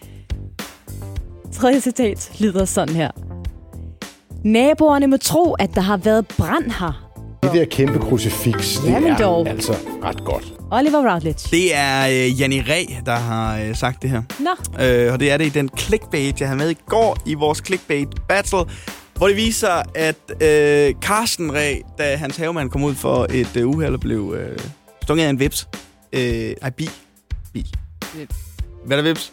3. citat lyder sådan her. Naboerne må tro, at der har været brand her. Det der kæmpe krucifiks, det er altså ret godt. Oliver Routledge. Det er Janni Ræ, der har sagt det her. Nå. Og det er det i den clickbait, jeg havde med i går i vores clickbait battle, hvor det viser, at Carsten Ræ, da hans havemand kom ud for et uheld og blev stunget af en vips. Bi. Hvad er der vips?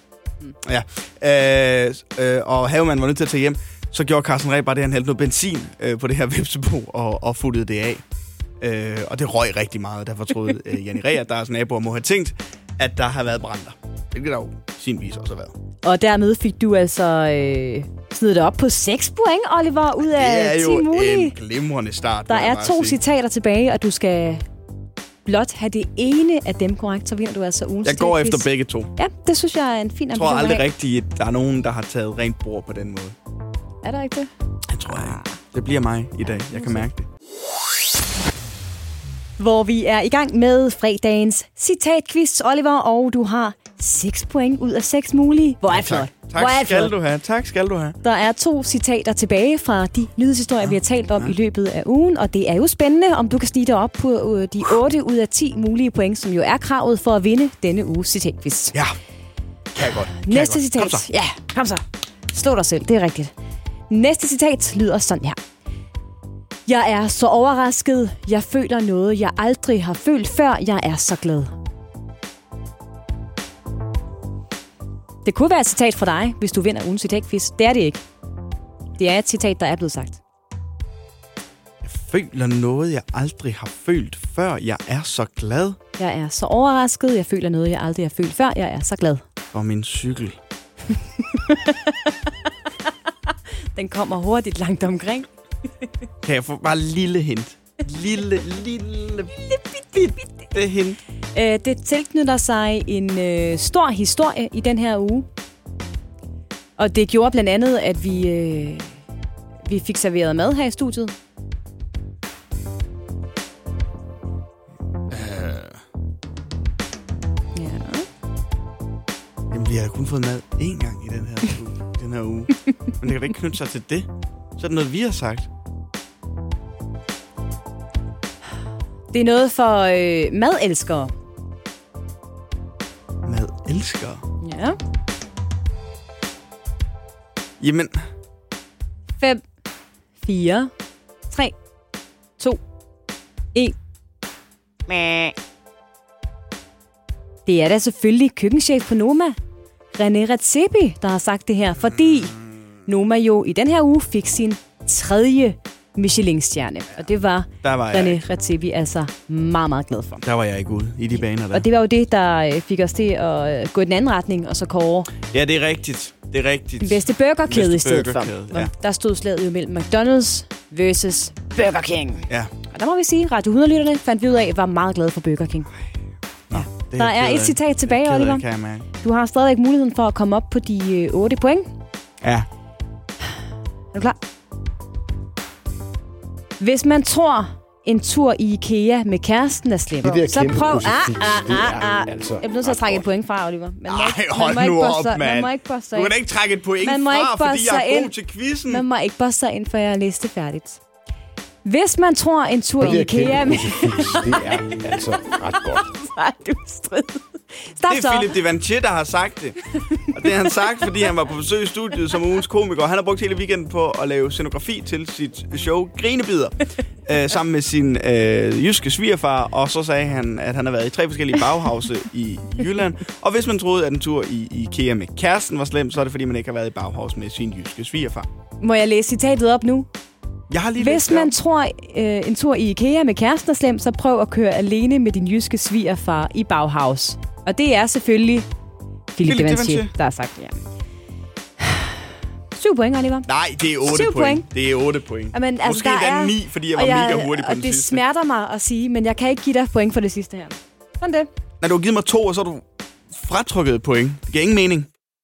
Ja. Og havemanden var nødt til at tage hjem. Så gjorde Carsten Ræ bare det, han hældte noget benzin på det her vipsebo og futtede det af. Og det røg rigtig meget. Derfor troede Janni Ræ, at deres naboer må have tænkt, at der har været brænder. Hvilket der jo sin vis også har været. Og dermed fik du altså snedet det op på 6 point, Oliver, ud af 10 mulige. Det er jo en glimrende start. Der er 2 citater tilbage, og du skal blot have det ene af dem korrekt, så vinder du altså ugens Jeg går efter begge 2. Ja, det synes jeg er en fin ambition. Jeg tror aldrig rigtigt, at der er nogen, der har taget rent bord på den måde. Er der ikke det? Det tror jeg ikke. Det bliver mig i dag. Jeg kan mærke det. Hvor vi er i gang med fredagens citatquiz, Oliver, og du har 6 point ud af 6 mulige. Hvor er det flot. Tak skal du have. Der er 2 citater tilbage fra de nyhedshistorier, vi har talt om i løbet af ugen, og det er jo spændende, om du kan snige dig op på de 8 ud af 10 mulige point, som jo er kravet for at vinde denne uges citatquiz. Ja, kan jeg godt. Næste citat. Kom så. Ja, kom så. Slå dig selv, det er rigtigt. Næste citat lyder sådan her. Jeg er så overrasket. Jeg føler noget, jeg aldrig har følt før. Jeg er så glad. Det kunne være et citat fra dig, hvis du vinder ugens citatquiz. Det er det ikke. Det er et citat, der er blevet sagt. Jeg føler noget, jeg aldrig har følt før. Jeg er så glad. Jeg er så overrasket. Jeg føler noget, jeg aldrig har følt før. Jeg er så glad. For min cykel. Den kommer hurtigt langt omkring. Kan jeg få bare lille hint? Lille bitte hint. Det tilknytter sig en stor historie i den her uge. Og det gjorde blandt andet, at vi fik serveret mad her i studiet. Ja. Jamen, vi har kun fået mad én gang i den her uge. Men det kan da ikke knytte sig til det. Så er det noget, vi har sagt. Det er noget for madelskere. Madelskere? Ja. Jamen. 5, 4, 3, 2, 1. Det er da selvfølgelig køkkenchef på Noma, René Redzepi, der har sagt det her, fordi Noma jo i den her uge fik sin 3. Michelin-stjerne. Og det var René Redzepi altså meget, meget glad for. Der var jeg ikke ude i de baner der. Og det var jo det, der fik os til at gå i den anden retning, og så kåre... Ja, det er rigtigt. Det er rigtigt. Den bedste burgerkæde i stedet for. Ja. Der stod slaget jo mellem McDonald's versus Burger King. Ja. Og der må vi sige, at Radio 100-lytterne fandt vi ud af, var meget glade for Burger King. Nå, der er et citat tilbage, Oliver. Du har stadig muligheden for at komme op på de 8 point. Ja. Er du klar? Hvis man tror, en tur i IKEA med kæresten er slem, så prøv... Jeg bliver nødt til at trække et point fra, Oliver. Man må ikke bosse sig ind. Du kan ikke trække et point fra, fordi jeg er god til quizzen. Man må ikke bosse sig ind, for jeg har læst færdigt. Hvis man tror, en tur i IKEA med... Det er altså ret godt. Var du strid. Det er Philip Devanchier, der har sagt det. Og det har han sagt, fordi han var på besøg i studiet som ugens komiker. Han har brugt hele weekenden på at lave scenografi til sit show Grinebider. Sammen med sin jyske svigerfar. Og så sagde han, at han har været i 3 forskellige baghause i Jylland. Og hvis man troede, at en tur i IKEA med kæresten var slem, så er det fordi, man ikke har været i baghause med sin jyske svigerfar. Må jeg læse citatet op nu? Jeg har lige Hvis man tror, en tur i IKEA med kæresten er slem, så prøv at køre alene med din jyske svigerfar i Bauhaus. Og det er selvfølgelig Philip Devanchier, der har sagt det, ja. 7 point, Oliver. Nej, det er 8 point. Det er 8 point. Jamen, altså, måske er 9, fordi jeg var mega hurtig på den sidste. Og det smerter mig at sige, men jeg kan ikke give dig point for det sidste her. Sådan det. Når du har givet mig 2, og så har du fratrykket point. Det giver ingen mening.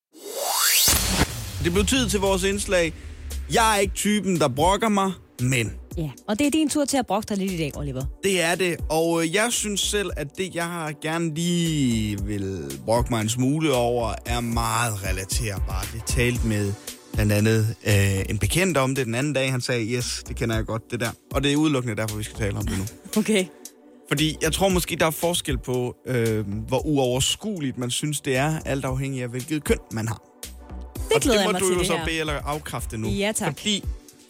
Det blev tid til vores indslag. Jeg er ikke typen, der brokker mig, men... Ja, og det er din tur til at brokke dig lidt i dag, Oliver. Det er det, og jeg synes selv, at det, jeg gerne lige vil brokke mig en smule over, er meget relaterbart. Jeg talte med blandt andet en bekendt om det den anden dag. Han sagde, yes, det kender jeg godt, det der. Og det er udelukkende derfor, vi skal tale om det nu. Okay. Fordi jeg tror måske, der er forskel på, hvor uoverskueligt man synes, det er, alt afhængig af, hvilket køn man har. Det glæder jeg mig til det her. Og det må du jo så bede eller afkræfte nu. Ja, tak. Fordi,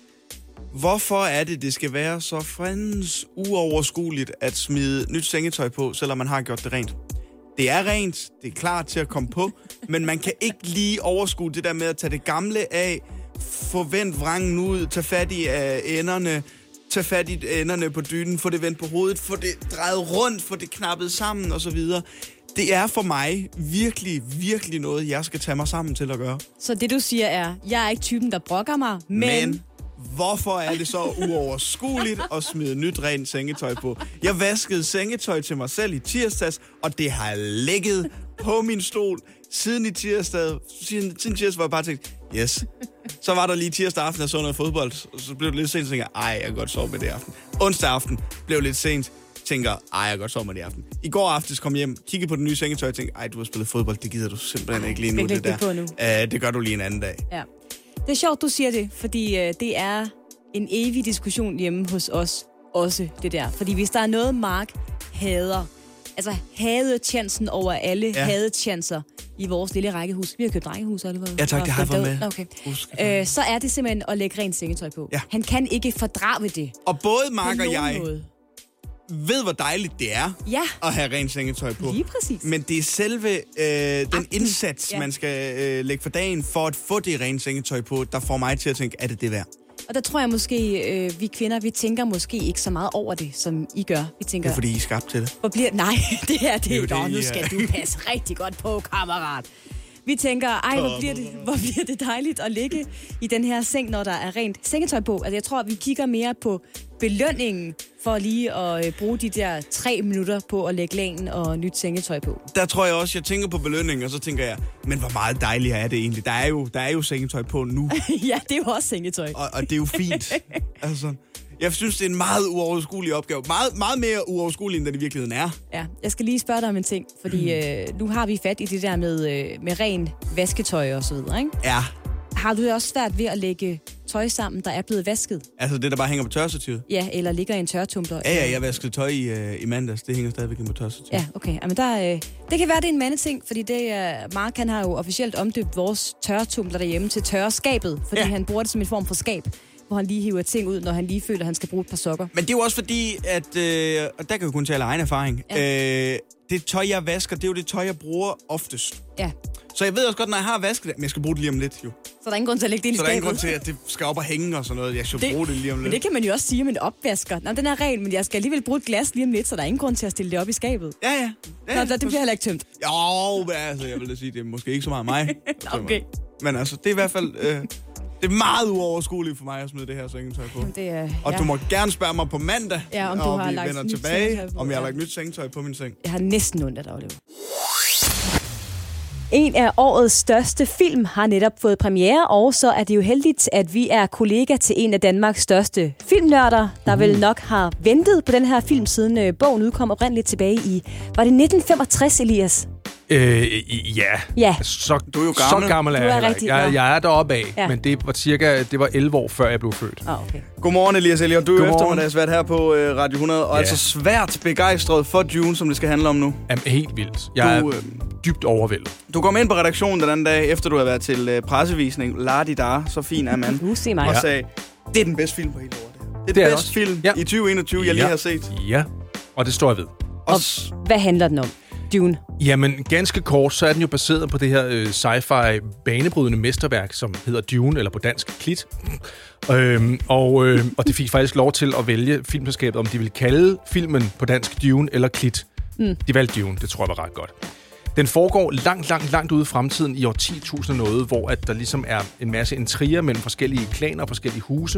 hvorfor er det skal være så frens uoverskueligt at smide nyt sengetøj på, selvom man har gjort det rent? Det er rent, det er klar til at komme på, men man kan ikke lige overskue det der med at tage det gamle af, få vendt vrangen ud, tage fat i enderne, tage fat i enderne på dynen, få det vendt på hovedet, få det drejet rundt, få det knappet sammen osv. Det er for mig virkelig, virkelig noget, jeg skal tage mig sammen til at gøre. Så det, du siger er, jeg er ikke typen, der brokker mig, men hvorfor er det så uoverskueligt at smide nyt rent sengetøj på? Jeg vaskede sengetøj til mig selv i tirsdags, og det har ligget på min stol siden tirsdag, hvor jeg bare tænkte, yes. Så var der lige tirsdag aften, jeg så noget fodbold, og så blev det lidt sent, og tænkte jeg kan godt sove med det aften. Onsdag aften blev lidt sent, tænker, jeg kan godt sove med det aften. I går aftes kom hjem, kiggede på det nye sengetøj, og tænkte, du har spillet fodbold, det gider du simpelthen ikke lige nu, det der. Det gør du lige en anden dag. Ja. Det er sjovt, du siger det, fordi det er en evig diskussion hjemme hos os også, det der. Fordi hvis der er noget, Mark hader, altså hadetjansen over alle hadetjanser i vores lille rækkehus. Vi har købt rækkehus, Oliver. Ja tak, det har jeg fået med. Okay. Så er det simpelthen at lægge rent sengetøj på. Ja. Han kan ikke fordrage det. Og både Mark og jeg ved, hvor dejligt det er at have rent sengetøj på. Lige præcis. Men det er selve den indsats, man skal lægge for dagen for at få det rent sengetøj på, der får mig til at tænke, er det værd? Og der tror jeg måske, vi kvinder, vi tænker måske ikke så meget over det, som I gør. Vi tænker, det er fordi, I er skabt til det. Nej, det er det. Nå, nu skal du passe rigtig godt på, kammerat. Vi tænker, hvor bliver det dejligt at ligge i den her seng, når der er rent sengetøj på. Altså, jeg tror, vi kigger mere på belønningen for lige at bruge de der 3 minutter på at lægge lagen og nyt sengetøj på. Der tror jeg også, jeg tænker på belønningen, og så tænker jeg, men hvor meget dejligt er det egentlig? Der er jo sengetøj på nu. Ja, det er jo også sengetøj. Og det er jo fint. Altså, jeg synes, det er en meget uoverskuelig opgave. Meget mere uoverskuelig, end det i virkeligheden er. Ja, jeg skal lige spørge dig om en ting, fordi nu har vi fat i det der med ren vasketøj og så videre, ikke? Ja. har du det også svært ved at lægge tøj sammen, der er blevet vasket? Altså det, der bare hænger på tørstativet? Ja, eller ligger i en tørretumbler. Ja, jeg vaskede tøj i mandags. Det hænger stadigvæk på tørstativet. Ja, okay. Jamen, det kan være, det er en mandeting, fordi Mark han har jo officielt omdøbt vores tørretumbler derhjemme til tørreskabet, fordi han bruger det som en form for skab, hvor han lige hiver ting ud, når han lige føler, at han skal bruge et par sokker. Men det er jo også fordi, at og der kan jeg kun tale af egen erfaring, det tøj, jeg vasker, det er jo det tøj, jeg bruger oftest. Ja. Så jeg ved også godt, når jeg har vasket det, men jeg skal bruge det lige om lidt, jo. Så der er ingen grund til at lægge det ind i skabet? Så der er ingen grund til, at det skal op og hænge og sådan noget. Jeg skal bruge det lige om lidt. Men det kan man jo også sige om en opvasker. Nå, den er ren, men jeg skal alligevel bruge et glas lige om lidt, så der er ingen grund til at stille det op i skabet. Ja. Nå, det bliver heller ikke tømt. Jo, altså, jeg vil da sige, det er måske ikke så meget mig. Okay. Men altså, det er i hvert fald... det er meget uoverskueligt for mig at smide det her sengetøj på. Og du må gerne spørge mig på mandag, om du har lagt nyt tilbage, om jeg har lagt nyt sengetøj på min seng. Jeg har næsten ondt af dig, Oliver. En af årets største film har netop fået premiere, og så er det jo heldigt, at vi er kollega til en af Danmarks største filmnørder, der vel nok har ventet på den her film, siden bogen udkom oprindeligt tilbage i... Var det 1965, Elias? Ja. Så, du er jo gammel. Så gammel er jeg rigtig, jeg er deroppe af, men det var 11 år før jeg blev født. Okay. Godmorgen, Elias Elliot. Du er eftermiddagsvært her på Radio 100, og altså svært begejstret for Dune, som det skal handle om nu. Jamen, helt vildt. Jeg er dybt overvældet. Du kom ind på redaktionen den anden dag, efter du havde været til pressevisning. La-di-da, så fin er man. Og sagde, det er den bedste film på hele året. Det er den bedste film i 2021, jeg lige har set. Ja, og det står jeg ved. Og hvad handler den om? Dune? Jamen, ganske kort, så er den jo baseret på det her sci-fi banebrydende mesterværk, som hedder Dune, eller på dansk Klit. Og det fik faktisk lov til at vælge filmselskabet, om de ville kalde filmen på dansk Dune eller Klit. De valgte Dune, det tror jeg var ret godt. Den foregår langt ude i fremtiden i år 10.000 noget, hvor at der ligesom er en masse intriger mellem forskellige klaner og forskellige huse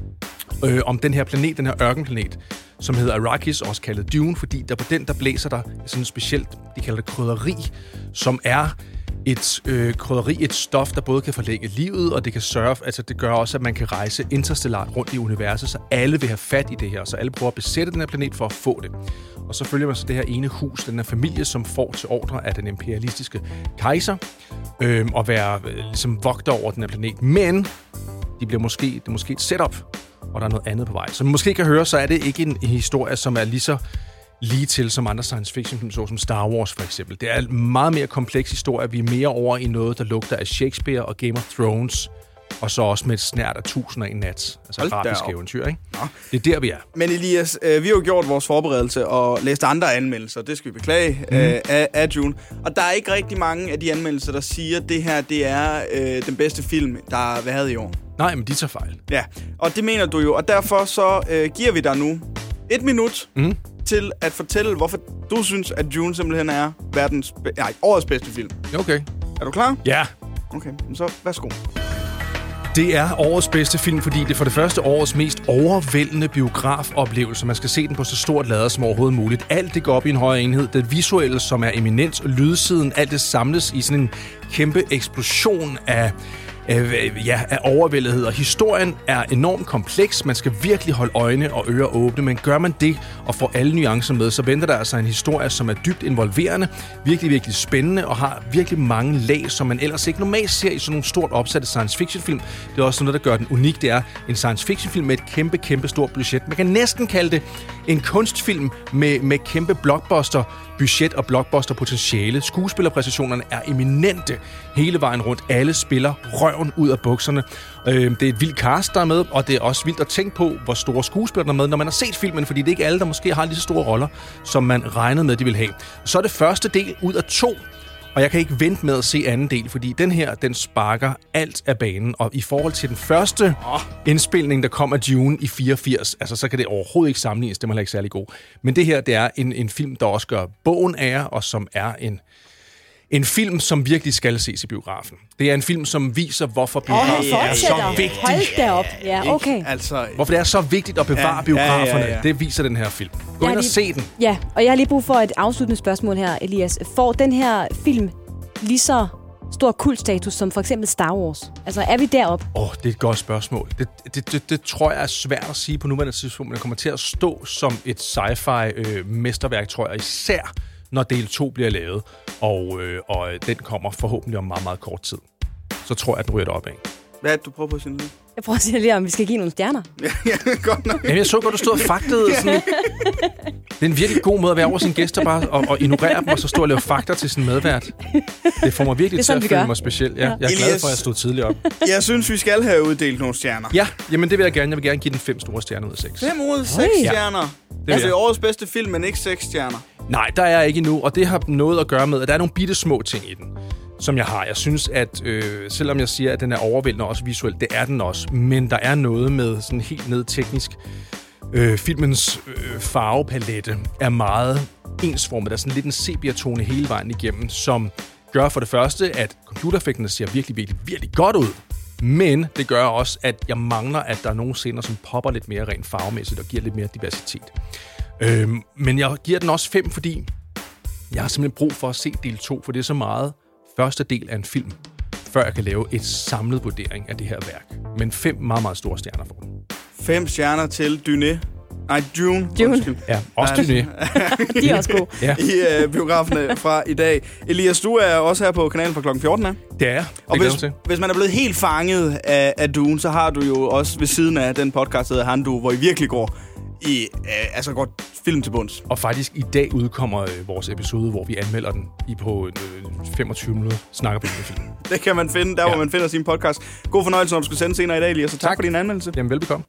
om den her planet, den her ørkenplanet, som hedder Arrakis, også kaldet Dune, fordi der på den, der blæser der sådan specielt, de kalder det krydderi, som er et krydderi, et stof, der både kan forlænge livet, og det kan sørge, altså det gør også, at man kan rejse interstellart rundt i universet, så alle vil have fat i det her, så alle prøver at besætte den her planet for at få det. Og så følger man så det her ene hus, den her familie, som får til ordre af den imperialistiske kejser, og være ligesom vogter over den her planet. Men det er måske et setup, og der er noget andet på vej. Som man måske kan høre, så er det ikke en historie, som er lige så lige til som andre science fiction film, som Star Wars for eksempel. Det er en meget mere kompleks historie. Vi er mere over i noget, der lugter af Shakespeare og Game of Thrones, og så også med et snært af 1001 nat. Altså grafisk eventyr, ikke? Nå. Det er der, vi er. Men Elias, vi har jo gjort vores forberedelse og læst andre anmeldelser, det skal vi beklage, af Dune. Og der er ikke rigtig mange af de anmeldelser, der siger, at det her det er den bedste film, der har været i år. Nej, men de tager fejl. Ja, og det mener du jo. Og derfor så giver vi dig nu 1 minut til at fortælle, hvorfor du synes, at Dune simpelthen er årets bedste film. Okay. Er du klar? Ja. Okay, så værsgo. Det er årets bedste film, fordi det er for det første årets mest overvældende biografoplevelse. Man skal se den på så stort lærred som overhovedet muligt. Alt det går op i en højere enhed. Det visuelle, som er eminent, lydsiden, alt det samles i sådan en kæmpe eksplosion af overvældighed. Og historien er enormt kompleks. Man skal virkelig holde øjne og ører åbne, men gør man det og får alle nuancer med, så venter der altså en historie, som er dybt involverende, virkelig spændende og har virkelig mange lag, som man ellers ikke normalt ser i sådan nogle stort opsatte science fiction film. Det er også noget, der gør den unik. Det er en science fiction film med et kæmpe stort budget. Man kan næsten kalde det en kunstfilm med kæmpe blockbuster budget og blockbuster potentiale. Skuespillerpræstationerne er eminente hele vejen rundt. Alle spiller røven ud af bukserne. Det er et vildt cast, der er med, og det er også vildt at tænke på, hvor store skuespillere der er med, når man har set filmen, fordi det er ikke alle, der måske har lige så store roller, som man regnede med, de vil have. Så er det første del ud af 2, og jeg kan ikke vente med at se anden del, fordi den her, den sparker alt af banen, og i forhold til den første indspilning, der kom af Dune i 84, altså så kan det overhovedet ikke sammenlignes, det er ikke særlig god. Men det her, det er en film, der også gør bogen ære, og som er en film, som virkelig skal ses i biografen. Det er en film, som viser, hvorfor biografen er så vigtig. Hold da op. Ja, okay. Altså, hvorfor det er så vigtigt at bevare biograferne. Ja. Det viser den her film. Gå ind og se den. Ja, og jeg har lige brug for et afsluttende spørgsmål her, Elias. Får den her film lige så stor kultstatus som for eksempel Star Wars? Altså, er vi deroppe? Det er et godt spørgsmål. Det tror jeg er svært at sige på nuværende tidspunkt, men det kommer til at stå som et sci-fi mesterværk, tror jeg, især når del 2 bliver lavet, og den kommer forhåbentlig om meget kort tid. Så tror jeg, at den ryger det op af. Hvad er det, du prøver på at signalere? Jeg prøver at signalere, om vi skal give nogle stjerner. Ja, godt nok. Jamen, jeg så godt, du stod og faktede sådan... Det er en virkelig god måde at være over sine gæster bare og ignorere dem, og så stå og lave fakter til sin medvært. Det får mig virkelig til at føle mig speciel. Ja, jeg er glad for, at jeg stod tidligt op. Jeg synes, vi skal have uddelt nogle stjerner. Ja, jamen det vil jeg gerne. Jeg vil gerne give den 5 store stjerner ud af 6. 5 ud af 6 stjerner? Det er årets bedste film, men ikke 6 stjerner. Nej, der er jeg ikke endnu, og det har noget at gøre med, at der er nogle bitte små ting i den, som jeg har. Jeg synes, at selvom jeg siger, at den er overvældende også visuelt, det er den også, men der er noget med sådan helt ned teknisk. Filmens farvepalette er meget ensformet. Der er sådan lidt en sepia-tone hele vejen igennem, som gør for det første, at computereffekterne ser virkelig, virkelig, virkelig godt ud. Men det gør også, at jeg mangler, at der er nogle scener, som popper lidt mere rent farvemæssigt og giver lidt mere diversitet. Men jeg giver den også 5, fordi jeg har simpelthen brug for at se del 2, for det er så meget første del af en film, før jeg kan lave et samlet vurdering af det her værk. Men 5 meget, meget store stjerner for den. 5 stjerner til Dune. Dune. Ja, også Dune. De er også gode. Ja. I biograferne fra i dag. Elias, du er også her på kanalen fra klokken 14, ja? Det er jeg. Og hvis man er blevet helt fanget af Dune, så har du jo også ved siden af den podcast, der hedder Handu, hvor I virkelig går film til bunds. Og faktisk i dag udkommer vores episode, hvor vi anmelder den på 25 minutter, snakker på den film. Det kan man finde, hvor man finder sin podcast. God fornøjelse, når du skal sende senere i dag, Elias, så tak for din anmeldelse. Jamen, velbekomme.